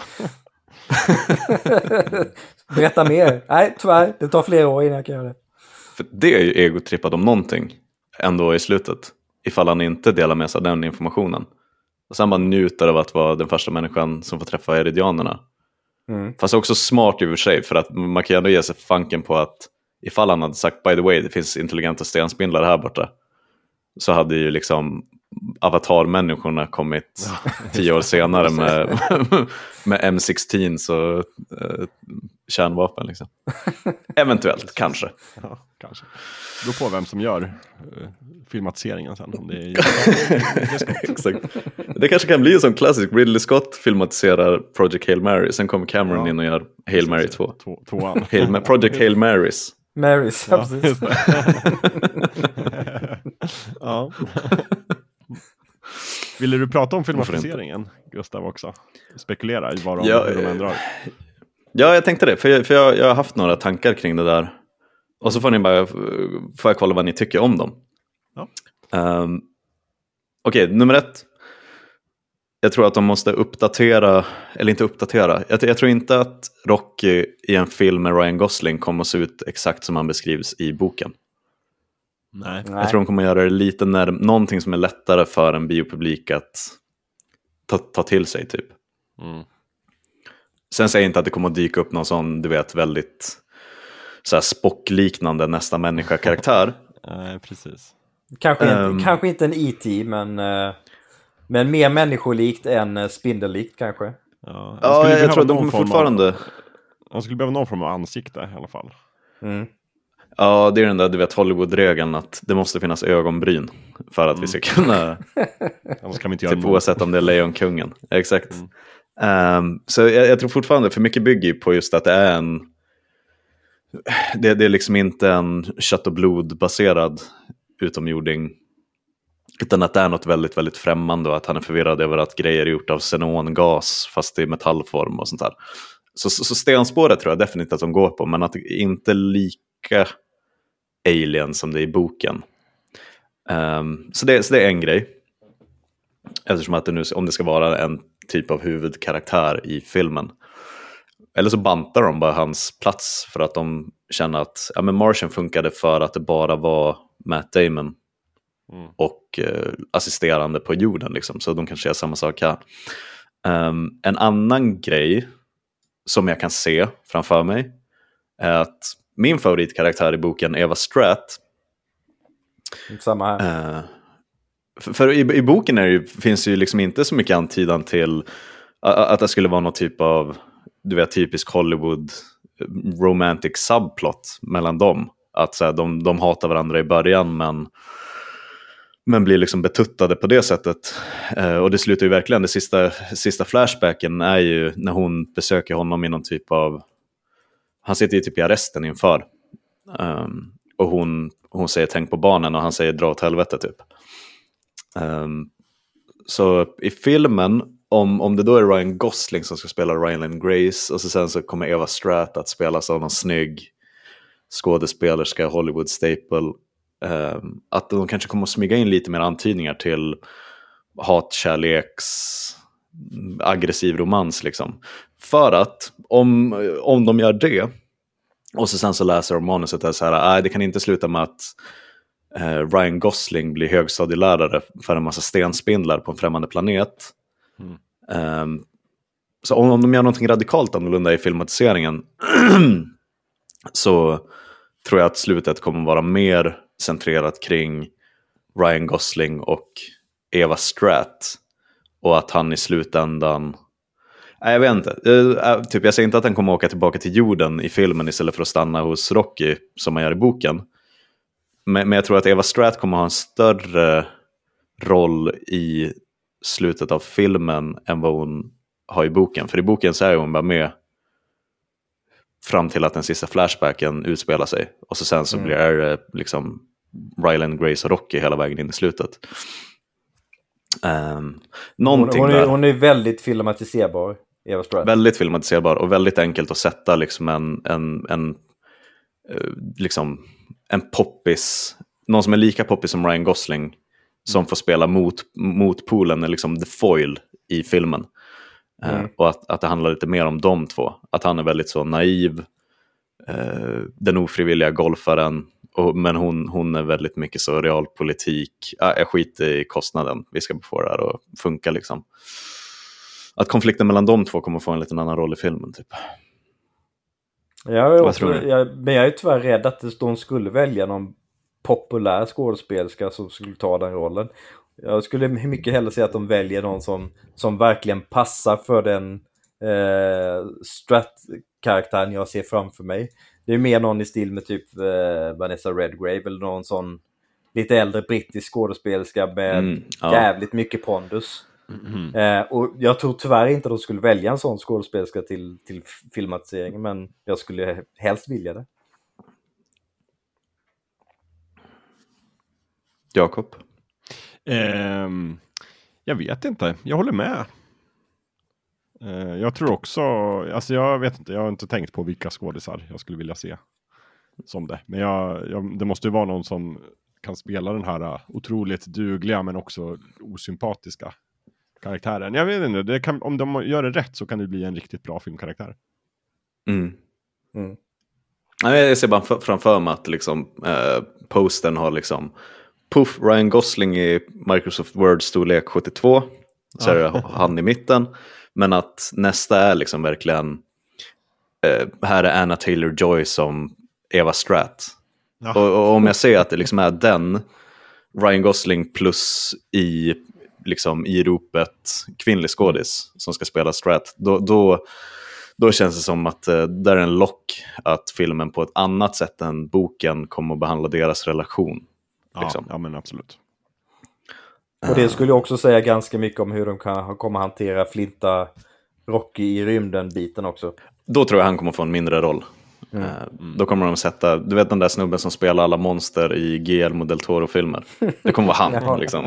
Berätta mer. Nej, tyvärr. Det tar flera år innan jag kan göra det. För det är ju egotrippad om någonting ändå i slutet. Ifall han inte delar med sig av den informationen. Och sen bara njuter av att vara den första människan som får träffa eridianerna. Mm. Fast också smart i och för sig. För att man kan ju ändå ge sig fanken på att ifall han hade sagt, by the way, det finns intelligenta stenspindlar här borta. Så hade ju liksom avatarmänniskorna kommit tio år senare med, med M sexton och uh, kärnvapen liksom. Eventuellt, kanske. Ja, kanske. Det beror på vem som gör uh, filmatiseringen sen. Om det är Exakt. Det kanske kan bli som klassisk. Ridley Scott filmatiserar Project Hail Mary. Sen kommer Cameron ja. in och gör Hail Mary två. Tvåan. Hail, Project Hail Marys. Marys, ja, precis. Ja. Ville du prata om filmatiseringen, Gustav, också? Spekulera i vad de, ja, hur de ändrar. Ja, jag tänkte det. För, jag, för jag, jag har haft några tankar kring det där. Och så får ni bara får jag kolla vad ni tycker om dem. Ja. Um, Okej, okay, nummer ett. Jag tror att de måste uppdatera, eller inte uppdatera. Jag, jag tror inte att Rocky i en film med Ryan Gosling kommer att se ut exakt som han beskrivs i boken. Nej. Jag tror de kommer att göra det lite när någonting som är lättare för en biopublik att ta, ta till sig typ. Mm. Sen säger jag inte att det kommer att dyka upp någon sån, du vet, väldigt så här Spock-liknande nästa människa-karaktär. Nej, precis. Kanske, Um, inte, kanske inte en E T, men, men mer människolikt än spindellikt kanske. Ja, ja jag, jag tror att de kommer fortfarande... Av, de skulle behöva någon form av ansikte i alla fall. Mm. Ja, det är den där, du vet, Hollywood-regeln att det måste finnas ögonbryn för att mm. vi ska kunna... Annars kan vi inte göra typ oavsett om det är Lejonkungen. Exakt. Mm. Um, så jag, jag tror fortfarande, för mycket bygger på just att det är en... Det, det är liksom inte en kött och blod-baserad utomjording, utan att det är något väldigt, väldigt främmande och att han är förvirrad över att grejer är gjort av xenongas fast i metallform och sånt där. Så, så, så stenspåret tror jag definitivt att de går på, men att det inte är lika alien som det är i boken. Um, så, det, så det är en grej. Eftersom att det nu, om det ska vara en typ av huvudkaraktär i filmen. Eller så bantar de bara hans plats för att de känner att ja, men Martian funkade för att det bara var Matt Damon mm. och eh, assisterande på jorden. Liksom. Så de kanske gör samma sak här. Um, en annan grej som jag kan se framför mig är att min favoritkaraktär i boken, Eva Stratt. Samma här. Uh, för för i, i boken är det, finns det ju liksom inte så mycket antydan till uh, att det skulle vara någon typ av, du vet, typisk Hollywood romantic subplot mellan dem. Att så här, de, de hatar varandra i början men, men blir liksom betuttade på det sättet. Uh, och det slutar ju verkligen, det sista, sista flashbacken är ju när hon besöker honom i någon typ av, han sitter ju typ i arresten inför. Um, och hon, hon säger tänk på barnen och han säger dra åt helvete typ. Um, så i filmen, om, om det då är Ryan Gosling som ska spela Ryland Grace och så sen så kommer Eva Stratt att spela av någon snygg skådespelerska, Hollywood staple, um, att de kanske kommer att smyga in lite mer antydningar till hatkärleks aggressiv romans liksom. För att om, om de gör det och så sen så läser de manuset och så här, nej det kan inte sluta med att eh, Ryan Gosling blir högstadielärare för en massa stenspindlar på en främmande planet. Mm. Um, så om, om de gör någonting radikalt annorlunda i filmatiseringen så tror jag att slutet kommer vara mer centrerat kring Ryan Gosling och Eva Stratt och att han i slutändan, nej jag vet inte, uh, typ jag säger inte att han kommer åka tillbaka till jorden i filmen istället för att stanna hos Rocky som man gör i boken, men, men jag tror att Eva Stratt kommer ha en större roll i slutet av filmen än vad hon har i boken, för i boken så är hon bara med fram till att den sista flashbacken utspelar sig och så sen så mm. blir det liksom Ryland Grace och Rocky hela vägen in i slutet. Um, någonting hon, hon, är, där. hon är väldigt filmatiserbar, Eva Stratt. Väldigt filmatiserbar och väldigt enkelt att sätta liksom en, en, en uh, liksom en poppis, någon som är lika poppis som Ryan Gosling som mm. får spela mot, mot poolen, liksom the foil i filmen. Mm. Uh, och att, att det handlar lite mer om de två. Att han är väldigt så naiv, uh, den ofrivilliga golfaren. Och, men hon, hon är väldigt mycket så realpolitik. Ja, jag skiter i kostnaden. Vi ska få det här att funka liksom. Att konflikten mellan de två kommer få en liten annan roll i filmen typ. Jag är också, jag, men jag är tyvärr rädd att de skulle välja någon populär skådespelerska som skulle ta den rollen. Jag skulle mycket hellre säga att de väljer någon som, som verkligen passar för den eh, Stratt-karaktären jag ser framför mig. Det är mer någon i stil med typ eh, Vanessa Redgrave eller någon sån lite äldre brittisk skådespelerska med mm, ja. jävligt mycket pondus. Mm-hmm. Eh, och jag tror tyvärr inte de skulle välja en sån skådespelerska till, till filmatiseringen, men jag skulle helst vilja det. Jakob? Um, jag vet inte, jag håller med. Uh, jag tror också, alltså jag vet inte, jag har inte tänkt på vilka skådisar jag skulle vilja se som det. Men jag, jag, det måste ju vara någon som kan spela den här otroligt dugliga men också osympatiska karaktären. Jag vet inte, det kan, om de gör det rätt så kan det bli en riktigt bra filmkaraktär. Mm. Mm. Jag ser bara framför mig att liksom, eh, postern har liksom puff, Ryan Gosling i Microsoft Word storlek sjuttiotvå. så är det han i mitten. Men att nästa är liksom verkligen, eh, här är Anna Taylor-Joy som Eva Stratt. Ja. Och, och om jag ser att det liksom är den, Ryan Gosling plus i, liksom, i ropet kvinnlig skådis som ska spela Stratt, då, då, då känns det som att eh, där är en lock att filmen på ett annat sätt än boken kommer att behandla deras relation. Liksom. Ja, ja, men absolut. Och det skulle jag också säga ganska mycket om hur de kan, kommer hantera Flinta Rocky i rymden-biten också. Då tror jag han kommer få en mindre roll. Mm. Mm. Då kommer de sätta, du vet den där snubben som spelar alla monster i Guillermo del Toro-filmer. Det kommer vara han. Ja. Liksom.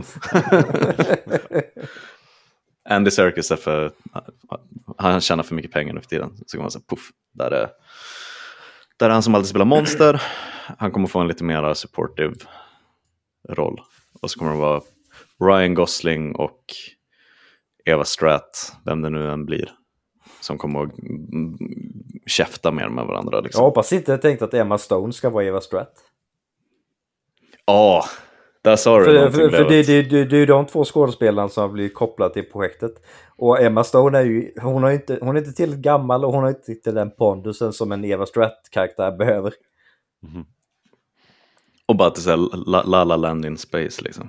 Andy Serkis är för, han tjänar för mycket pengar nu för tiden. Så kommer man säga, puff, där är, där är han som alltid spelar monster. Han kommer få en lite mer supportive roll. Och så kommer det vara Ryan Gosling och Eva Stratt, vem det nu än blir, som kommer att käfta mer med varandra. Liksom. Jag hoppas inte jag tänkt att Emma Stone ska vara Eva Stratt. Ja, oh, där sa du för, någonting. För, för det, det, det, det är ju de två skådespelarna som har blivit kopplade till projektet. Och Emma Stone är ju, hon, har inte, hon är inte tillräckligt gammal och hon har inte till den pondusen som en Eva Stratt-karaktär behöver. Mm-hmm. Och bara till så här La La, La Land in Space liksom.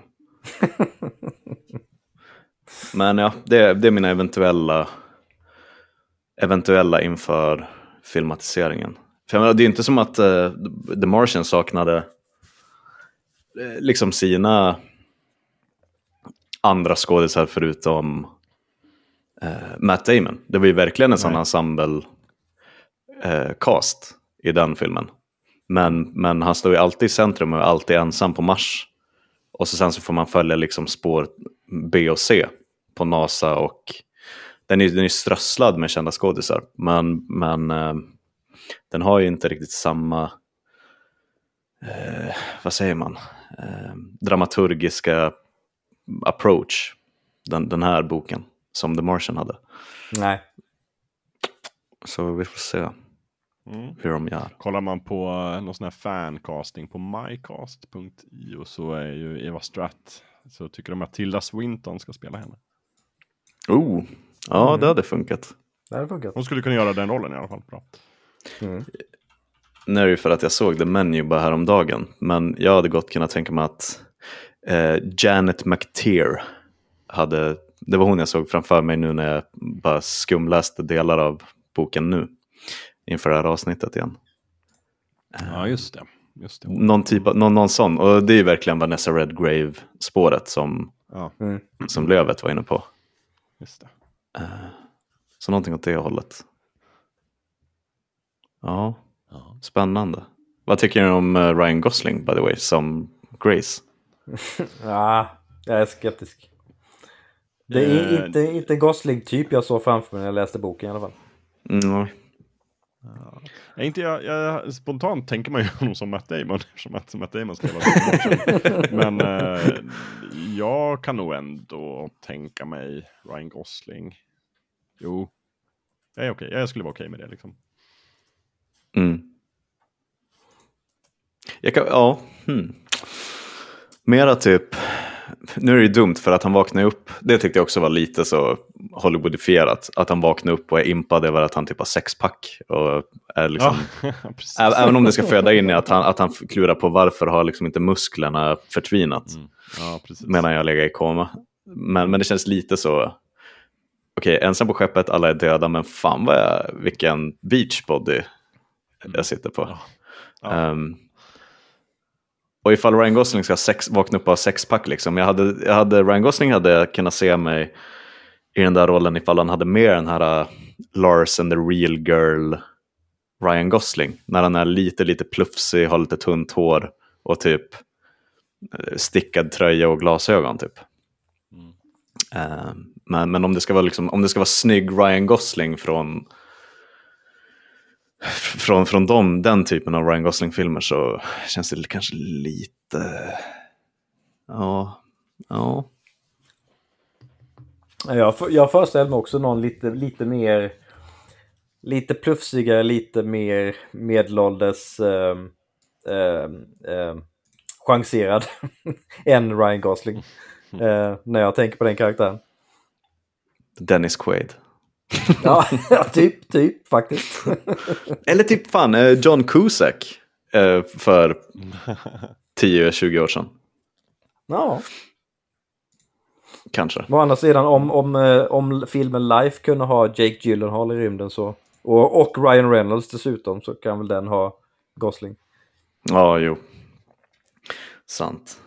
Men ja, det, det är mina eventuella eventuella inför filmatiseringen. För jag menar, det är inte som att uh, The Martian saknade uh, liksom sina andra skådisar förutom uh, Matt Damon. Det var ju verkligen en sån ensemble uh, cast i den filmen. Men, men han står ju alltid i centrum och är alltid ensam på Mars. Och så sen så får man följa liksom spår B och C på NASA, och den är, den är strösslad med kända skådisar. Men, men eh, den har ju inte riktigt samma eh, vad säger man eh, dramaturgiska approach, den, den här boken, som The Martian hade. Nej. Så vi får se mm. hur de gör. Kollar man på någon sån här fancasting på mycast punkt io så är ju Eva Stratt, så tycker de att Tilda Swinton ska spela henne. Oh, ja mm. det hade funkat. Det hade funkat. Hon skulle kunna göra den rollen i alla fall. Bra. Mm. Nu är det ju för att jag såg The Menu bara häromdagen, men jag hade gott kunnat tänka mig att eh, Janet McTeer hade, det var hon jag såg framför mig nu när jag bara skumläste delar av boken nu inför det här avsnittet igen. Ja, just det. Just det. Någon, typ av, någon, någon sån. Och det är ju verkligen Vanessa Redgrave-spåret som, ja. mm. som Lövet var inne på. Just det. Uh, så någonting åt det hållet. Ja, ja. Spännande. Vad tycker ni om uh, Ryan Gosling, by the way, som Grace? Ja, jag är skeptisk. Det är uh, inte, inte en Gosling-typ jag såg framför mig när jag läste boken i alla fall. Mm. Ja. Jag, inte, jag, jag, spontant tänker man ju honom som Matt Damon, som att Matt Damon spelar. Men eh, jag kan nog ändå tänka mig Ryan Gosling. Jo, jag är okej. Jag skulle vara okej med det liksom. Mm. Jag kan, ja. Hmm. Mera typ, nu är det ju dumt för att han vaknar upp. Det tyckte jag också var lite så Hollywoodifierat. Att han vaknar upp och är impad över att han typ har sexpack. Och är liksom, ja, även om det ska föda in i att han, att han klurar på varför har liksom inte musklerna förtvinat. Mm. Ja, precis. Medan jag lägger i koma. Men, men det känns lite så. Okej, okay, ensam på skeppet, alla är döda. Men fan vad jag, vilken beachbody jag sitter på. Ja. Ja. Um, Och ifall Ryan Gosling ska sex, vakna upp av sexpack liksom. Jag hade, jag hade, Ryan Gosling hade kunnat se mig i den där rollen ifall han hade mer den här uh, Lars and the real girl Ryan Gosling. När han är lite, lite plufsig, har lite tunt hår och typ uh, stickad tröja och glasögon typ. Mm. Uh, men, men om det ska vara liksom, om det ska vara snygg Ryan Gosling från Från, från dem, den typen av Ryan Gosling-filmer så känns det kanske lite... Ja, ja. Jag, jag föreställer mig också någon lite, lite mer... Lite plufsigare, lite mer medelålders... Eh, eh, eh, chanserad än Ryan Gosling. Eh, när jag tänker på den karaktären. Dennis Quaid. Ja, ja, typ, typ faktiskt. Eller typ fan, eh, John Cusack eh, för tio tjugo år sedan. Ja. Kanske. Å andra sidan, om, om, eh, om filmen Life kunde ha Jake Gyllenhaal i rymden så, och, och Ryan Reynolds dessutom, så kan väl den ha Gosling. Ja, jo. Sant.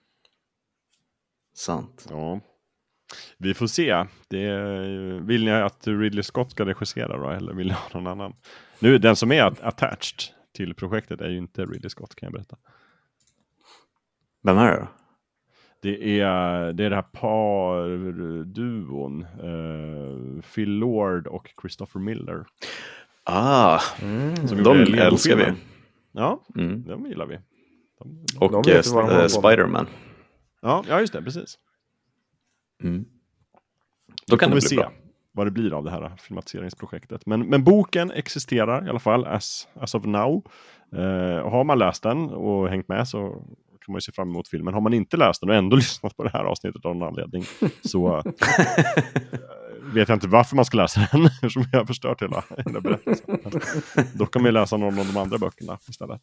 Sant. Ja. Vi får se. Det är, vill ni att Ridley Scott ska regissera då? Eller vill ni ha någon annan? Nu, den som är attached till projektet är ju inte Ridley Scott, kan jag berätta. Vem är det då? Det är det, är det här par-duon. Uh, Phil Lord och Christopher Miller. Ah, Mm. Som de gjorde älskar vi. Lego-filmen. Ja, Mm. de gillar vi. De, Och De vet eh, ju vad de håller eh, på med. Spider-Man. ja, ja, just det, precis. Mm. Då Då kan får det vi bli se bra. vad det blir av det här filmatiseringsprojektet. Men, men boken existerar i alla fall as, as of now. Uh, har man läst den och hängt med så kan man ju se fram emot filmen. Har man inte läst den och ändå lyssnat på det här avsnittet av någon anledning så uh, vet jag inte varför man ska läsa den, eftersom jag har förstört hela, hela berättelsen. Då kan man läsa någon av de andra böckerna istället.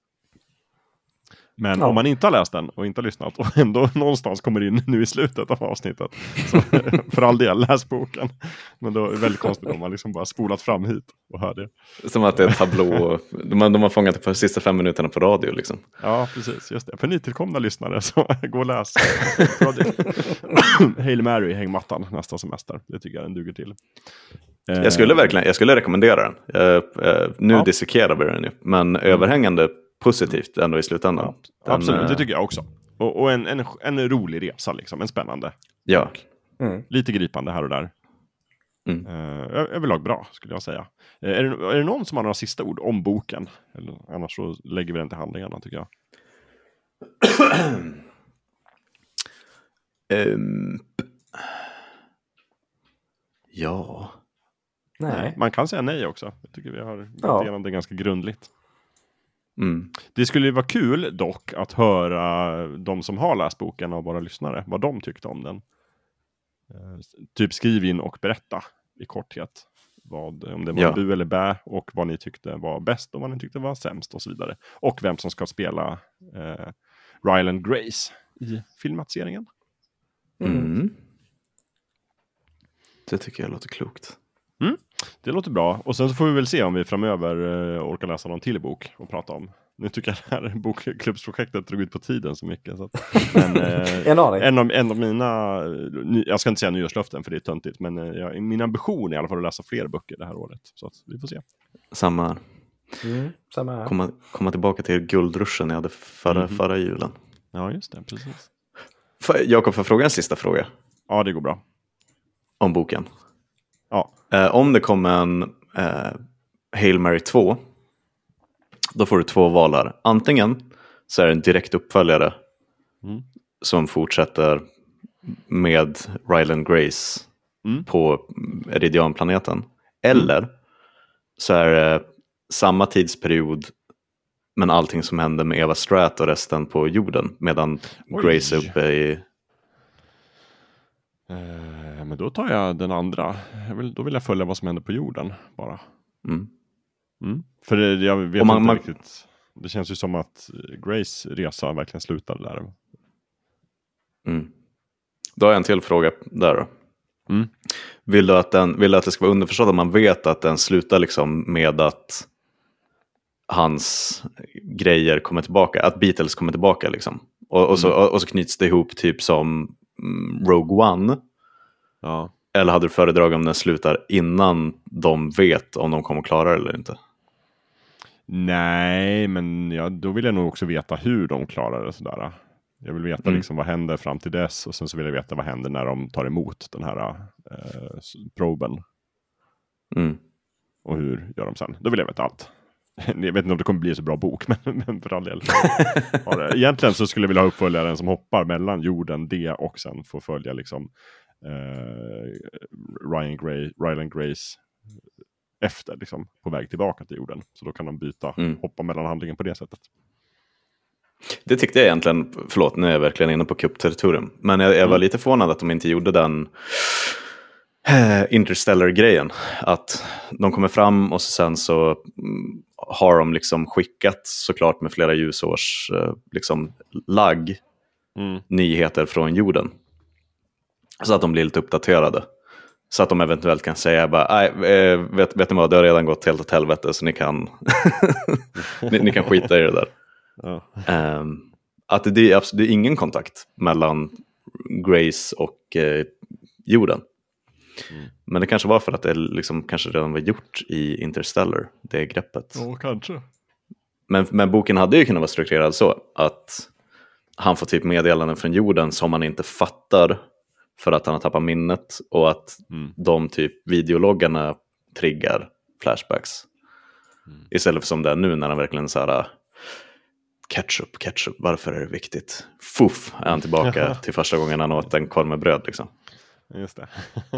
Men Ja. om man inte har läst den och inte har lyssnat och ändå någonstans kommer in nu i slutet av avsnittet, så för all del, läs boken. Men då är det väldigt konstigt om man liksom bara spolat fram hit och hör det. Som att det är en tablå. De har, de har fångat det på de sista fem minuterna på radio liksom. Ja, precis. Just det. För nytillkomna lyssnare så gå och läs. Hail Mary, hängmattan nästa semester. Det tycker jag den duger till. Jag skulle verkligen, jag skulle rekommendera den. Uh, uh, nu Ja. dissekerar vi den ju. Men överhängande positivt ändå i slutändan. Ja, Den, absolut, uh, det tycker jag också. Och, och en, en, en rolig resa, liksom. En spännande. Ja. Mm. Lite gripande här och där. Mm. Uh, överlag bra, skulle jag säga. Uh, är, det, är det någon som har några sista ord om boken? Eller, annars så lägger vi den till handlingarna, tycker jag. um, ja. Nej. Man kan säga nej också. Jag tycker vi har gått Ja. igenom det ganska grundligt. Mm. Det skulle ju vara kul dock att höra de som har läst boken av våra lyssnare, vad de tyckte om den. Uh, typ skriv in och berätta i korthet. Vad, om det var Ja. bu eller bä och vad ni tyckte var bäst och vad ni tyckte var sämst och så vidare. Och vem som ska spela uh, Ryland Grace i filmatiseringen. Mm. Det tycker jag låter klokt. Mm. Det låter bra. Och sen så får vi väl se om vi framöver uh, orkar läsa någon till bok och prata om. Nu tycker jag det här bokklubbsprojektet drog ut på tiden så mycket. Så att, men, uh, En aning. en, av, en av mina, ny, jag ska inte säga nyårslöften för det är töntigt, men uh, jag, min ambition är i alla fall att läsa fler böcker det här året. Så att vi får se. Samma. Mm. Samma här. Komma, komma tillbaka till guldruschen jag hade förra, Mhm. förra julen. Ja, just det, precis. F- Jakob, får jag fråga en sista fråga Ja, det går bra. om boken? Ja. Eh, om det kommer en eh, Hail Mary två, då får du två val här. Antingen så är det en direkt uppföljare Mm. som fortsätter med Ryland Grace Mm. på Eridianplaneten. Eller så är det samma tidsperiod men allting som händer med Eva Stratt och resten på jorden medan Oj. Grace är uppe i... Eh, men då tar jag den andra. Jag vill, då vill jag följa vad som händer på jorden bara. Mm. Mm. För det, jag vet Och man- inte man- riktigt. Det känns ju som att Grace resa verkligen slutade där. Mm. Då har jag en till fråga där då. Mm. Vill du att, den, vill du att det ska vara underförstått att man vet att den slutar liksom med att hans grejer kommer tillbaka, att Beatles kommer tillbaka liksom. Och, och, så, och så knyts det ihop typ som mm, Rogue One. Ja. Eller hade du föredragit om den slutar innan de vet om de kommer klara det eller inte? Nej, men ja, då vill jag nog också veta hur de klarar det sådär. Jag vill veta Mm. liksom vad händer fram till dess och sen så vill jag veta vad händer när de tar emot den här eh, proben. Mm. Och hur gör de sen? Då vill jag veta allt. Jag vet inte om det kommer bli så bra bok, men, men för all del. Ja, det- egentligen så skulle jag vilja ha uppföljaren som hoppar mellan jorden, det och sen får följa liksom eh, Ryan Gray, Ryland Grace efter liksom på väg tillbaka till jorden. Så då kan de byta, Mm. hoppa mellan handlingen på det sättet. Det tyckte jag egentligen, förlåt nu är jag verkligen inne på kuppterritorium, men jag, jag var Mm. lite förvånad att de inte gjorde den Interstellar-grejen. Att de kommer fram och sen så mm, har de liksom skickat såklart med flera ljusårs eh, liksom lagg mm. nyheter från jorden. Så att de blir lite uppdaterade. Så att de eventuellt kan säga bara, nej, vet, vet ni vad, det har redan gått helt åt helvete så ni kan, ni, ni kan skita i det där. Ja. Um, att det, det, är, det är ingen kontakt mellan Grace och eh, jorden. Mm. Men det kanske var för att det liksom kanske redan var gjort i Interstellar, det greppet. Ja, kanske. Men, men boken hade ju kunnat vara strukturerad så att han får typ meddelanden från jorden som han inte fattar för att han har tappat minnet och att mm. de typ videologgarna triggar flashbacks. Mm. Istället för som det är nu när han verkligen så här ketchup, ketchup, varför är det viktigt? Fuff, är han tillbaka till första gången han åt en korv med bröd liksom. Just det.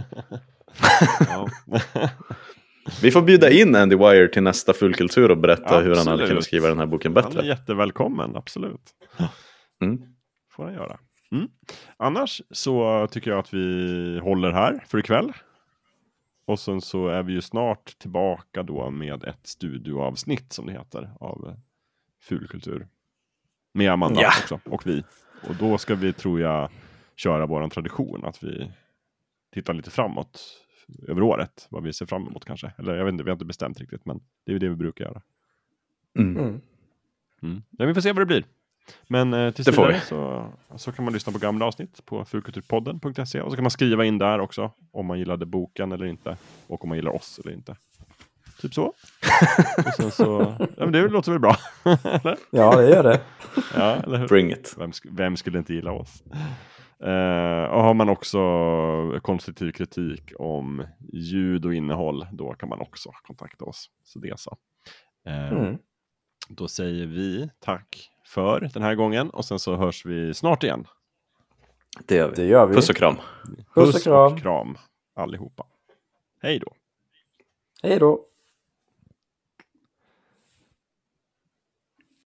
Vi får bjuda in Andy Weir till nästa Fullkultur och berätta absolut. Hur han hade kunnat skriva den här boken bättre. Han är jättevälkommen, absolut. Mm. Får han göra. Mm. Annars så tycker jag att vi håller här för ikväll. Och sen så är vi ju snart tillbaka då med ett studioavsnitt som det heter av Fulkultur. Med Amanda ja. också och vi. Och då ska vi, tror jag, köra våran tradition att vi tittar lite framåt över året. Vad vi ser fram emot kanske. Eller jag vet inte, vi har inte bestämt riktigt, men det är ju det vi brukar göra. Mm. Mm. Mm. Ja, vi får se vad det blir. Men eh, tills vidare så, så kan man lyssna på gamla avsnitt på fulkulturpodden punkt se och så kan man skriva in där också om man gillade boken eller inte och om man gillar oss eller inte. Typ så. Och sen så ja, men det låter väl bra. Eller? Ja, det gör det. Ja, eller hur? Bring it. Vem, vem skulle inte gilla oss? Uh, och har man också konstruktiv kritik om ljud och innehåll, då kan man också kontakta oss. Så det är så. Uh, mm. Då säger vi tack för den här gången och sen så hörs vi snart igen. Det gör vi. Det gör vi. Puss och kram. Puss och kram. Puss och kram allihopa. Hej då. Hej då.